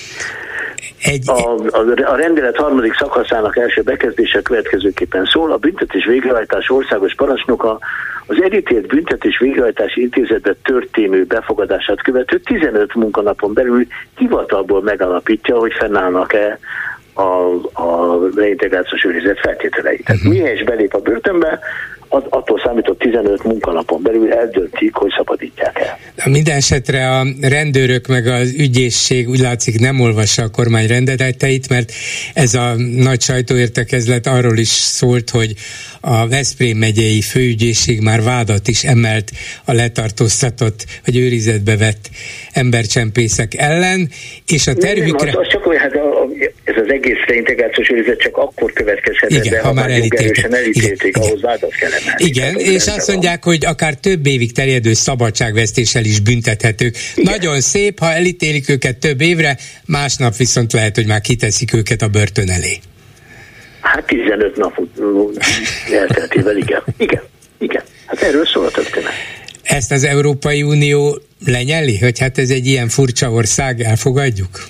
Egy... A, a, a rendelet harmadik szakaszának első bekezdése következőképpen szól: a büntetés végrehajtás országos parancsnoka az elítélt büntetés végrehajtási intézetbe történő befogadását követő tizenöt munkanapon belül hivatalból megalapítja, hogy fennállnak-e a, a reintegrációs őrizet feltételei. Tehát uh-huh. mihez belép a börtönbe, attól számított tizenöt munkanapon belül eldöntik, hogy szabadítják el. Minden esetre a rendőrök meg az ügyészség úgy látszik nem olvassa a kormány rendeleteit, mert ez a nagy sajtóértekezlet arról is szólt, hogy a Veszprém megyei főügyészség már vádat is emelt a letartóztatott vagy őrizetbe vett embercsempészek ellen, és a tervükre... Nem, nem, az csak olyan, hát a, a, ez az egész reintegrációs őrizet csak akkor következhetett, igen, de ha, ha már elítélték, elítélték igen, ahhoz vádat kell emelni. Igen, tehát, és azt mondják, hogy akár több évig terjedő szabadságvesztéssel is büntethetők. Igen. Nagyon szép, ha elítélik őket több évre, másnap viszont lehet, hogy már kiteszik őket a börtön elé. Hát tizenöt nap elteltével, igen. Igen, igen. Hát erről szól a történet. Ezt az Európai Unió lenyeli, hogy hát ez egy ilyen furcsa ország, elfogadjuk?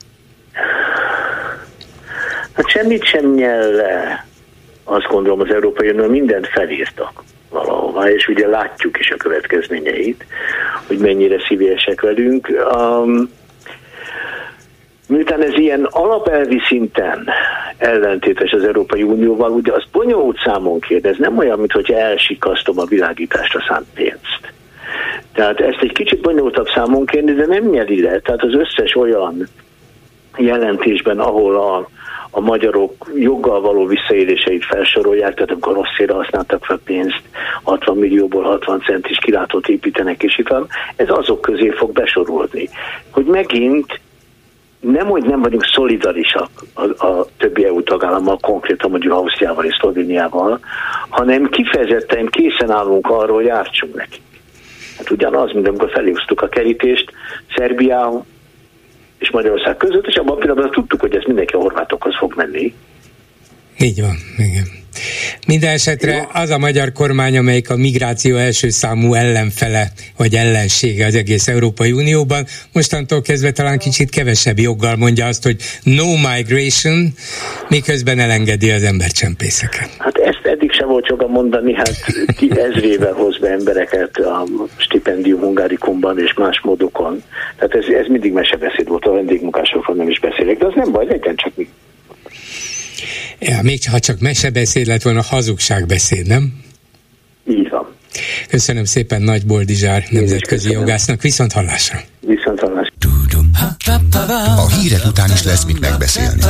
Hát semmit sem nyel le. Azt gondolom, az Európai Unió mindent felírtak valahová, és ugye látjuk is a következményeit, hogy mennyire szívélyesek velünk. Um, miután ez ilyen alapelvi szinten ellentétes az Európai Unióval, ugye az bonyolult számon kér, ez nem olyan, mintha elsikasztom a világításra szánt pénzt. Tehát ezt egy kicsit bonyolultabb számon kérni, de nem nyeri le. Tehát az összes olyan jelentésben, ahol a, a magyarok joggal való visszaéléseit felsorolják, tehát amikor rossz célra használtak fel pénzt, hatvan millióból hatvan centis kilátót építenek, és itt van, ez azok közé fog besorolni. Hogy megint nem, hogy nem vagyunk szolidarisak a, a többi é u tagállammal, konkrétan mondjuk Ausztriával és Szlovéniával, hanem kifejezetten készen állunk arra, hogy ártsunk neki. Hát ugyanaz, mint amikor felhúztuk a kerítést Szerbia és Magyarország között, és abban a pillanatban tudtuk, hogy ez mindenki a horvátokhoz fog menni. Így van, igen. Minden esetre az a magyar kormány, amelyik a migráció első számú ellenfele, vagy ellensége az egész Európai Unióban, mostantól kezdve talán kicsit kevesebb joggal mondja azt, hogy no migration, miközben elengedi az embercsempészeket. Hát ezt eddig sem volt joga mondani, hát ki ezrével hoz be embereket a stipendium hungárikumban és más módokon. Tehát ez, ez mindig mesebeszéd volt, a vendégmunkásokról nem is beszélek, de az nem baj, legyen csak mi. Ja, még ha csak mesebeszéd lett volna, hazugságbeszéd, nem? Így van. Köszönöm szépen Nagy Boldizsár nemzetközi jogásznak. Viszont hallásra. Viszont hallásra. A hírek után is lesz mit megbeszélni.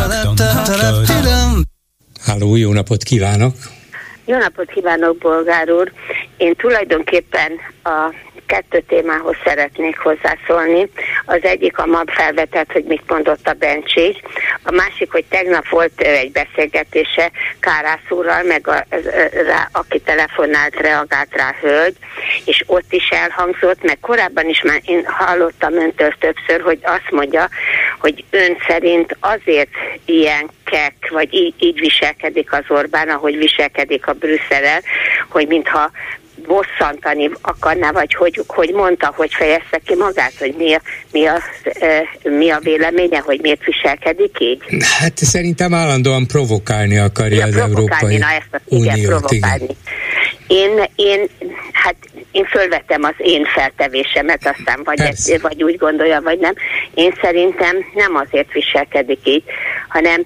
Halló, jó napot kívánok! Jó napot kívánok, Bolgár úr! Én tulajdonképpen a kettő témához szeretnék hozzászólni. Az egyik a ma felvetett, hogy mit mondott a Bencsi. A másik, hogy tegnap volt egy beszélgetése Kárász úrral, meg a, rá, aki telefonált, reagált rá hölgy, és ott is elhangzott, meg korábban is már én hallottam öntől többször, hogy azt mondja, hogy ön szerint azért ilyen kek, vagy így, így viselkedik az Orbán, ahogy viselkedik a Brüsszellel, hogy mintha bosszantani akarná, vagy hogy, hogy mondta, hogy fejezte ki magát, hogy mi a, mi, a, mi a véleménye, hogy miért viselkedik így? Hát szerintem állandóan provokálni akarja ja, az Európai na ezt a, igen, Uniót. Provokálni. Igen. Én, én, hát én fölvettem az én feltevésemet, aztán vagy, egy, vagy úgy gondolja, vagy nem. Én szerintem nem azért viselkedik így, hanem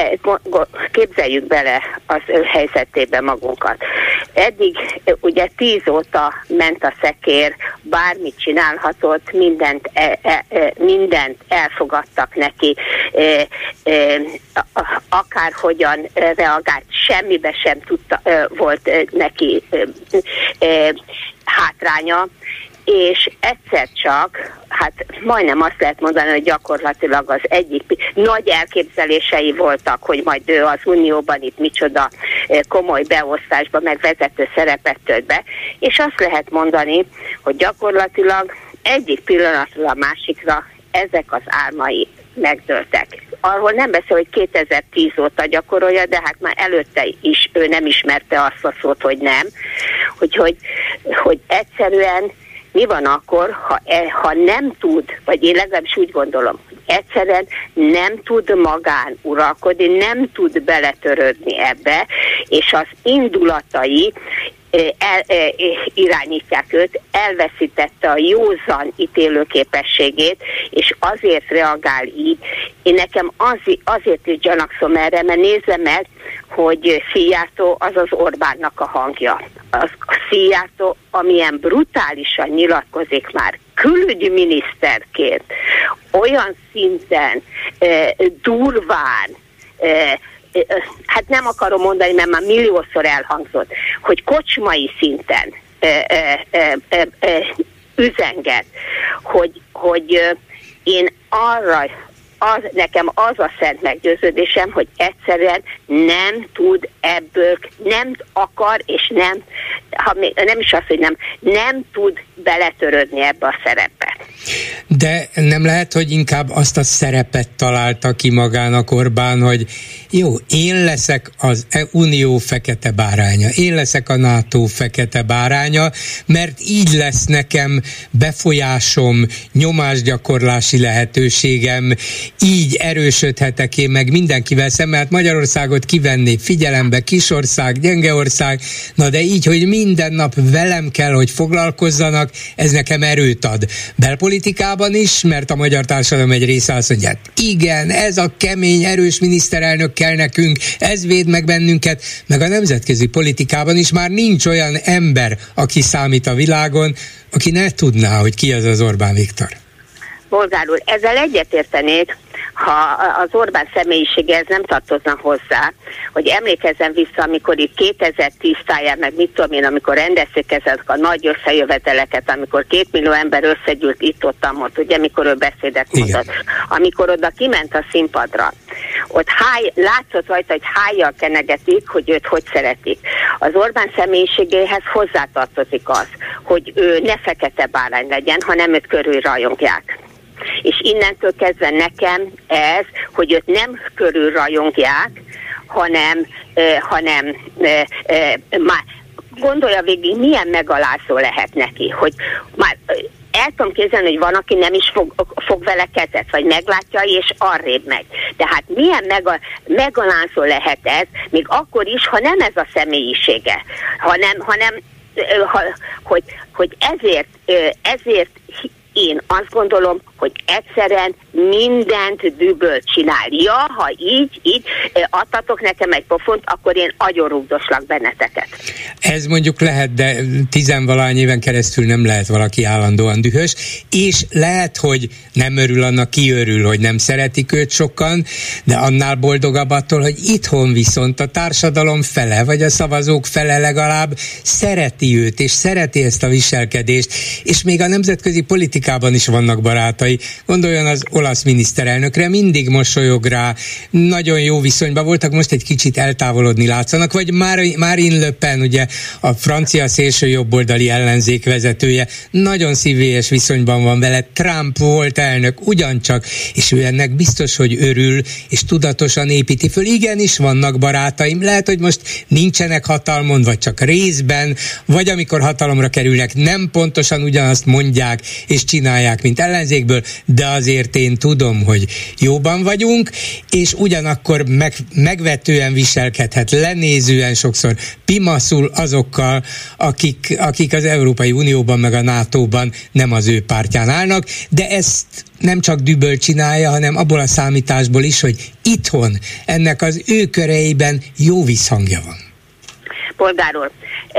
képzeljük bele az ő helyzetébe magunkat. Eddig ugye tíz óta ment a szekér, bármit csinálhatott, mindent, e, e, mindent elfogadtak neki, e, e, akárhogyan reagált, semmibe sem tudta, e, volt neki e, e, hátránya, és egyszer csak, hát majdnem azt lehet mondani, hogy gyakorlatilag az egyik nagy elképzelései voltak, hogy majd ő az Unióban itt micsoda komoly beosztásba, meg vezető szerepet tölt be, és azt lehet mondani, hogy gyakorlatilag egyik pillanatról a másikra ezek az álmai megdőltek. Arról nem beszél, hogy kétezer-tíz óta gyakorolja, de hát már előtte is ő nem ismerte azt a szót, hogy nem. Úgyhogy hogy egyszerűen mi van akkor, ha, ha nem tud, vagy én legalábbis úgy gondolom, hogy egyszerűen nem tud magán uralkodni, nem tud beletörődni ebbe, és az indulatai el, el, irányítják őt, elveszítette a józan ítélőképességét, és azért reagál így. Én nekem az, azért is gyanakszom erre, mert nézem meg, hogy Szijjártó az az Orbánnak a hangja. Az a Szijjártó, amilyen brutálisan nyilatkozik már külügyminiszterként, olyan szinten, e, durván, e, hát nem akarom mondani, mert már milliószor elhangzott, hogy kocsmai szinten e, e, e, e, üzenget, hogy, hogy én arra, az, nekem az a szent meggyőződésem, hogy egyszerűen nem tud ebből, nem akar, és nem, ha még, nem is az, hogy nem, nem tud beletörődni ebbe a szerepbe. De nem lehet, hogy inkább azt a szerepet találta ki magának Orbán, hogy jó, én leszek az Unió fekete báránya, én leszek a NATO fekete báránya, mert így lesz nekem befolyásom, nyomásgyakorlási lehetőségem, így erősödhetek én meg mindenkivel szemben, hát Magyarországot kivenné figyelembe, kisország, gyenge ország, na de így, hogy minden nap velem kell, hogy foglalkozzanak, ez nekem erőt ad. Bel- belpolitikában is, mert a magyar társadalom egy része azt mondja, igen, ez a kemény, erős miniszterelnök kell nekünk, ez véd meg bennünket, meg a nemzetközi politikában is már nincs olyan ember, aki számít a világon, aki ne tudná, hogy ki az az Orbán Viktor. Bolgár úr, ezzel egyetértenék, ha az Orbán személyisége ez nem tartozna hozzá, hogy emlékezzen vissza, amikor itt kétezer-tíz táján, meg mit tudom én, amikor rendezték ezek a nagy összejöveteleket, amikor két millió ember összegyűlt itt-ott, ott, ugye, amikor ő beszédet mondott. Igen. Amikor oda kiment a színpadra, ott háj, látszott rajta, hogy hájjal kenegetik, hogy őt hogy szeretik. Az Orbán személyiségéhez hozzátartozik az, hogy ő ne fekete bárány legyen, hanem őt körül rajongják. És innentől kezdve nekem ez, hogy őt nem körül rajongják, hanem, uh, hanem uh, uh, már gondolja végig, milyen megalázó lehet neki, hogy már uh, el tudom képzelni, hogy van, aki nem is fog, fog vele kezet, vagy meglátja, és arrébb megy. De hát milyen mega, megalázó lehet ez, még akkor is, ha nem ez a személyisége, hanem, hanem uh, ha, hogy, hogy ezért, uh, ezért én azt gondolom, hogy egyszerűen mindent düböl csinál. Ja, ha így, így adtatok nekem egy pofont, akkor én agyonrúgdoslak benneteket. Ez mondjuk lehet, de tizenvalahány éven keresztül nem lehet valaki állandóan dühös, és lehet, hogy nem örül annak, ki örül, hogy nem szeretik őt sokan, de annál boldogabb attól, hogy itthon viszont a társadalom fele, vagy a szavazók fele legalább szereti őt, és szereti ezt a viselkedést, és még a nemzetközi politikában is vannak barátai. Gondoljon az olasz miniszterelnökre, mindig mosolyog rá, nagyon jó viszonyban voltak, most egy kicsit eltávolodni látszanak, vagy Marine Le Pen, ugye a francia szélső jobboldali ellenzék vezetője, nagyon szívélyes viszonyban van vele, Trump volt elnök ugyancsak, és ő ennek biztos, hogy örül, és tudatosan építi föl. Igenis vannak barátaim, lehet, hogy most nincsenek hatalmon, vagy csak részben, vagy amikor hatalomra kerülnek, nem pontosan ugyanazt mondják, és csinálják, mint ellenzékből, de azért én tudom, hogy jóban vagyunk, és ugyanakkor meg, megvetően viselkedhet, lenézően sokszor pimaszul azokkal, akik, akik az Európai Unióban meg a nátóban nem az ő pártján állnak, de ezt nem csak düböl csinálja, hanem abból a számításból is, hogy itthon ennek az ő köreiben jó visszhangja van. Polgár úr,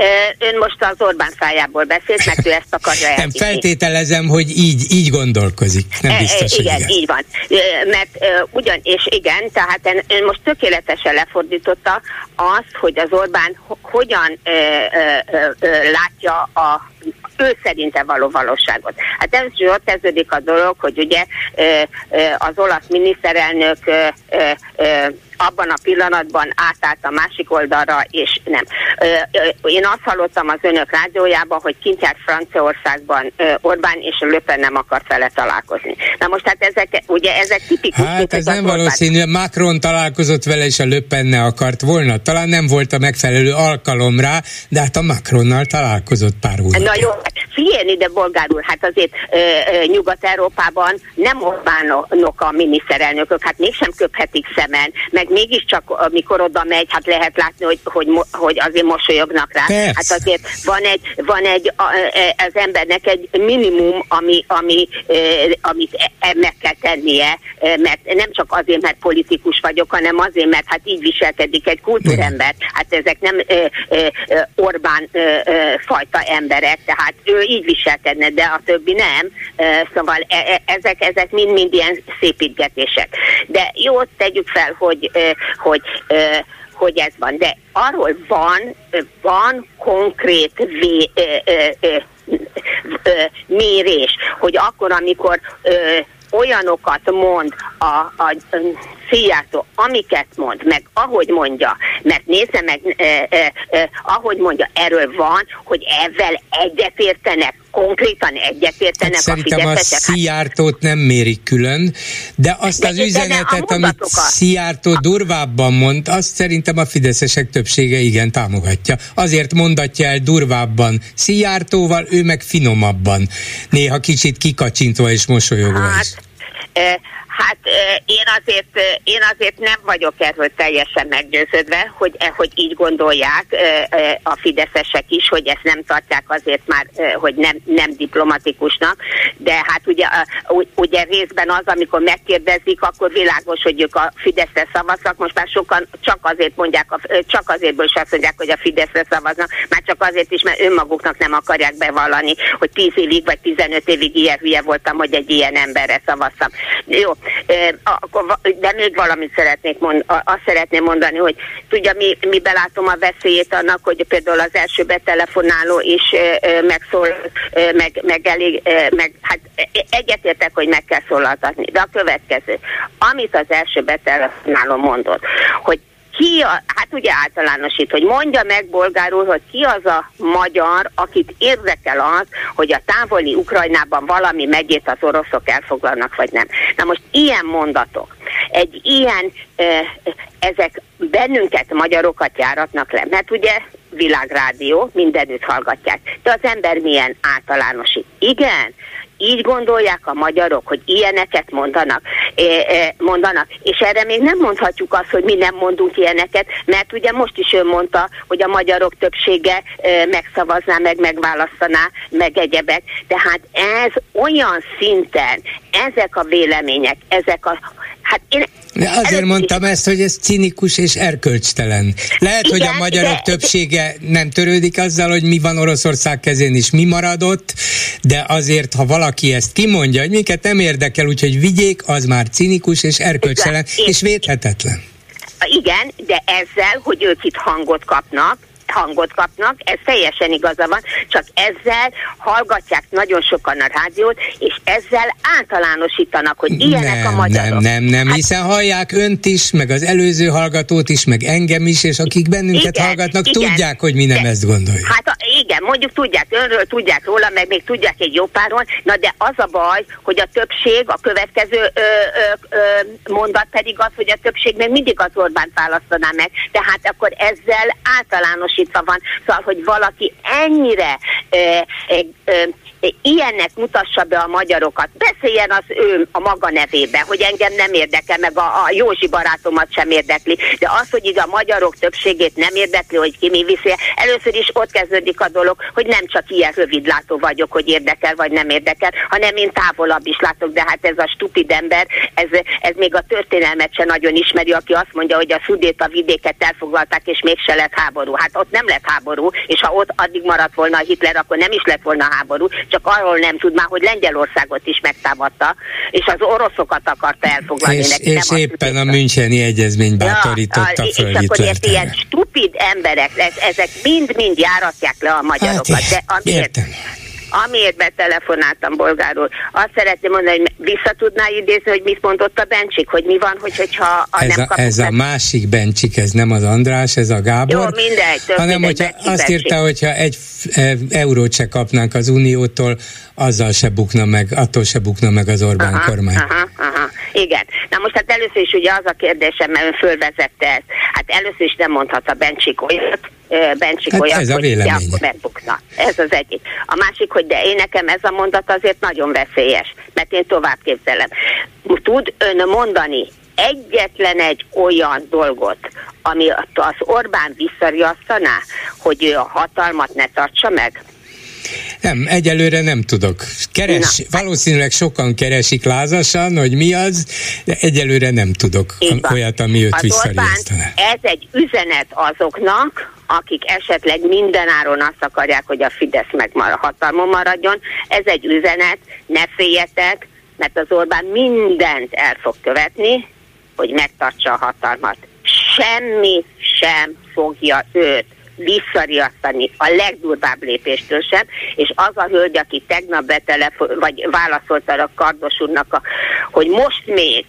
ön most az Orbán szájából beszélt, mert ő ezt akarja elhinni. Nem, feltételezem, hogy így, így gondolkozik. Nem biztos, igen, hogy igen. így van. Mert ugyan, és igen, tehát ön most tökéletesen lefordította azt, hogy az Orbán hogyan ö, ö, ö, látja a ő szerinte való valóságot. Hát ez is ott kezdődik a dolog, hogy ugye az olasz miniszterelnök abban a pillanatban átállt a másik oldalra, és nem. Én azt hallottam az önök rádiójában, hogy kint járt Franciaországban Orbán, és Le Pen nem akart vele találkozni. Na most hát ezek, ugye ezek tipikus... Hát ez nem valószínű, Macron találkozott vele, és a Le Pen ne akart volna. Talán nem volt a megfelelő alkalom rá, de hát a Macronnal találkozott pár hónapja. Na jó, figyelni, de Bolgár úr, hát azért ö, ö, Nyugat-Európában nem Orbánok a miniszterelnökök, hát mégsem köphetik szemen, meg mégiscsak amikor oda megy, hát lehet látni, hogy, hogy, hogy azért mosolyognak rá. Persze. Hát azért van egy, van egy a, az embernek egy minimum, ami, ami, amit meg kell tennie, mert nem csak azért, mert politikus vagyok, hanem azért, mert hát így viselkedik egy kultúrember. Hát ezek nem ö, ö, Orbán ö, ö, fajta emberek, tehát ő így viselkedne, de a többi nem. Szóval ezek, ezek mind-mind ilyen szépítgetések. De jó, tegyük fel, hogy, hogy, hogy ez van. De arról van, van konkrét vé, ö, ö, ö, ö, mérés, hogy akkor, amikor ö, olyanokat mond a, a, a Szijjártó, amiket mond, meg ahogy mondja, mert nézze meg, eh, eh, eh, ahogy mondja, erről van, hogy ezzel egyetértenek, konkrétan egyetértenek hát a fideszesek. Szerintem a Szijjártót nem mérik külön, de azt de, az üzenetet, de amit Szijjártó durvábban mond, azt szerintem a fideszesek többsége igen támogatja. Azért mondatja el durvábban Szijjártóval, ő meg finomabban. Néha kicsit kikacsintva és mosolyogva hát, is. Eh, Hát én azért, én azért nem vagyok erről teljesen meggyőződve, hogy, hogy így gondolják a fideszesek is, hogy ezt nem tartják azért már, hogy nem, nem diplomatikusnak, de hát ugye, ugye részben az, amikor megkérdezik, akkor világos, hogy ők a Fideszre szavaznak, most már sokan csak azért mondják, csak azért is azt mondják, hogy a Fideszre szavaznak, már csak azért is, mert önmaguknak nem akarják bevallani, hogy tíz évig vagy tizenöt évig ilyen hülye voltam, hogy egy ilyen emberre szavaztam. Jó, de még valamit szeretnék mond, azt szeretném mondani, hogy tudja, mi, mi belátom a veszélyét annak, hogy például az első betelefonáló is megszól, meg, meg elég, meg, hát egyetértek, hogy meg kell szólaltatni, de a következő, amit az első betelefonáló mondott, hogy ki a, hát ugye általánosít, hogy mondja meg bolgárul, hogy ki az a magyar, akit érdekel az, hogy a távoli Ukrajnában valami megyét az oroszok elfoglalnak, vagy nem. Na most ilyen mondatok, egy ilyen, ezek bennünket, magyarokat járatnak le, mert ugye világrádió, mindenütt hallgatják. De az ember milyen általánosít? Igen, így gondolják a magyarok, hogy ilyeneket mondanak, mondanak, és erre még nem mondhatjuk azt, hogy mi nem mondunk ilyeneket, mert ugye most is ő mondta, hogy a magyarok többsége megszavazná, meg megválasztaná, meg egyebek. Tehát ez olyan szinten, ezek a vélemények, ezek a... Hát én De azért mondtam ezt, hogy ez cinikus és erkölcstelen. Lehet, igen, hogy a magyarok de, többsége nem törődik azzal, hogy mi van Oroszország kezén is, mi maradott, de azért, ha valaki ezt kimondja, hogy minket nem érdekel, úgyhogy vigyék, az már cinikus és erkölcstelen, igen, és védhetetlen. Igen, de ezzel, hogy ők itt hangot kapnak, hangot kapnak, ez teljesen igaza van, csak ezzel hallgatják nagyon sokan a rádiót, és ezzel általánosítanak, hogy ilyenek nem, a magyarok. Nem, nem, nem, hát, hiszen hallják önt is, meg az előző hallgatót is, meg engem is, és akik bennünket igen, hallgatnak, igen, tudják, hogy mi nem de, ezt gondoljuk. Hát a, igen, mondjuk tudják önről, tudják róla, meg még tudják egy jó páron, na de az a baj, hogy a többség, a következő ö, ö, ö, mondat pedig az, hogy a többség még mindig az Orbánt választaná meg, tehát akkor ezzel általános van, szóval, hogy valaki ennyire ö, ö, ö, ilyennek mutassa be a magyarokat, beszéljen az ő a maga nevében, hogy engem nem érdekel, meg a, a Józsi barátomat sem érdekli, de az, hogy így a magyarok többségét nem érdekli, hogy ki mi viszi, először is ott kezdődik a dolog, hogy nem csak ilyen rövidlátó vagyok, hogy érdekel vagy nem érdekel, hanem én távolabb is látok, de hát ez a stupid ember, ez, ez még a történelmet se nagyon ismeri, aki azt mondja, hogy a Szudéta vidéket elfoglalták, és mégse lett háború. Hát ott nem lett háború, és ha ott addig maradt volna a Hitler, akkor nem is lett volna háború, csak arról nem tud már, hogy Lengyelországot is megtámadta, és az oroszokat akarta elfoglalni. És, neki, és éppen a Müncheni egyezmény bátorította ja, föl és akkor Hitlert. Ilyen stupid emberek, ezek mind-mind járatják le a magyarokat. Hát, de amiért, amiért betelefonáltam bolgárul, azt szeretném mondani, hogy vissza tudná idézni, hogy mit mondott a Bencsik, hogy mi van, hogy, hogyha a ez nem a, kapunk. Ez a másik Bencsik, ez nem az András, ez a Gábor. Jó, mindegy. Hanem, hogyha Bencsik, azt Bencsik. írta, hogyha egy eurót se kapnánk az Uniótól, azzal se bukna meg, attól se bukna meg az Orbán aha, kormány. Aha, aha. Igen. Na most hát először is ugye az a kérdésem, mert ön fölvezette ezt. Hát először is nem mondhat a Bencsik olyat, Bencsik hát olyat, ez a hogy véleménye. akkor megbukna. Ez az egyik. A másik, hogy de én nekem ez a mondat azért nagyon veszélyes, mert én tovább képzelem. Tud ön mondani egyetlen egy olyan dolgot, ami az Orbán visszariasztaná, hogy ő a hatalmat ne tartsa meg? Nem, egyelőre nem tudok. Keres, Na. valószínűleg sokan keresik lázasan, hogy mi az, de egyelőre nem tudok olyat, ami őt visszariasztaná. Ez egy üzenet azoknak, akik esetleg mindenáron azt akarják, hogy a Fidesz meg hatalmon maradjon. Ez egy üzenet, ne féljetek, mert az Orbán mindent el fog követni, hogy megtartsa a hatalmat. Semmi sem fogja őt visszariasztani a legdurvább lépéstől sem, és az a hölgy, aki tegnap betelefon, vagy válaszolt a Kardos úrnak, a, hogy most még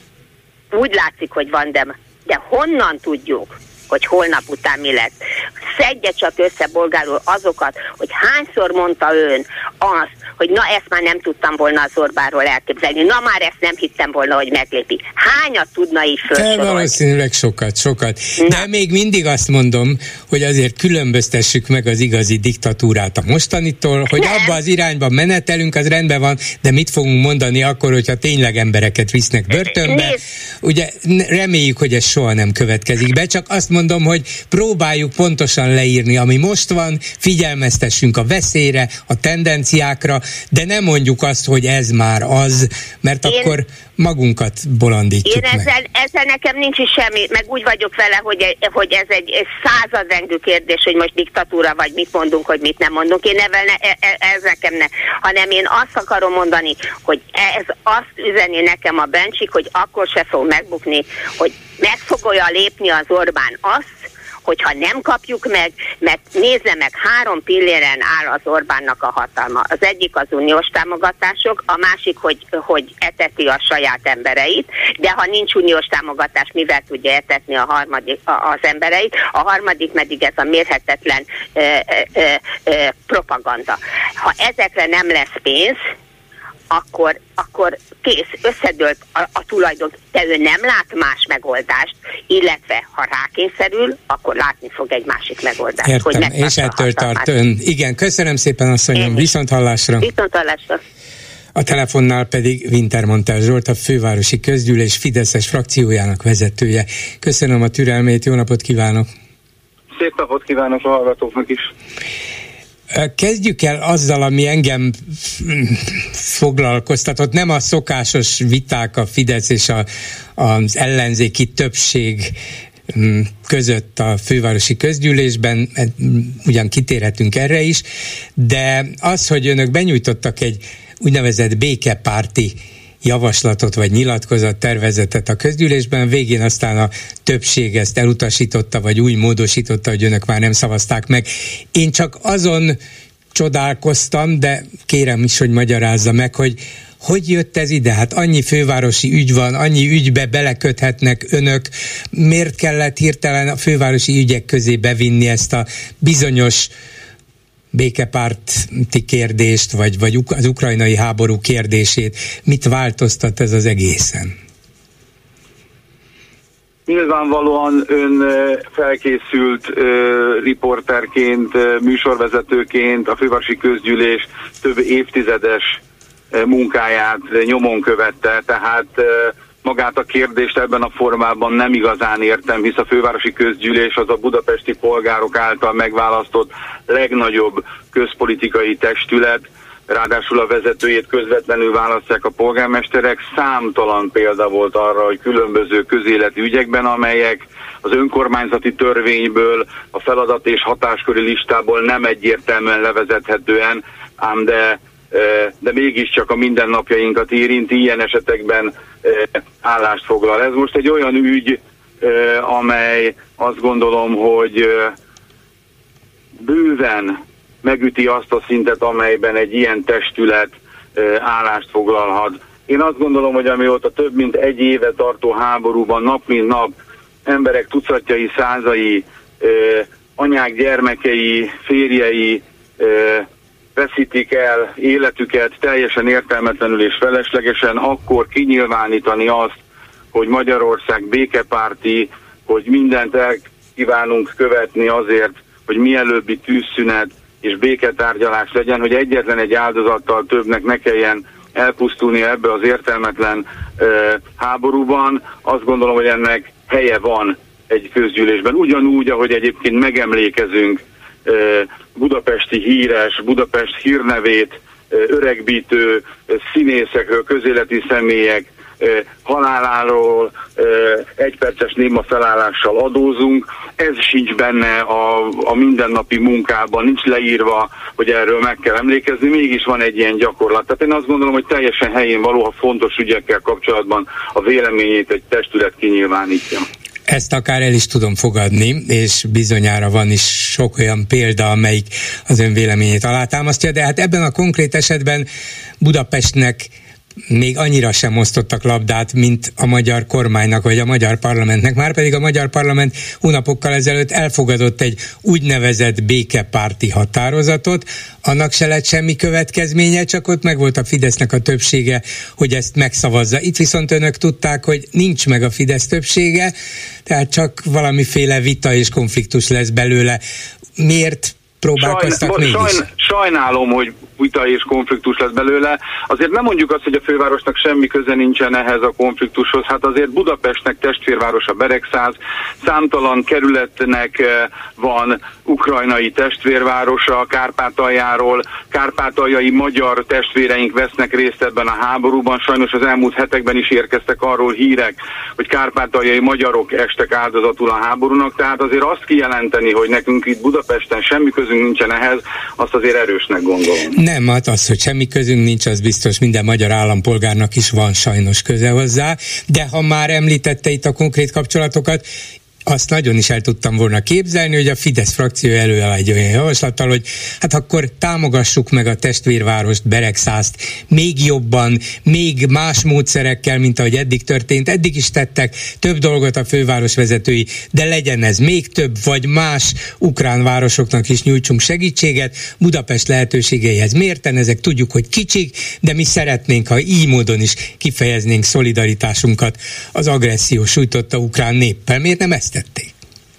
úgy látszik, hogy van, de, de honnan tudjuk, hogy holnap után mi lesz? szedje csak össze bolgárul azokat, hogy hányszor mondta ön azt, hogy na ezt már nem tudtam volna az Orbánról elképzelni, na már ezt nem hittem volna, hogy meglépi. Hányat tudna így felsorolni? Valószínűleg sokat, sokat. De na. Még mindig azt mondom, hogy azért különböztessük meg az igazi diktatúrát a mostanitól, hogy nem. Abba az irányba menetelünk, az rendben van, de mit fogunk mondani akkor, hogyha tényleg embereket visznek börtönbe? Nézd. Ugye reméljük, hogy ez soha nem következik be, csak azt mondom, hogy próbáljuk pontosan leírni, ami most van, figyelmeztessünk a veszélyre, a tendenciákra, de nem mondjuk azt, hogy ez már az, mert én, akkor magunkat bolondítjuk én ezzel, meg. Ezzel nekem nincs is semmi, meg úgy vagyok vele, hogy, hogy ez egy, egy századrendű kérdés, hogy most diktatúra, vagy mit mondunk, hogy mit nem mondunk. Én ezzel ne, ez nekem ne, hanem én azt akarom mondani, hogy ez azt üzeni nekem a Bencsik, hogy akkor se fog megbukni, hogy meg fogja lépni az Orbán azt, hogyha nem kapjuk meg, mert nézze meg, három pilléren áll az Orbánnak a hatalma. Az egyik az uniós támogatások, a másik, hogy, hogy eteti a saját embereit, de ha nincs uniós támogatás, mivel tudja etetni a harmadik, a, az embereit, a harmadik pedig ez a mérhetetlen ö, ö, ö, propaganda. Ha ezekre nem lesz pénz, akkor, akkor kész, összedőlt a, a tulajdon, de ő nem lát más megoldást, illetve ha rákényszerül, akkor látni fog egy másik megoldást. Értem, hogy és ettől tart ön. Igen, köszönöm szépen, asszonyom, viszont hallásra. Viszont hallásra. A telefonnál pedig Wintermantel Zsolt, a fővárosi közgyűlés Fideszes frakciójának vezetője. Köszönöm a türelmét, jó napot kívánok! Szép napot kívánok a hallgatóknak is! Kezdjük el azzal, ami engem foglalkoztatott, nem a szokásos viták a Fidesz és a, az ellenzéki többség között a fővárosi közgyűlésben, ugyan kitérhetünk erre is, de az, hogy önök benyújtottak egy úgynevezett békepárti javaslatot vagy nyilatkozat tervezetet a közgyűlésben, végén aztán a többség ezt elutasította, vagy úgy módosította, hogy önök már nem szavazták meg. Én csak azon csodálkoztam, de kérem is, hogy magyarázza meg, hogy hogy jött ez ide? Hát annyi fővárosi ügy van, annyi ügybe beleköthetnek önök, miért kellett hirtelen a fővárosi ügyek közé bevinni ezt a bizonyos békepárti kérdést, vagy, vagy az ukrajnai háború kérdését? Mit változtat ez az egészen? Nyilvánvalóan ön felkészült uh, riporterként, uh, műsorvezetőként a fővárosi közgyűlés több évtizedes uh, munkáját nyomon követte, tehát uh, magát a kérdést ebben a formában nem igazán értem, hisz a fővárosi közgyűlés az a budapesti polgárok által megválasztott legnagyobb közpolitikai testület, ráadásul a vezetőjét közvetlenül választják a polgármesterek. Számtalan példa volt arra, hogy különböző közéleti ügyekben, amelyek az önkormányzati törvényből, a feladat és hatásköri listából nem egyértelműen levezethetően, ám de de mégiscsak a mindennapjainkat érinti, ilyen esetekben állást foglal. Ez most egy olyan ügy, amely azt gondolom, hogy bőven megüti azt a szintet, amelyben egy ilyen testület állást foglalhat. Én azt gondolom, hogy amióta több mint egy éve tartó háborúban nap mint nap emberek tucatjai, százai, anyák, gyermekei, férjei veszítik el életüket teljesen értelmetlenül és feleslegesen, akkor kinyilvánítani azt, hogy Magyarország békepárti, hogy mindent el kívánunk követni azért, hogy mielőbbi tűzszünet és béketárgyalás legyen, hogy egyetlen egy áldozattal többnek ne kelljen elpusztulni ebbe az értelmetlen ö, háborúban. Azt gondolom, hogy ennek helye van egy közgyűlésben. Ugyanúgy, ahogy egyébként megemlékezünk ö, budapesti híres, Budapest hírnevét ö, öregbítő ö, színészekről, közéleti személyek ö, haláláról ö, egyperces néma felállással adózunk. Ez sincs benne a, a mindennapi munkában, nincs leírva, hogy erről meg kell emlékezni, mégis van egy ilyen gyakorlat. Tehát én azt gondolom, hogy teljesen helyén való, ha fontos ügyekkel kapcsolatban a véleményét egy testület kinyilvánítja. Ezt akár el is tudom fogadni, és bizonyára van is sok olyan példa, amelyik az ön véleményét alátámasztja, de hát ebben a konkrét esetben Budapestnek még annyira sem osztottak labdát, mint a magyar kormánynak vagy a magyar parlamentnek. Márpedig a magyar parlament hónapokkal ezelőtt elfogadott egy úgynevezett békepárti határozatot, annak se lett semmi következménye, csak ott meg volt a Fidesznek a többsége, hogy ezt megszavazza. Itt viszont önök tudták, hogy nincs meg a Fidesz többsége, tehát csak valamiféle vita és konfliktus lesz belőle. Miért próbálkoztak Sajn, mégis? Sajn, sajnálom, hogy vita és konfliktus lesz belőle. Azért nem mondjuk azt, hogy a fővárosnak semmi köze nincsen ehhez a konfliktushoz. Hát azért Budapestnek testvérvárosa Beregszáz, számtalan kerületnek van ukrajnai testvérvárosa Kárpátaljáról, kárpátaljai magyar testvéreink vesznek részt ebben a háborúban. Sajnos az elmúlt hetekben is érkeztek arról hírek, hogy kárpátaljai magyarok estek áldozatul a háborúnak. Tehát azért azt kijelenteni, hogy nekünk itt Budapesten semmi közünk nincsen ehhez, azt azért erősnek gondolom. Nem, hát az, hogy semmi közünk nincs, az biztos, minden magyar állampolgárnak is van sajnos köze hozzá, de ha már említette itt a konkrét kapcsolatokat, azt nagyon is el tudtam volna képzelni, hogy a Fidesz frakció előáll egy olyan javaslattal, hogy hát akkor támogassuk meg a testvérvárost, Beregszázt még jobban, még más módszerekkel, mint ahogy eddig történt. Eddig is tettek több dolgot a főváros vezetői, de legyen ez még több, vagy más ukrán városoknak is nyújtsunk segítséget. Budapest lehetőségeihez mérten, ezek tudjuk, hogy kicsik, de mi szeretnénk, ha így módon is kifejeznénk szolidaritásunkat az agresszió sújtotta ukrán néppel. Miért nem ezt tették?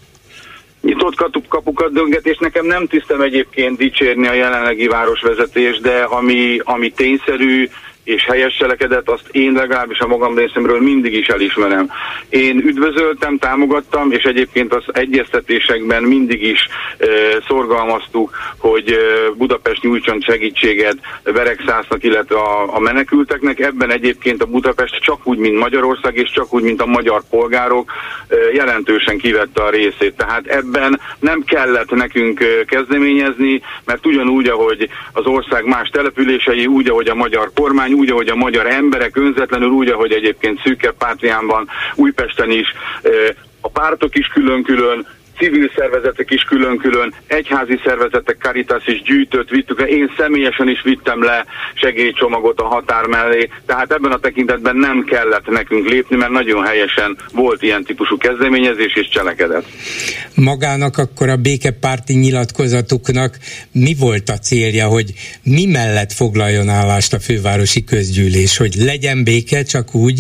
Nyitott kapukat dönget, és nekem nem tisztem egyébként dicsérni a jelenlegi városvezetést, de ami, ami tényszerű és helyes cselekedet, azt én legalábbis a magam részemről mindig is elismerem. Én üdvözöltem, támogattam, és egyébként az egyeztetésekben mindig is e, szorgalmaztuk, hogy e, Budapest nyújtson segítséget Beregszásznak, illetve a, a menekülteknek. Ebben egyébként a Budapest csak úgy, mint Magyarország, és csak úgy, mint a magyar polgárok e, jelentősen kivette a részét. Tehát ebben nem kellett nekünk kezdeményezni, mert ugyanúgy, ahogy az ország más települései, úgy, ahogy a magyar kormány, úgy, ahogy a magyar emberek önzetlenül, úgy, ahogy egyébként szűkebb Pátriánban, Újpesten is, a pártok is külön-külön, civil szervezetek is külön-külön, egyházi szervezetek, Caritas is gyűjtött, vittük le, én személyesen is vittem le segélycsomagot a határ mellé, tehát ebben a tekintetben nem kellett nekünk lépni, mert nagyon helyesen volt ilyen típusú kezdeményezés és cselekedet. Magának akkor a békepárti nyilatkozatuknak mi volt a célja, hogy mi mellett foglaljon állást a fővárosi közgyűlés, hogy legyen béke, csak úgy?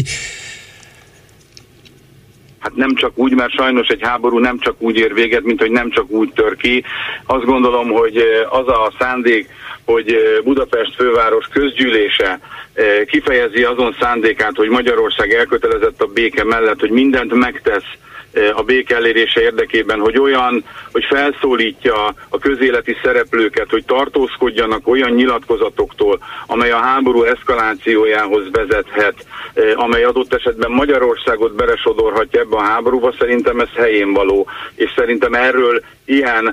Hát nem csak úgy, mert sajnos egy háború nem csak úgy ér véget, mint hogy nem csak úgy tör ki. Azt gondolom, hogy az a szándék, hogy Budapest főváros közgyűlése kifejezi azon szándékát, hogy Magyarország elkötelezett a béke mellett, hogy mindent megtesz a béke elérése érdekében, hogy olyan, hogy felszólítja a közéleti szereplőket, hogy tartózkodjanak olyan nyilatkozatoktól, amely a háború eszkalációjához vezethet, amely adott esetben Magyarországot belesodorhatja ebbe a háborúba, szerintem ez helyén való. És szerintem erről ilyen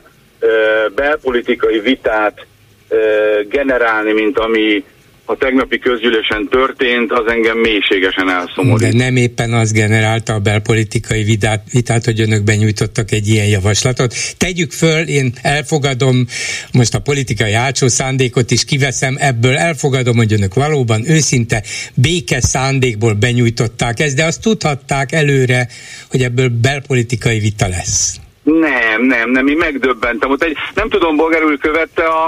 belpolitikai vitát generálni, mint ami a tegnapi közgyűlésen történt, az engem mélységesen elszomorít. De nem éppen az generálta a belpolitikai vitát, vitát, hogy önök benyújtottak egy ilyen javaslatot. Tegyük föl, én elfogadom, most a politikai álcsó szándékot is kiveszem, ebből elfogadom, hogy önök valóban őszinte béke szándékból benyújtották ezt, de azt tudhatták előre, hogy ebből belpolitikai vita lesz. Nem, nem, nem, én megdöbbentem. Ott egy, nem tudom, Bolgár úr követte a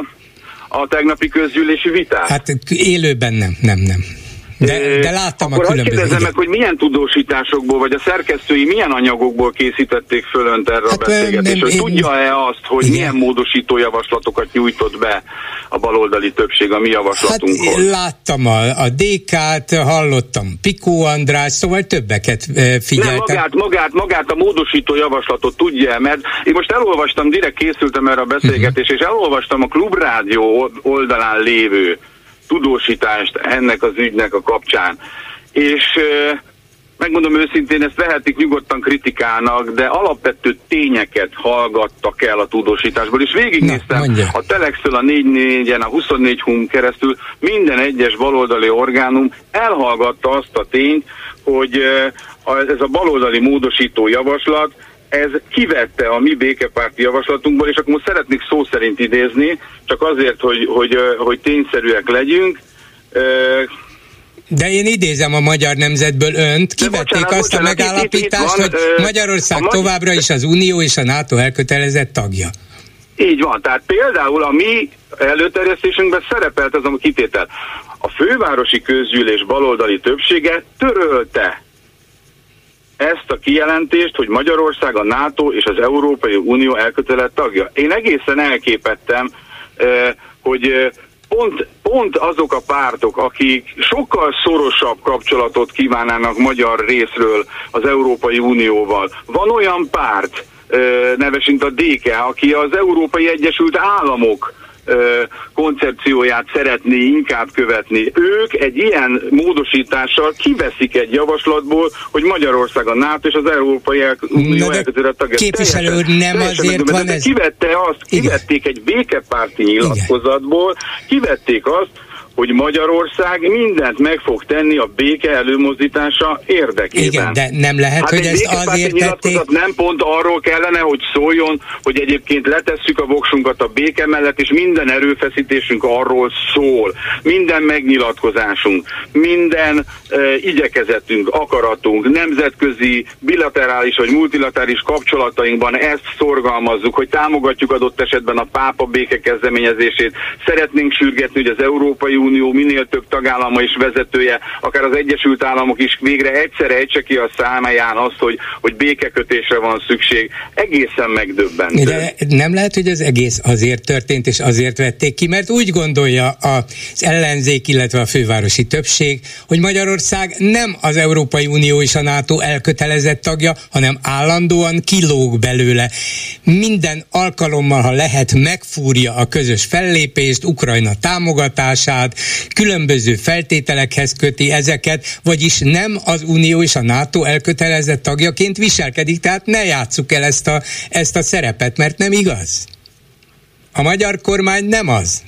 a tegnapi közgyűlési vitát? Hát élőben nem, nem, nem. De, de láttam Akkor a különböző... Akkor meg, hogy milyen tudósításokból, vagy a szerkesztői milyen anyagokból készítették föl önt erre hát, a beszélgetésre? Én... Tudja-e azt, hogy igen, milyen módosító javaslatokat nyújtott be a baloldali többség a mi javaslatunkhoz? Hát láttam a, a dé ká-t, hallottam Pikó András, szóval többeket figyeltem. Nem, magát, magát, magát a módosító javaslatot tudja, mert én most elolvastam, direkt készültem erre a beszélgetésre, uh-huh. és elolvastam a Klubrádió oldalán lévő tudósítást ennek az ügynek a kapcsán. És euh, megmondom őszintén, ezt vehetik nyugodtan kritikának, de alapvető tényeket hallgattak el a tudósításból, és végignéztem Na, a Telextől, a négy négyen, a huszonnégy hum keresztül, minden egyes baloldali orgánum elhallgatta azt a tényt, hogy euh, ez a baloldali módosító javaslat, ez kivette a mi békepárti javaslatunkból, és akkor most szeretnék szó szerint idézni, csak azért, hogy, hogy, hogy tényszerűek legyünk. De én idézem a Magyar Nemzetből önt, kivették bocsánat, azt bocsánat, a megállapítást, itt, itt van, hogy ö, Magyarország a továbbra is az Unió és a NATO elkötelezett tagja. Így van, tehát például a mi előterjesztésünkben szerepelt az a kitétel. A fővárosi közgyűlés baloldali többsége törölte ezt a kijelentést, hogy Magyarország a NATO és az Európai Unió elkötelezett tagja. Én egészen elképettem, hogy pont, pont azok a pártok, akik sokkal szorosabb kapcsolatot kívánnának magyar részről az Európai Unióval. Van olyan párt, nevesint a dé ká, aki az Európai Egyesült Államok koncepcióját szeretné inkább követni. Ők egy ilyen módosítással kiveszik egy javaslatból, hogy Magyarország a NATO és az Európai Unió elkötelezett tagja. Képviselő úr, nem azért van ez. Kivette azt, kivették egy békepárti nyilatkozatból, kivették azt, hogy Magyarország mindent meg fog tenni a béke előmozdítása érdekében. Igen, de nem lehet, hát hogy ezt azért tették... nem pont arról kellene, hogy szóljon, hogy egyébként letesszük a voksunkat a béke mellett, és minden erőfeszítésünk arról szól. Minden megnyilatkozásunk, minden e, igyekezetünk, akaratunk, nemzetközi, bilaterális vagy multilaterális kapcsolatainkban ezt szorgalmazzuk, hogy támogatjuk adott esetben a pápa béke kezdeményezését. Szeretnénk sürgetni, hogy az Európai Unió minél több tagállama és vezetője, akár az Egyesült Államok is végre egyszerre ejtse ki a számáján azt, hogy, hogy békekötésre van szükség. Egészen megdöbbentő. De nem lehet, hogy az egész azért történt, és azért vették ki, mert úgy gondolja az ellenzék, illetve a fővárosi többség, hogy Magyarország nem az Európai Unió és a NATO elkötelezett tagja, hanem állandóan kilóg belőle. Minden alkalommal, ha lehet, megfúrja a közös fellépést, Ukrajna támogatását, különböző feltételekhez köti ezeket, vagyis nem az Unió és a NATO elkötelezett tagjaként viselkedik, tehát ne játsszuk el ezt a, ezt a szerepet, mert nem igaz. A magyar kormány nem az.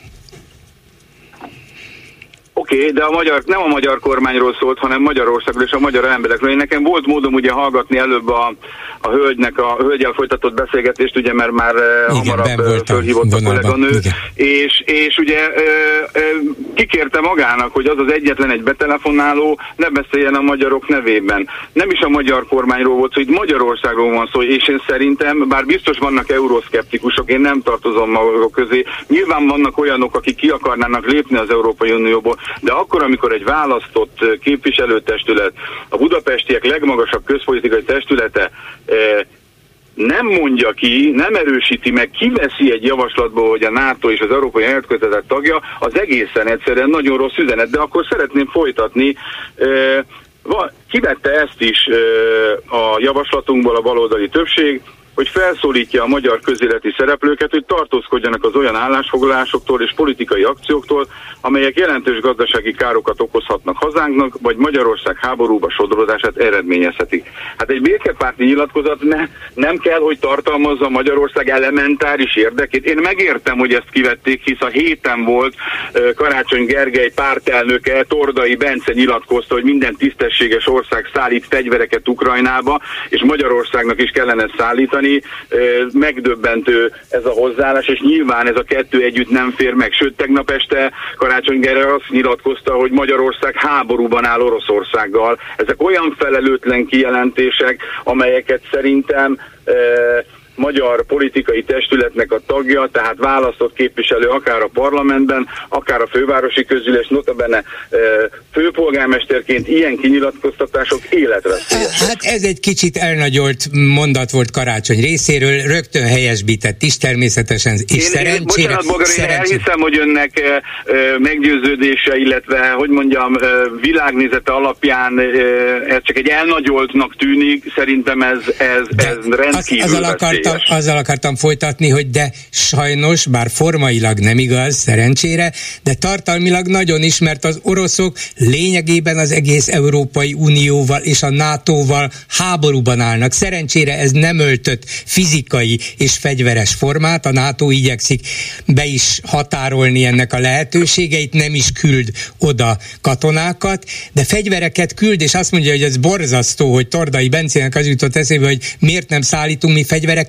Oké, okay, de a magyar, nem a magyar kormányról szólt, hanem Magyarországról és a magyar emberekről. Én nekem volt módom ugye hallgatni előbb a, a hölgynek, a hölgyel folytatott beszélgetést, ugye, mert már igen, hamarabb fölhívott a kolléganő, és, és ugye ö, ö, kikérte magának, hogy az az egyetlen egy betelefonáló ne beszéljen a magyarok nevében. Nem is a magyar kormányról volt szó, itt Magyarországról van szó, és én szerintem, bár biztos vannak euroszkeptikusok, én nem tartozom maguk közé, nyilván vannak olyanok, akik ki akarnának lépni az Európai Unióból, de akkor, amikor egy választott képviselőtestület, a budapestiek legmagasabb közpolitikai testülete nem mondja ki, nem erősíti meg, kiveszi egy javaslatból, hogy a NATO és az Európai elkötelezett tagja, az egészen egyszerűen nagyon rossz üzenet, de akkor szeretném folytatni. Kivette ezt is a javaslatunkból a baloldali többség, hogy felszólítja a magyar közéleti szereplőket, hogy tartózkodjanak az olyan állásfoglalásoktól és politikai akcióktól, amelyek jelentős gazdasági károkat okozhatnak hazánknak, vagy Magyarország háborúba sodródását eredményezhetik. Hát egy békepárti nyilatkozat ne, nem kell, hogy tartalmazza Magyarország elementáris érdekét. Én megértem, hogy ezt kivették, hisz a héten volt Karácsony Gergely pártelnöke, Tordai Bence nyilatkozta, hogy minden tisztességes ország szállít fegyvereket Ukrajnába, és Magyarországnak is kellene szállítani. Megdöbbentő ez a hozzáállás, és nyilván ez a kettő együtt nem fér meg. Sőt, tegnap este Karácsony Gergely azt nyilatkozta, hogy Magyarország háborúban áll Oroszországgal. Ezek olyan felelőtlen kijelentések, amelyeket szerintem e, magyar politikai testületnek a tagja, tehát választott képviselő akár a parlamentben, akár a fővárosi közgyűlés, notabene főpolgármesterként ilyen kinyilatkoztatások életveszélyesek. Hát ez egy kicsit elnagyolt mondat volt Karácsony részéről, rögtön helyesbített is természetesen, és én, szerencsére... Bocsánat, Bogar, szerencsére... én elhiszem, hogy önnek meggyőződése, illetve, hogy mondjam, világnézete alapján ez csak egy elnagyoltnak tűnik, szerintem ez, ez, ez rendkívül az, akartam, azzal akartam folytatni, hogy de sajnos, bár formailag nem igaz, szerencsére, de tartalmilag nagyon is, mert az oroszok lényegében az egész Európai Unióval és a nátóval háborúban állnak. Szerencsére ez nem öltött fizikai és fegyveres formát, a NATO igyekszik be is határolni ennek a lehetőségeit, nem is küld oda katonákat, de fegyvereket küld, és azt mondja, hogy ez borzasztó, hogy Tordai Bencének az jutott eszébe, hogy miért nem szállítunk mi fegyvereket,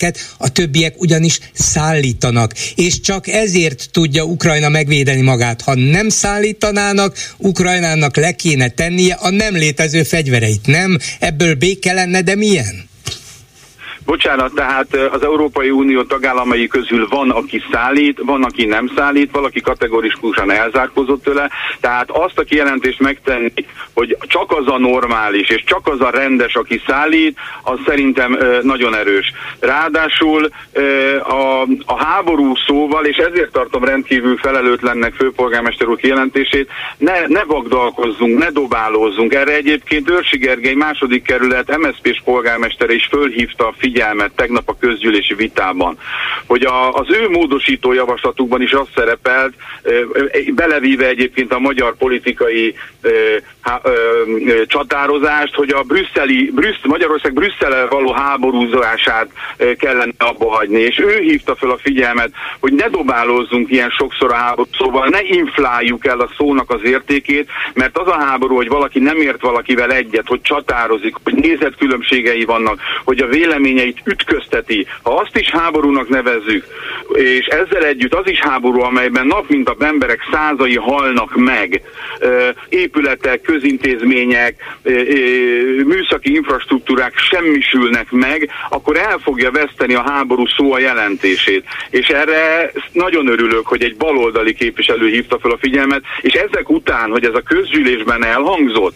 fegyvereket, a többiek ugyanis szállítanak, és csak ezért tudja Ukrajna megvédeni magát. Ha nem szállítanának, Ukrajnának le kéne tennie a nem létező fegyvereit. Nem, ebből béke lenne, de milyen? Bocsánat, tehát az Európai Unió tagállamai közül van, aki szállít, van, aki nem szállít, valaki kategorikusan elzárkózott tőle, tehát azt a kijelentést megtenni, hogy csak az a normális, és csak az a rendes, aki szállít, az szerintem nagyon erős. Ráadásul a, a háború szóval, és ezért tartom rendkívül felelőtlennek főpolgármester úr kijelentését, ne, ne vagdalkozzunk, ne dobálózzunk. Erre egyébként Őrsi Gergely második kerület em es zé pés polgármestere is fölhívta a figyelmet tegnap a közgyűlési vitában, hogy a, az ő módosító javaslatukban is az szerepelt, belevíve egyébként a magyar politikai ö, há, ö, ö, csatározást, hogy a brüsszeli, Brüssz, Magyarország Brüsszellel való háborúzását ö, kellene abba hagyni, és ő hívta fel a figyelmet, hogy ne dobálózzunk ilyen sokszor a háború, szóval ne infláljuk el a szónak az értékét, mert az a háború, hogy valaki nem ért valakivel egyet, hogy csatározik, hogy nézetkülönbségei vannak, hogy a véleményeit ütközteti, ha azt is háborúnak nevezzük, és ezzel együtt az is háború, amelyben nap mint nap emberek százai halnak meg, épületek, közintézmények, műszaki infrastruktúrák semmisülnek meg, akkor el fogja veszteni a háború szó a jelentését. És erre nagyon örülök, hogy egy baloldali képviselő hívta fel a figyelmet, és ezek után, hogy ez a közgyűlésben elhangzott,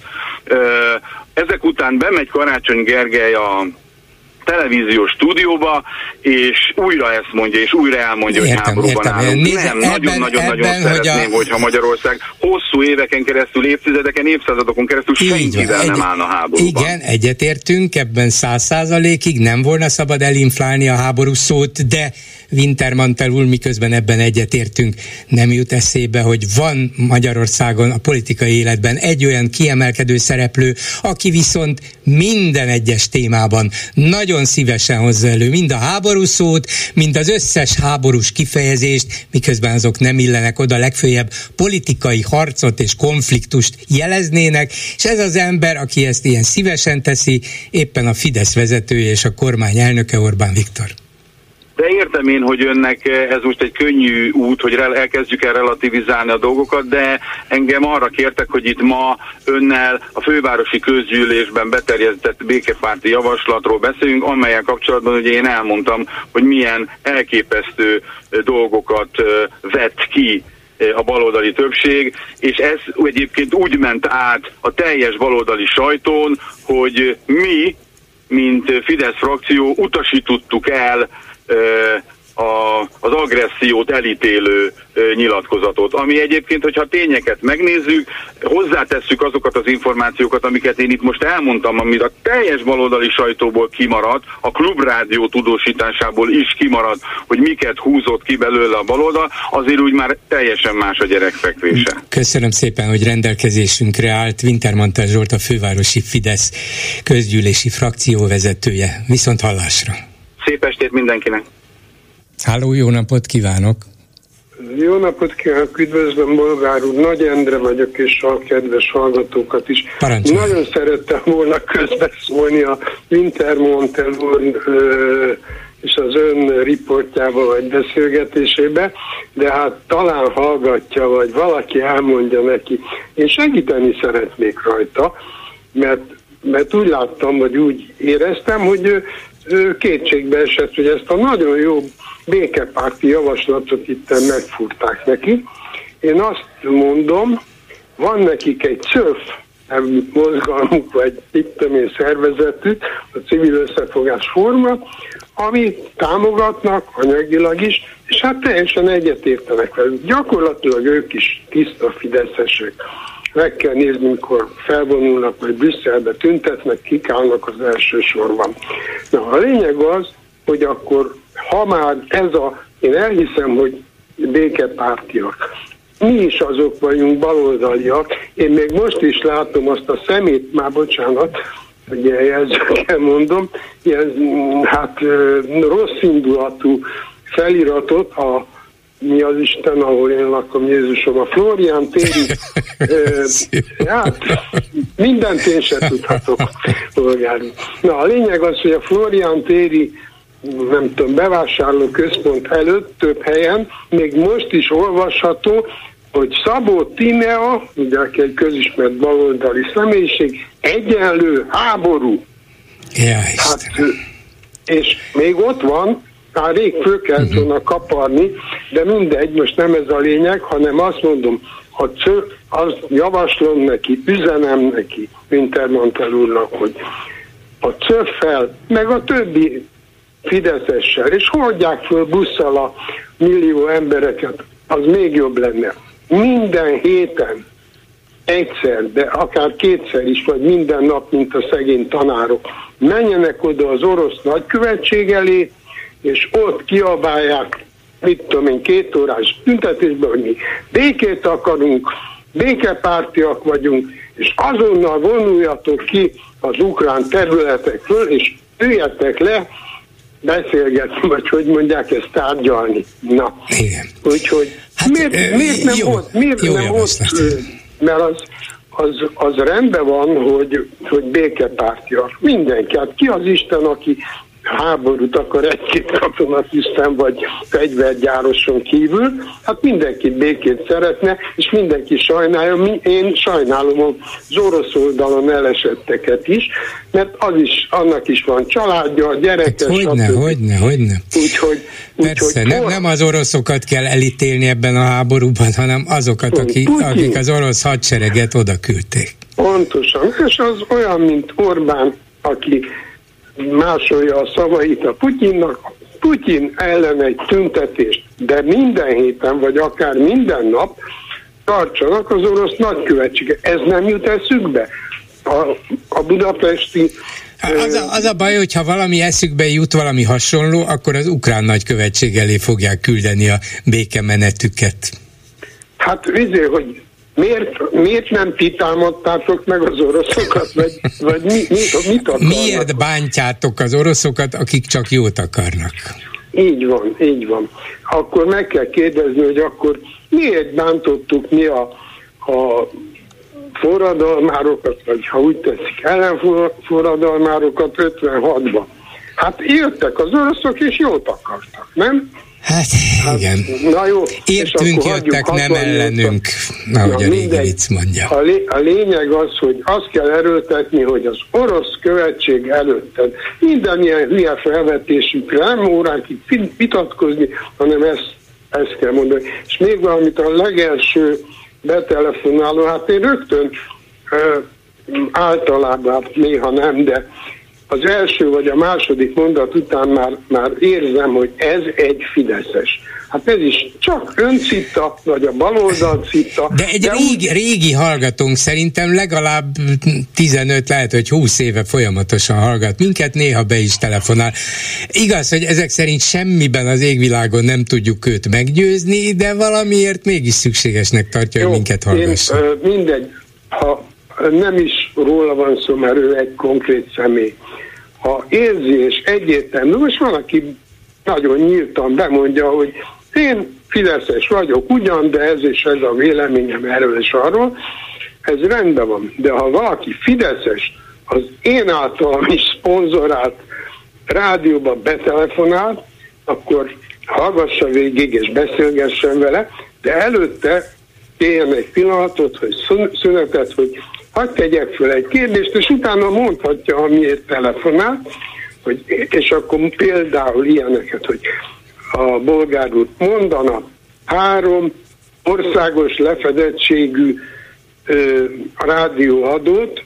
ezek után bemegy Karácsony Gergely a televíziós stúdióba, és újra ezt mondja, és újra elmondja, értem, hogy háborúban értem, állunk. Nézze, nem, nagyon-nagyon-nagyon szeretném, hogy a... hogyha Magyarország hosszú éveken keresztül, évtizedeken, évszázadokon keresztül senkivel egy... nem állna háborúban. Igen, egyetértünk, ebben száz százalékig nem volna szabad elinflálni a háború szót, de Wintermantel úr, miközben ebben egyetértünk, nem jut eszébe, hogy van Magyarországon a politikai életben egy olyan kiemelkedő szereplő, aki viszont minden egyes témában nagyon szívesen hozza elő mind a háború szót, mind az összes háborús kifejezést, miközben azok nem illenek oda, legfőjebb politikai harcot és konfliktust jeleznének, és ez az ember, aki ezt ilyen szívesen teszi, éppen a Fidesz vezetője és a kormány elnöke, Orbán Viktor. De értem én, hogy önnek ez most egy könnyű út, hogy elkezdjük el relativizálni a dolgokat, de engem arra kértek, hogy itt ma önnel a fővárosi közgyűlésben beterjesztett békepárti javaslatról beszéljünk, amellyel kapcsolatban ugye én elmondtam, hogy milyen elképesztő dolgokat vett ki a baloldali többség, és ez egyébként úgy ment át a teljes baloldali sajtón, hogy mi, mint Fidesz frakció utasítottuk el A, az agressziót elítélő nyilatkozatot, ami egyébként, hogyha tényeket megnézzük, hozzátesszük azokat az információkat, amiket én itt most elmondtam, amit a teljes baloldali sajtóból kimaradt, a Klubrádió tudósításából is kimaradt, hogy miket húzott ki belőle a baloldal, azért úgy már teljesen más a gyerekfekvése. Köszönöm szépen, hogy rendelkezésünkre állt Wintermantel Zsolt, a fővárosi Fidesz közgyűlési frakcióvezetője. Viszont hallásra! Szép estét mindenkinek! Háló, jó napot kívánok! Jó napot kívánok, üdvözlöm, Bolgár úr, Nagy Endre vagyok, és a kedves hallgatókat is. Parancsolj. Nagyon szerettem volna közbeszólni a Wintermantel úr és az ön riportjába vagy beszélgetésébe, de hát talán hallgatja, vagy valaki elmondja neki. Én segíteni szeretnék rajta, mert, mert úgy láttam, vagy úgy éreztem, hogy ő, ő kétségbe esett, hogy ezt a nagyon jó békepárti javaslatot itt megfúrták neki. Én azt mondom, van nekik egy szörf mozgalmuk, vagy itt tudom én szervezetük, a Civil Összefogás Forma, amit támogatnak anyagilag is, és hát teljesen egyetértenek velük. Gyakorlatilag ők is tiszta fideszesek. Meg kell nézni, mikor felvonulnak, vagy Brüsszelbe tüntetnek, kik állnak az első sorban. Na, a lényeg az, hogy akkor, ha már ez a, én elhiszem, hogy békepártiak, mi is azok vagyunk, baloldaliak, én még most is látom azt a szemét, már bocsánat, hogy ilyen jelzőkkel mondom, ilyen hát rossz indulatú feliratot, a mi az Isten, ahol én lakom, Jézusom, a Flórián téri, ö, hát mindent én se tudhatok, polgári. Na, a lényeg az, hogy a Flórián téri nem tudom, bevásárló központ előtt több helyen, még most is olvasható, hogy Szabó Tímea, ugye egy közismert baloldali személyiség, egyenlő háború. Ja, hát, és még ott van, már rég föl kellett uh-huh. volna kaparni, de mindegy, most nem ez a lényeg, hanem azt mondom, ha cö, azt javaslom neki, üzenem neki, Wintermantel úrnak, hogy a cöffel, meg a többi fideszessel, és hordják föl busszal a millió embereket, az még jobb lenne. Minden héten egyszer, de akár kétszer is, vagy minden nap, mint a szegény tanárok, menjenek oda az orosz nagykövetség elé, és ott kiabálják, mit tudom én, két órás tüntetésben, hogy mi békét akarunk, békepártiak vagyunk, és azonnal vonuljatok ki az ukrán területekről, és üljetek le, beszélgetni, vagy hogy mondják ezt, tárgyalni. Na, igen. Úgyhogy hát, miért, ö, miért nem jó, ott, miért nem ott, mert az, az, az rendben van, hogy, hogy békepártiak. Mindenki, hát ki az Isten, aki háborút akar egy-két katonatisztán vagy fegyvergyároson kívül, hát mindenki békét szeretne, és mindenki sajnálja, én sajnálom az orosz oldalon elesetteket is, mert az is, annak is van családja, gyereke, hát hogyne, hogyne, hogyne. Úgyhogy, Persze, úgyhogy nem, nem az oroszokat kell elítélni ebben a háborúban, hanem azokat, akik, akik az orosz hadsereget oda küldték. Pontosan, és az olyan, mint Orbán, aki másolja a szavait a Putyinnak, Putyin ellen egy tüntetést, de minden héten, vagy akár minden nap tartsanak az orosz nagykövetsége. Ez nem jut eszükbe. A, a budapesti... Az a, az a baj, hogyha valami eszükbe jut, valami hasonló, akkor az ukrán nagykövetség elé fogják küldeni a békemenetüket. Hát vizé, hogy Miért, miért nem ti támadtátok meg az oroszokat, vagy, vagy mi, mi, mit akarnak? Miért bántjátok az oroszokat, akik csak jót akarnak? Így van, így van. Akkor meg kell kérdezni, hogy akkor miért bántottuk mi a, a forradalmárokat, vagy ha úgy tetszik, ellenforradalmárokat ötvenhatban. Hát jöttek az oroszok, és jót akartak, nem? Hát igen. Hát, na jó. Értünk, jöttek, nem ellenünk, ahogy a régi vicc mondja. A, lé, a lényeg az, hogy azt kell erőltetni, hogy az orosz követség előtted minden ilyen hülye felvetésükre nem órákig vitatkozni, hanem ezt, ezt kell mondani. És még valamit a legelső betelefonáló, hát én rögtön ö, általában, néha nem, de az első vagy a második mondat után már, már érzem, hogy ez egy fideszes. Hát ez is csak öncitta, vagy a baloldal citta. De egy de régi, úgy... régi hallgatónk szerintem legalább tizenöt, lehet, hogy húsz éve folyamatosan hallgat minket, néha be is telefonál. Igaz, hogy ezek szerint semmiben az égvilágon nem tudjuk őt meggyőzni, de valamiért mégis szükségesnek tartja, jó, hogy minket hallgasson. Én, ö, mindegy, ha nem is róla van szó, mert ő egy konkrét személy. Ha érzi és egyértelmű, most van, aki nagyon nyíltan bemondja, hogy én fideszes vagyok ugyan, de ez és ez a véleményem erről és arról, ez rendben van. De ha valaki fideszes, az én általam is szponzorált rádióban betelefonál, akkor hallgassa végig és beszélgessen vele, de előtte kérjen egy pillanatot, hogy szünetet, hogy hadd tegyek föl egy kérdést, és utána mondhatja, amiért telefonál, hogy, és akkor például ilyeneket, hogy a bolgár úr mondana három országos lefedettségű ö, rádióadót,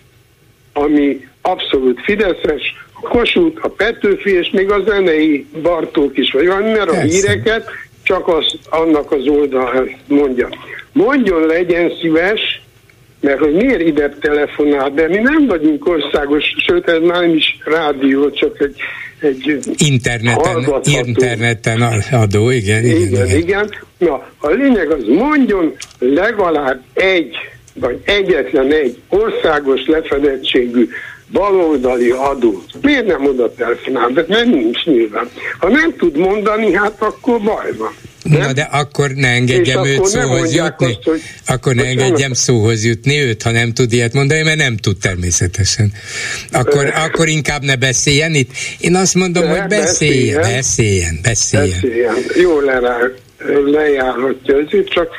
ami abszolút fideszes, a Kossuth, a Petőfi, és még a zenei Bartók is, vagy van, mert a híreket csak az, annak az oldalán mondja. Mondjon, legyen szíves, mert hogy miért ide telefonál, de mi nem vagyunk országos, sőt ez már nem is rádió, csak egy, egy interneten, interneten adó, igen. Igen, igen, igen. igen. Na, a lényeg az, mondjon legalább egy, vagy egyetlen egy országos lefedettségű baloldali adót. Miért nem oda telefonál? De nem nincs nyilván. Ha nem tud mondani, hát akkor baj van. Nem? Na de akkor ne engedjem őt szóhoz jutni. Azt, hogy akkor ne engedjem szóhoz jutni őt, ha nem tud ilyet mondani, mert nem tud természetesen. Akkor, e... akkor inkább ne beszéljen itt. Én azt mondom, de hogy beszéljen, beszéljen, beszéljen. beszéljen. Jó lejárhatja ezért, csak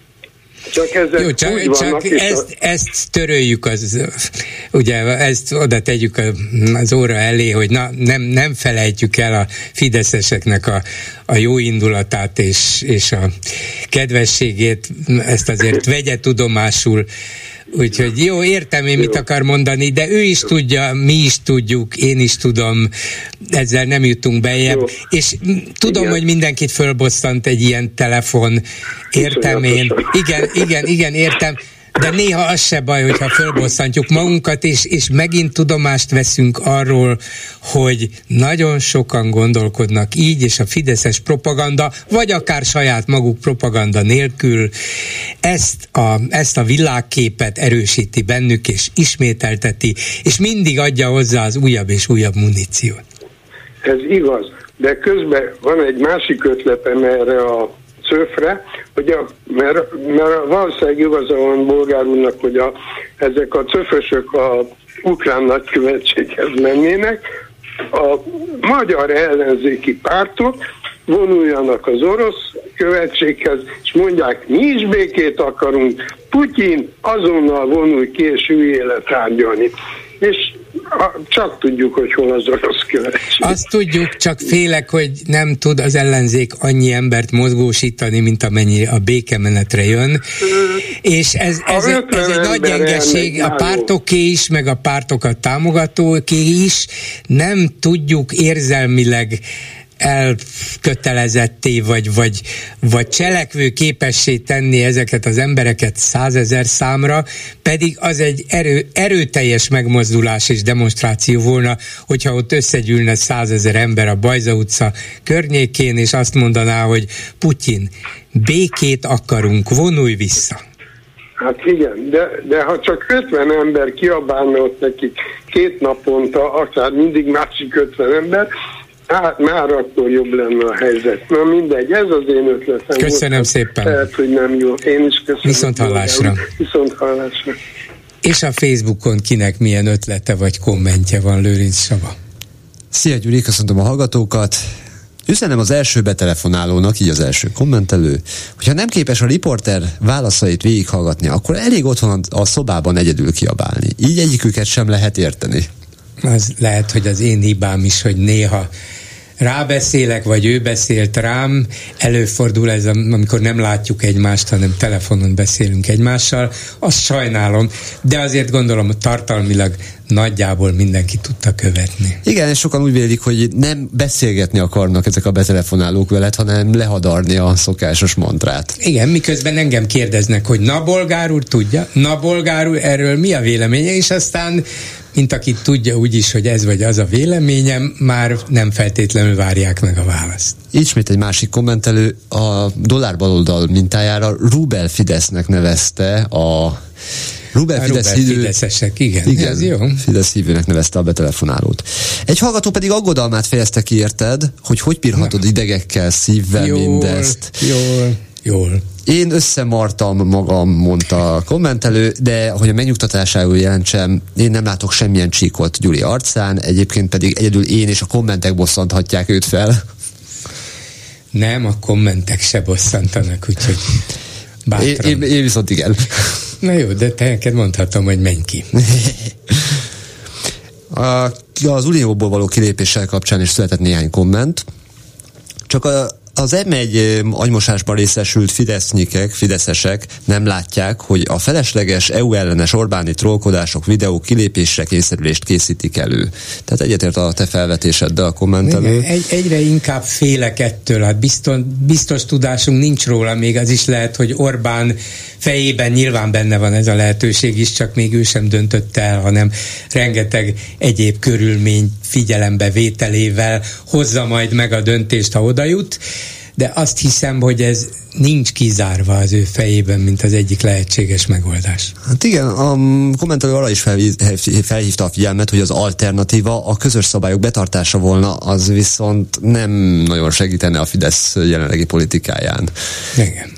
Csak ezek Jó, csak, csak ezt, a... ezt töröljük, az, ugye ezt oda tegyük az óra elé, hogy na, nem, nem felejtjük el a fideszeseknek a, a jó indulatát és, és a kedvességét, ezt azért vegye tudomásul. Úgyhogy jó, értem én, mit akar mondani, de ő is tudja, mi is tudjuk, én is tudom, ezzel nem jutunk bejebb, jó. És tudom, igen. Hogy mindenkit fölbosszant egy ilyen telefon, értem én, igen, igen, igen, értem, de néha az se baj, hogyha fölbosszantjuk magunkat, és, és megint tudomást veszünk arról, hogy nagyon sokan gondolkodnak így, és a fideszes propaganda, vagy akár saját maguk propaganda nélkül ezt a, ezt a világképet erősíti bennük, és ismételteti, és mindig adja hozzá az újabb és újabb muníciót. Ez igaz, de közben van egy másik ötletem erre a cöfre, hogy a, mert, mert valószínűleg igaza van Bolgár úrnak, hogy a, ezek a cöfösök a ukrán nagykövetséghez mennének, a magyar ellenzéki pártok vonuljanak az orosz követséghez, és mondják, mi is békét akarunk, Putyin azonnal vonul ki, és üljél le tárgyalni. És csak tudjuk, hogy hol az orosz követség. Azt tudjuk, csak félek, hogy nem tud az ellenzék annyi embert mozgósítani, mint amennyi a békemenetre jön. És ez, ez, ez, ez egy nagy gyengeség, a pártoké is, meg a pártokat támogatóké is. Nem tudjuk érzelmileg elkötelezetté, vagy, vagy, vagy cselekvő képessé tenni ezeket az embereket százezer számra, pedig az egy erő, erőteljes megmozdulás és demonstráció volna, hogyha ott összegyűlne százezer ember a Bajza utca környékén, és azt mondaná, hogy Putyin, békét akarunk, vonulj vissza. Hát igen, de, de ha csak ötven ember kiabálna ott nekik két naponta, akár mindig másik ötven ember, hát már akkor jobb lenne a helyzet. Na mindegy, ez az én ötletem. Köszönöm volt, szépen. Lehet, hogy nem jó. Én is köszönöm. Viszont hallásra. Viszont hallásra. És a Facebookon kinek milyen ötlete vagy kommentje van, Lőrinc Saba? Szia Gyuri, köszöntöm a hallgatókat. Üzenem az első betelefonálónak, így az első kommentelő, hogyha nem képes a riporter válaszait végighallgatni, akkor elég otthon a szobában egyedül kiabálni. Így egyiküket sem lehet érteni. Az lehet, hogy az én hibám is, hogy néha rábeszélek, vagy ő beszélt rám, előfordul ez, amikor nem látjuk egymást, hanem telefonon beszélünk egymással, azt sajnálom, de azért gondolom, hogy tartalmilag nagyjából mindenki tudta követni. Igen, és sokan úgy vélik, hogy nem beszélgetni akarnak ezek a betelefonálók veled, hanem lehadarni a szokásos mantrát. Igen, miközben engem kérdeznek, hogy na Bolgár úr tudja, na Bolgár úr erről mi a véleménye, és aztán mint aki tudja úgyis, hogy ez vagy az a véleményem, már nem feltétlenül várják meg a választ. Ismét egy másik kommentelő a dollár baloldal mintájára Rubel Fidesznek nevezte a Rubel Fidesz hívő... Fideszesek, igen, igen, ez jó. Fidesz hívőnek nevezte a betelefonálót. Egy hallgató pedig aggodalmát fejezte ki, érted, hogy hogy bírhatod idegekkel, szívvel jól, mindezt. Jól, jól. Én összemartam magam, mondta a kommentelő, de hogy a megnyugtatásául jelentsem, én nem látok semmilyen csíkot Gyuri arcán, egyébként pedig egyedül én és a kommentek bosszanthatják őt fel. Nem, a kommentek se bosszantanak, úgyhogy bátran. Én, én, én viszont igen. Na jó, de te neked mondhatom, hogy menj ki. a, az Unióból való kilépéssel kapcsán is született néhány komment, csak a az em egy agymosásban részesült fidesznyikek, fideszesek nem látják, hogy a felesleges é u ellenes Orbáni trollkodások videók kilépésre kényszerülést készítik elő. Tehát egyetért a te felvetéseddel a kommentelő. Egy, egyre inkább félek ettől, hát biztos, biztos tudásunk nincs róla, még az is lehet, hogy Orbán fejében nyilván benne van ez a lehetőség is, csak még ő sem döntött el, hanem rengeteg egyéb körülmény figyelembe vételével hozza majd meg a döntést, ha oda jut. de azt hiszem, hogy ez nincs kizárva az ő fejében, mint az egyik lehetséges megoldás. Hát igen, a kommentelő arra is felhívta a figyelmet, hogy az alternatíva a közös szabályok betartása volna, az viszont nem nagyon segítene a Fidesz jelenlegi politikáján. Igen.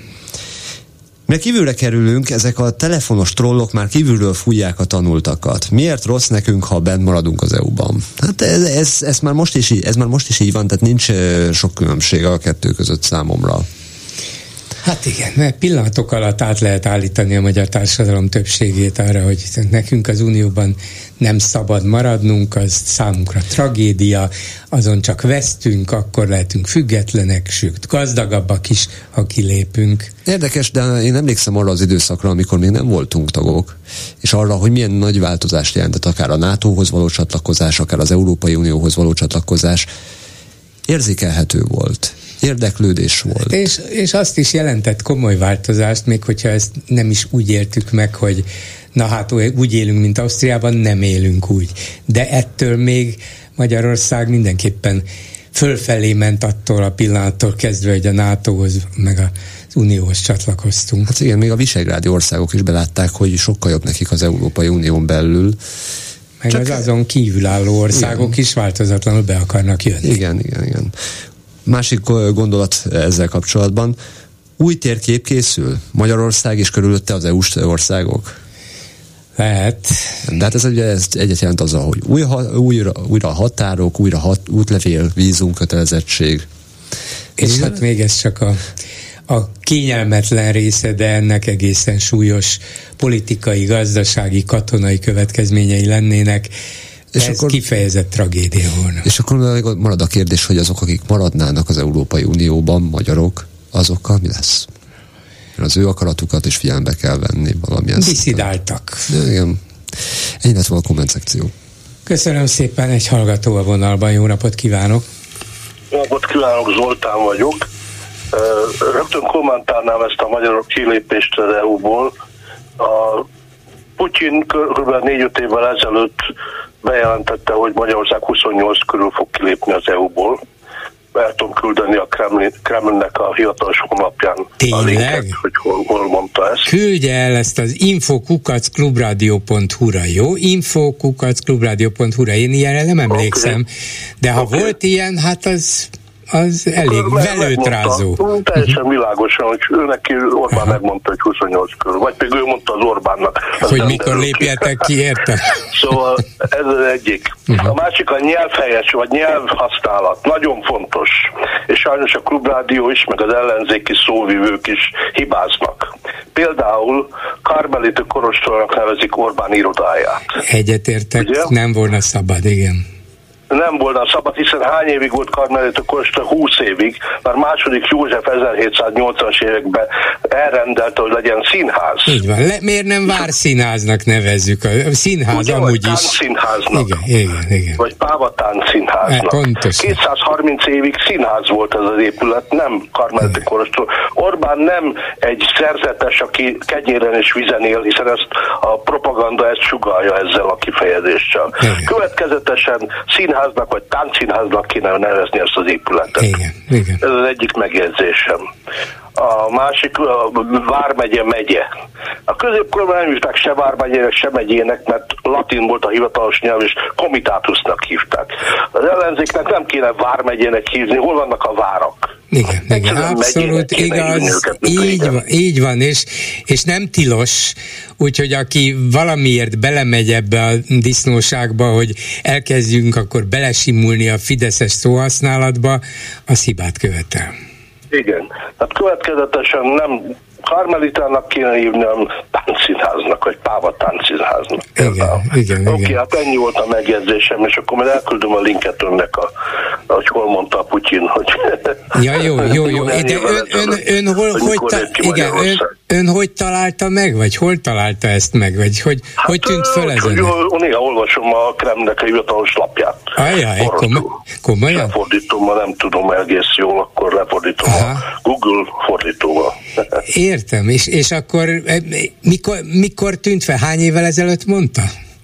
Mert kívülre kerülünk, ezek a telefonos trollok már kívülről fújják a tanultakat. Miért rossz nekünk, ha bent maradunk az é u-ban? Hát ez, ez, ez, már most is, ez már most is így van, tehát nincs sok különbség a kettő között számomra. Hát igen, mert pillanatok alatt át lehet állítani a magyar társadalom többségét arra, hogy nekünk az Unióban nem szabad maradnunk, az számunkra tragédia, azon csak vesztünk, akkor lehetünk függetlenek, sőt gazdagabbak is, ha kilépünk. Érdekes, de én emlékszem arra az időszakra, amikor még nem voltunk tagok, és arra, hogy milyen nagy változást jelentett akár a nátóhoz való csatlakozás, akár az Európai Unióhoz való csatlakozás. Érzékelhető volt. Érdeklődés volt. És, és azt is jelentett komoly változást, még hogyha ezt nem is úgy éltük meg, hogy na hát úgy élünk, mint Ausztriában, nem élünk úgy. De ettől még Magyarország mindenképpen fölfelé ment attól a pillanattól kezdve, hogy a nátóhoz meg az Unióhoz csatlakoztunk. Hát igen, még a visegrádi országok is belátták, hogy sokkal jobb nekik az Európai Unión belül. Meg Csak az azon kívülálló országok igen. is változatlanul be akarnak jönni. Igen, igen, igen. Másik gondolat ezzel kapcsolatban. Új térkép készül? Magyarország és körülötte az é u-s országok? Lehet. De hát ez, ez egyet jelent azzal, hogy újra, újra, újra határok, újra hat, útlevél, vízum kötelezettség. És hát még ez csak a, a kényelmetlen része, de ennek egészen súlyos politikai, gazdasági, katonai következményei lennének. És ez akkor, kifejezett tragédia volna. És akkor marad a kérdés, hogy azok, akik maradnának az Európai Unióban, magyarok, azokkal mi lesz? Mert az ő akaratukat is figyelembe kell venni valamilyen diszidáltak. Igen. Ennyi lett volna a komment szekció. Köszönöm szépen, egy hallgató a vonalban, jó napot kívánok! Jó napot kívánok, Zoltán vagyok. Rögtön kommentálnám ezt a magyarok kilépést az é u-ból. A Putyin kb. négy-öt évvel ezelőtt bejelentette, hogy Magyarország huszonnyolc körül fog kilépni az é u-ból. El tudom küldeni a Kreml, Kremlnek a hivatalos honlapján. Tényleg? A linket, hogy hol, hol mondta ezt. Küldje el ezt az info kukac klubradio pont hu-ra, jó? info kukac klubradio pont hu-ra. Én ilyenre nem emlékszem. Okay. De ha okay. volt ilyen, hát az... az elég velőtrázó. Teljesen világosan, hogy ő neki Orbán Aha. megmondta, hogy huszonnyolc körül. Vagy pedig ő mondta az Orbánnak. Az hogy mikor lépjetek ki, értem? Szóval ez az egyik. Uh-huh. A másik a nyelvhelyes, vagy nyelvhasználat. Nagyon fontos. És sajnos a Klubrádió is, meg az ellenzéki szóvivők is hibáznak. Például Karmelitő Kolostornak nevezik Orbán irodáját. Egyetértek, ugye? Nem volna szabad, igen. Nem volna szabad, hiszen hány évig volt Karmelitő Kolostor? húsz évig, már második József ezerhétszáznyolcvanas években elrendelte, hogy legyen színház. Így van. Le, miért nem Várszínháznak nevezzük? A színház ugye, amúgy is. Színháznak. Igen, igen, igen. Vagy Pávatán színháznak. Pontosan. kétszázharminc évig színház volt ez az épület, nem Karmelitő Kolostor. Orbán nem egy szerzetes, aki kenyéren és vizen él, hiszen ezt a propaganda ezt sugallja ezzel a kifejezéssel. Igen. Következetesen színház vagy táncszínháznak kéne nevezni ezt az épületet. Igen, igen. Ez az egyik megjegyzésem. A másik a Vármegye megye. A középkorban nem hívták se Vármegyének, se megyének, mert latin volt a hivatalos nyelv, és komitátusnak hívták. Az ellenzéknek nem kéne Vármegyének hívni, hol vannak a várak? Igen, igen, abszolút igaz, így van, így van, és, és nem tilos, úgyhogy aki valamiért belemegy ebbe a disznóságba, hogy elkezdjünk akkor belesimulni a fideszes szóhasználatba, az hibát követel. Igen, hát következetesen nem Karmelitának kéne hívni, hanem táncszínháznak, vagy Páva táncszínháznak. Igen, igen, Oké, igen. hát ennyi volt a megjegyzésem, és akkor majd elküldöm a linket önnek, a, hogy hol mondta a Putyin, hogy... Ja, jó, jó, jó. De ön, ön, ön, hol, hogy, ta, igen, ön, ön hogy találta meg, vagy hol találta ezt meg, vagy hogy, hát, hogy tűnt föl ezen? Jó, néha olvasom a Kremlnek a hivatalos lapját. Ajaj, komoly, komolyan? Lefordítom, ha nem tudom egész jól, akkor lefordítom Aha. a Google fordítóval. Értem, és, és akkor mikor, mikor tűnt fel? Hány évvel ezelőtt mondta?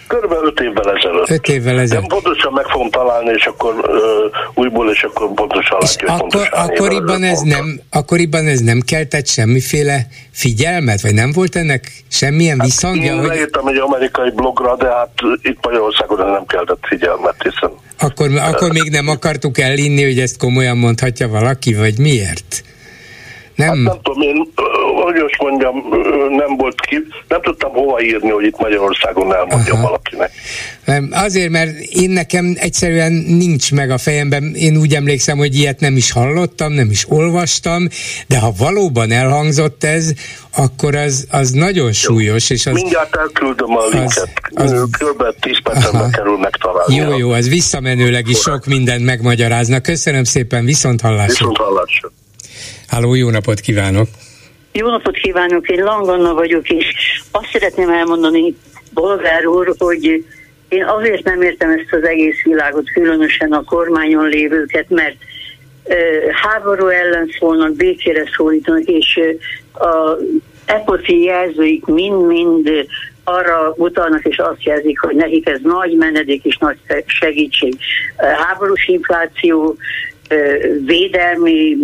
Körülbelül öt évvel ezelőtt. Öt évvel ezelőtt. Nem pontosan meg fogom találni, és akkor uh, újból, és akkor pontosan és látja, akkor, pontosan akkoriban, ez nem, akkoriban ez nem keltett semmiféle figyelmet, vagy nem volt ennek semmilyen hát visszhangja? Én hogy... leírtam egy amerikai blogra, de hát itt Magyarországon nem keltett figyelmet, hiszen... Akkor, uh, akkor még nem akartuk elinni, hogy ezt komolyan mondhatja valaki, vagy miért? Nem. Hát nem tudom, én, hogy azt mondjam, nem volt ki, nem tudtam hova írni, hogy itt Magyarországon elmondjam Aha. valakinek. Nem, azért, mert én nekem egyszerűen nincs meg a fejemben, én úgy emlékszem, hogy ilyet nem is hallottam, nem is olvastam, de ha valóban elhangzott ez, akkor az, az nagyon súlyos. És az, mindjárt elküldöm a linket, az, az, kb. tíz percben kerül megtalálni. Jó, jó, az visszamenőleg is sok mindent megmagyaráznak. Köszönöm szépen, viszont hallásra. Viszont hallásra. Háló, jó napot kívánok! Jó napot kívánok, én Langanna vagyok, és azt szeretném elmondani, Bolgár úr, hogy én azért nem értem ezt az egész világot, különösen a kormányon lévőket, mert uh, háború ellen szólnak, békére szólítanak, és uh, a epoti jelzőik mind-mind arra utalnak, és azt jelzik, hogy nekik ez nagy menedék és nagy segítség. Uh, háborús infláció, uh, védelmi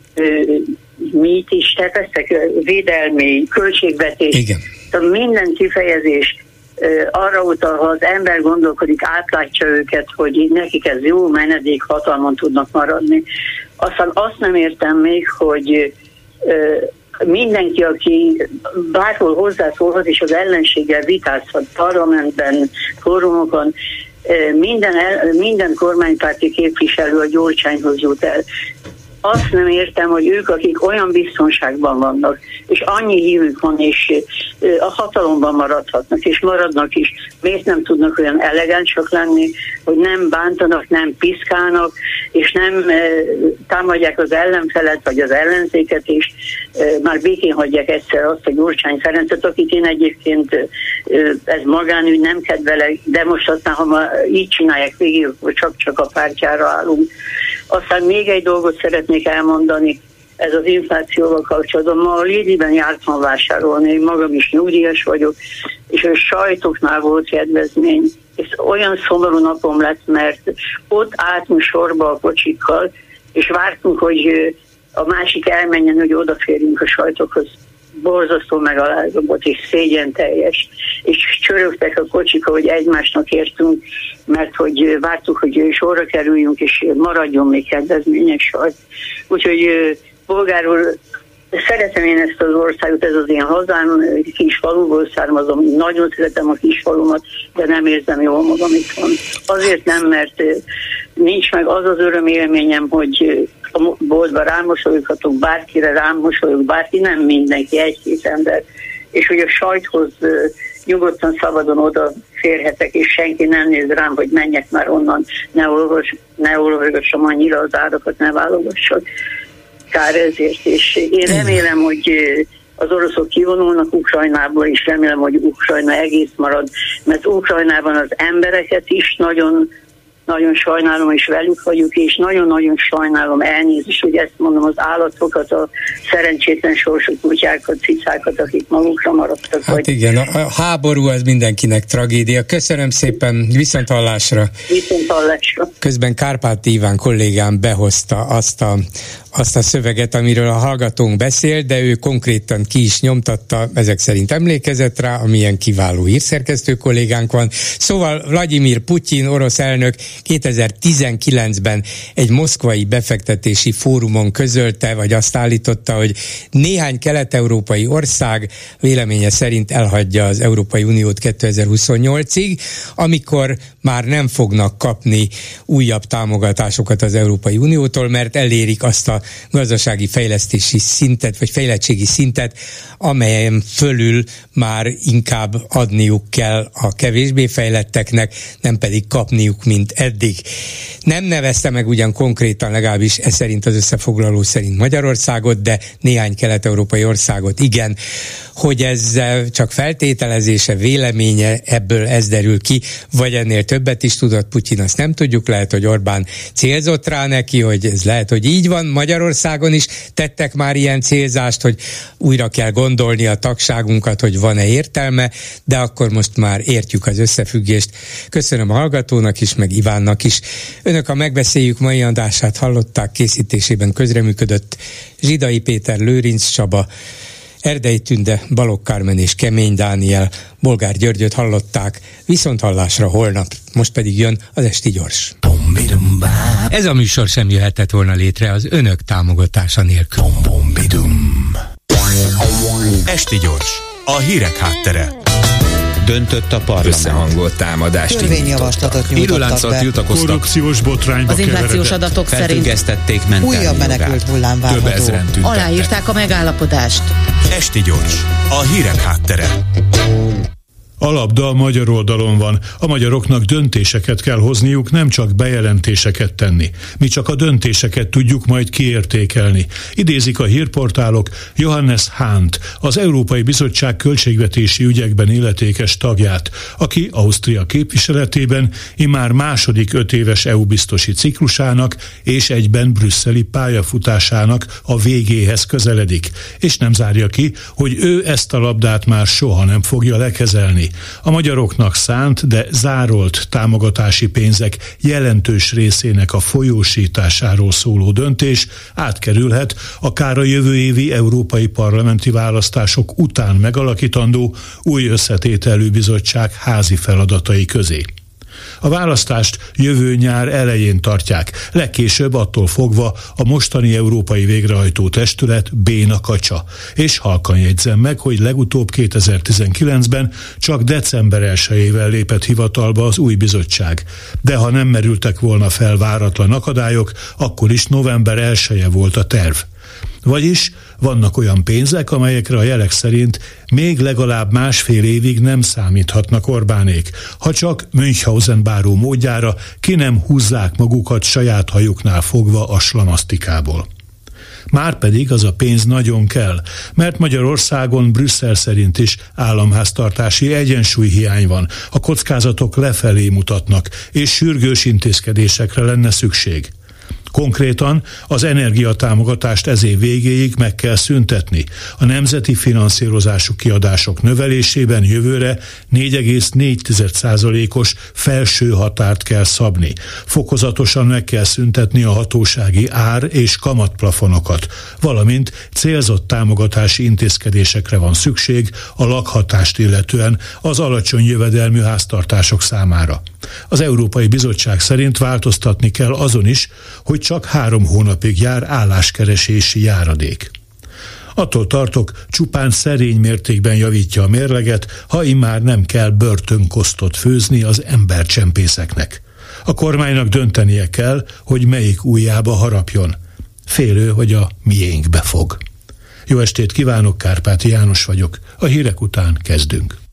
mit is tepesztek, védelmi, költségvetés, igen. Minden kifejezés arra utal, ha az ember gondolkodik, átlátja őket, hogy nekik ez jó menedék, hatalmon tudnak maradni. Aztán azt nem értem még, hogy mindenki, aki bárhol hozzászólhat, és az ellenséggel vitázhat parlamentben, fórumokon, minden, minden kormánypárti képviselő a Gyurcsányhoz jut el. Azt nem értem, hogy ők, akik olyan biztonságban vannak, és annyi hívük van, és a hatalomban maradhatnak, és maradnak is, miért nem tudnak olyan elegánsak lenni, hogy nem bántanak, nem piszkálnak, és nem e, támadják az ellenfelet, vagy az ellenzéket, és e, már békén hagyják egyszer azt a Gyurcsány Ferencet, akit én egyébként, e, ez magánügy, nem kedvelek, de most aztán, ha ma így csinálják végig, akkor csak-csak a pártjára állunk. Aztán még egy dolgot szeretnék elmondani, ez az inflációval kapcsolatban. Ma a Lidl-ben jártam vásárolni, én magam is nyugdíjas vagyok, és a sajtoknál volt kedvezmény. Ez olyan szomorú napom lett, mert ott álltunk sorba a kocsikkal, és vártunk, hogy a másik elmenjen, hogy odaférjünk a sajtokhoz. Borzasztó megalázó és szégyen teljes. És csörögtek a kocsik, hogy egymásnak értünk, mert hogy vártuk, hogy sorra kerüljünk, és maradjon még kedvezményes sajt. Úgyhogy Bolgár úr, szeretem én ezt az országot, ez az én hazám, kis faluból származom, nagyon szeretem a kis falumat, de nem érzem jól magam itthon. Azért nem, mert nincs meg az az örömélményem, hogy a boltban rámosolyoghatok, bárkire rámosolyog, bárki, nem mindenki, egy-két ember, és hogy a sajthoz nyugodtan, szabadon oda férhetek, és senki nem néz rám, hogy menjek már onnan, ne, olvas, ne olvasgassam annyira az árakat, ne válogassak. Kár ezért, és én remélem, hogy az oroszok kivonulnak Ukrajnából, és remélem, hogy Ukrajna egész marad, mert Ukrajnában az embereket is nagyon nagyon sajnálom, és velük vagyok, és nagyon-nagyon sajnálom, elnézést, hogy ezt mondom, az állatokat, a szerencsétlen sorsú kutyákat, cicákat, akik magukra maradtak. Hát vagy... igen, a háború az mindenkinek tragédia. Köszönöm szépen, viszont hallásra. Viszont hallásra. Közben Kárpáti Iván kollégám behozta azt a, azt a szöveget, amiről a hallgatónk beszél, de ő konkrétan ki is nyomtatta, ezek szerint emlékezett rá, amilyen kiváló hírszerkesztő kollégánk van. Szóval Vladimir Putyin, orosz elnök kétezer-tizenkilencben egy moszkvai befektetési fórumon közölte, vagy azt állította, hogy néhány kelet-európai ország véleménye szerint elhagyja az Európai Uniót kétezer-huszonnyolcig, amikor már nem fognak kapni újabb támogatásokat az Európai Uniótól, mert elérik azt a gazdasági fejlesztési szintet, vagy fejlettségi szintet, amelyen fölül már inkább adniuk kell a kevésbé fejletteknek, nem pedig kapniuk, mint eddig. Nem nevezte meg ugyan konkrétan, legalábbis ez szerint az összefoglaló szerint Magyarországot, de néhány kelet-európai országot igen. Hogy ez csak feltételezése, véleménye, ebből ez derül ki, vagy ennél többet is tudott Putyin, azt nem tudjuk, lehet, hogy Orbán célzott rá neki, hogy ez lehet, hogy így van. Magyarországon is tettek már ilyen célzást, hogy újra kell gondolni a tagságunkat, hogy van-e értelme, de akkor most már értjük az összefüggést. Köszönöm a hallgatónak is, meg Ivánnak is. Önök a Megbeszéljük mai adását hallották, készítésében közreműködött Zsidai Péter, Lőrinc Csaba, Erdei Tünde, Balogh Kármen és Kemény Dániel, Bolgár Györgyöt hallották, viszont hallásra holnap, most pedig jön az Esti Gyors. Ez a műsor sem jöhetett volna létre az önök támogatása nélkül. Esti Gyors, a hírek háttere. Döntött a parlament. Összehangolt támadást Törvényjavaslatot nyújtottak be. Tiltakoztak. Korrupciós botrányba az inflációs adatok szerint újabb menekült hullám várható. Aláírták a megállapodást. Esti Gyors, a hírek háttere. A labda a magyar oldalon van. A magyaroknak döntéseket kell hozniuk, nem csak bejelentéseket tenni. Mi csak a döntéseket tudjuk majd kiértékelni. Idézik a hírportálok Johannes Hahnt, az Európai Bizottság költségvetési ügyekben illetékes tagját, aki Ausztria képviseletében immár második öt éves é u-biztosi ciklusának és egyben brüsszeli pályafutásának a végéhez közeledik, és nem zárja ki, hogy ő ezt a labdát már soha nem fogja lekezelni. A magyaroknak szánt, de zárolt támogatási pénzek jelentős részének a folyósításáról szóló döntés átkerülhet akár a jövő évi európai parlamenti választások után megalakítandó új összetételű bizottság házi feladatai közé. A választást jövő nyár elején tartják, legkésőbb attól fogva a mostani európai végrehajtó testület béna kacsa. És halkan jegyzem meg, hogy legutóbb kétezer-tizenkilencben csak december elsejével lépett hivatalba az új bizottság. De ha nem merültek volna fel váratlan akadályok, akkor is november elseje volt a terv. Vagyis vannak olyan pénzek, amelyekre a jelek szerint még legalább másfél évig nem számíthatnak Orbánék, ha csak Münchhausen báró módjára ki nem húzzák magukat saját hajuknál fogva a slamasztikából. Márpedig az a pénz nagyon kell, mert Magyarországon Brüsszel szerint is államháztartási egyensúlyhiány van, a kockázatok lefelé mutatnak, és sürgős intézkedésekre lenne szükség. Konkrétan az energiatámogatást ez év végéig meg kell szüntetni. A nemzeti finanszírozású kiadások növelésében jövőre négy egész négy százalékos felső határt kell szabni. Fokozatosan meg kell szüntetni a hatósági ár- és kamatplafonokat, valamint célzott támogatási intézkedésekre van szükség a lakhatást illetően az alacsony jövedelmű háztartások számára. Az Európai Bizottság szerint változtatni kell azon is, hogy csak három hónapig jár álláskeresési járadék. Attól tartok, csupán szerény mértékben javítja a mérleget, ha immár nem kell börtönkosztot főzni az embercsempészeknek. A kormánynak döntenie kell, hogy melyik ujjába harapjon. Félő, hogy a miénkbe fog. Jó estét kívánok, Kárpáti János vagyok. A hírek után kezdünk.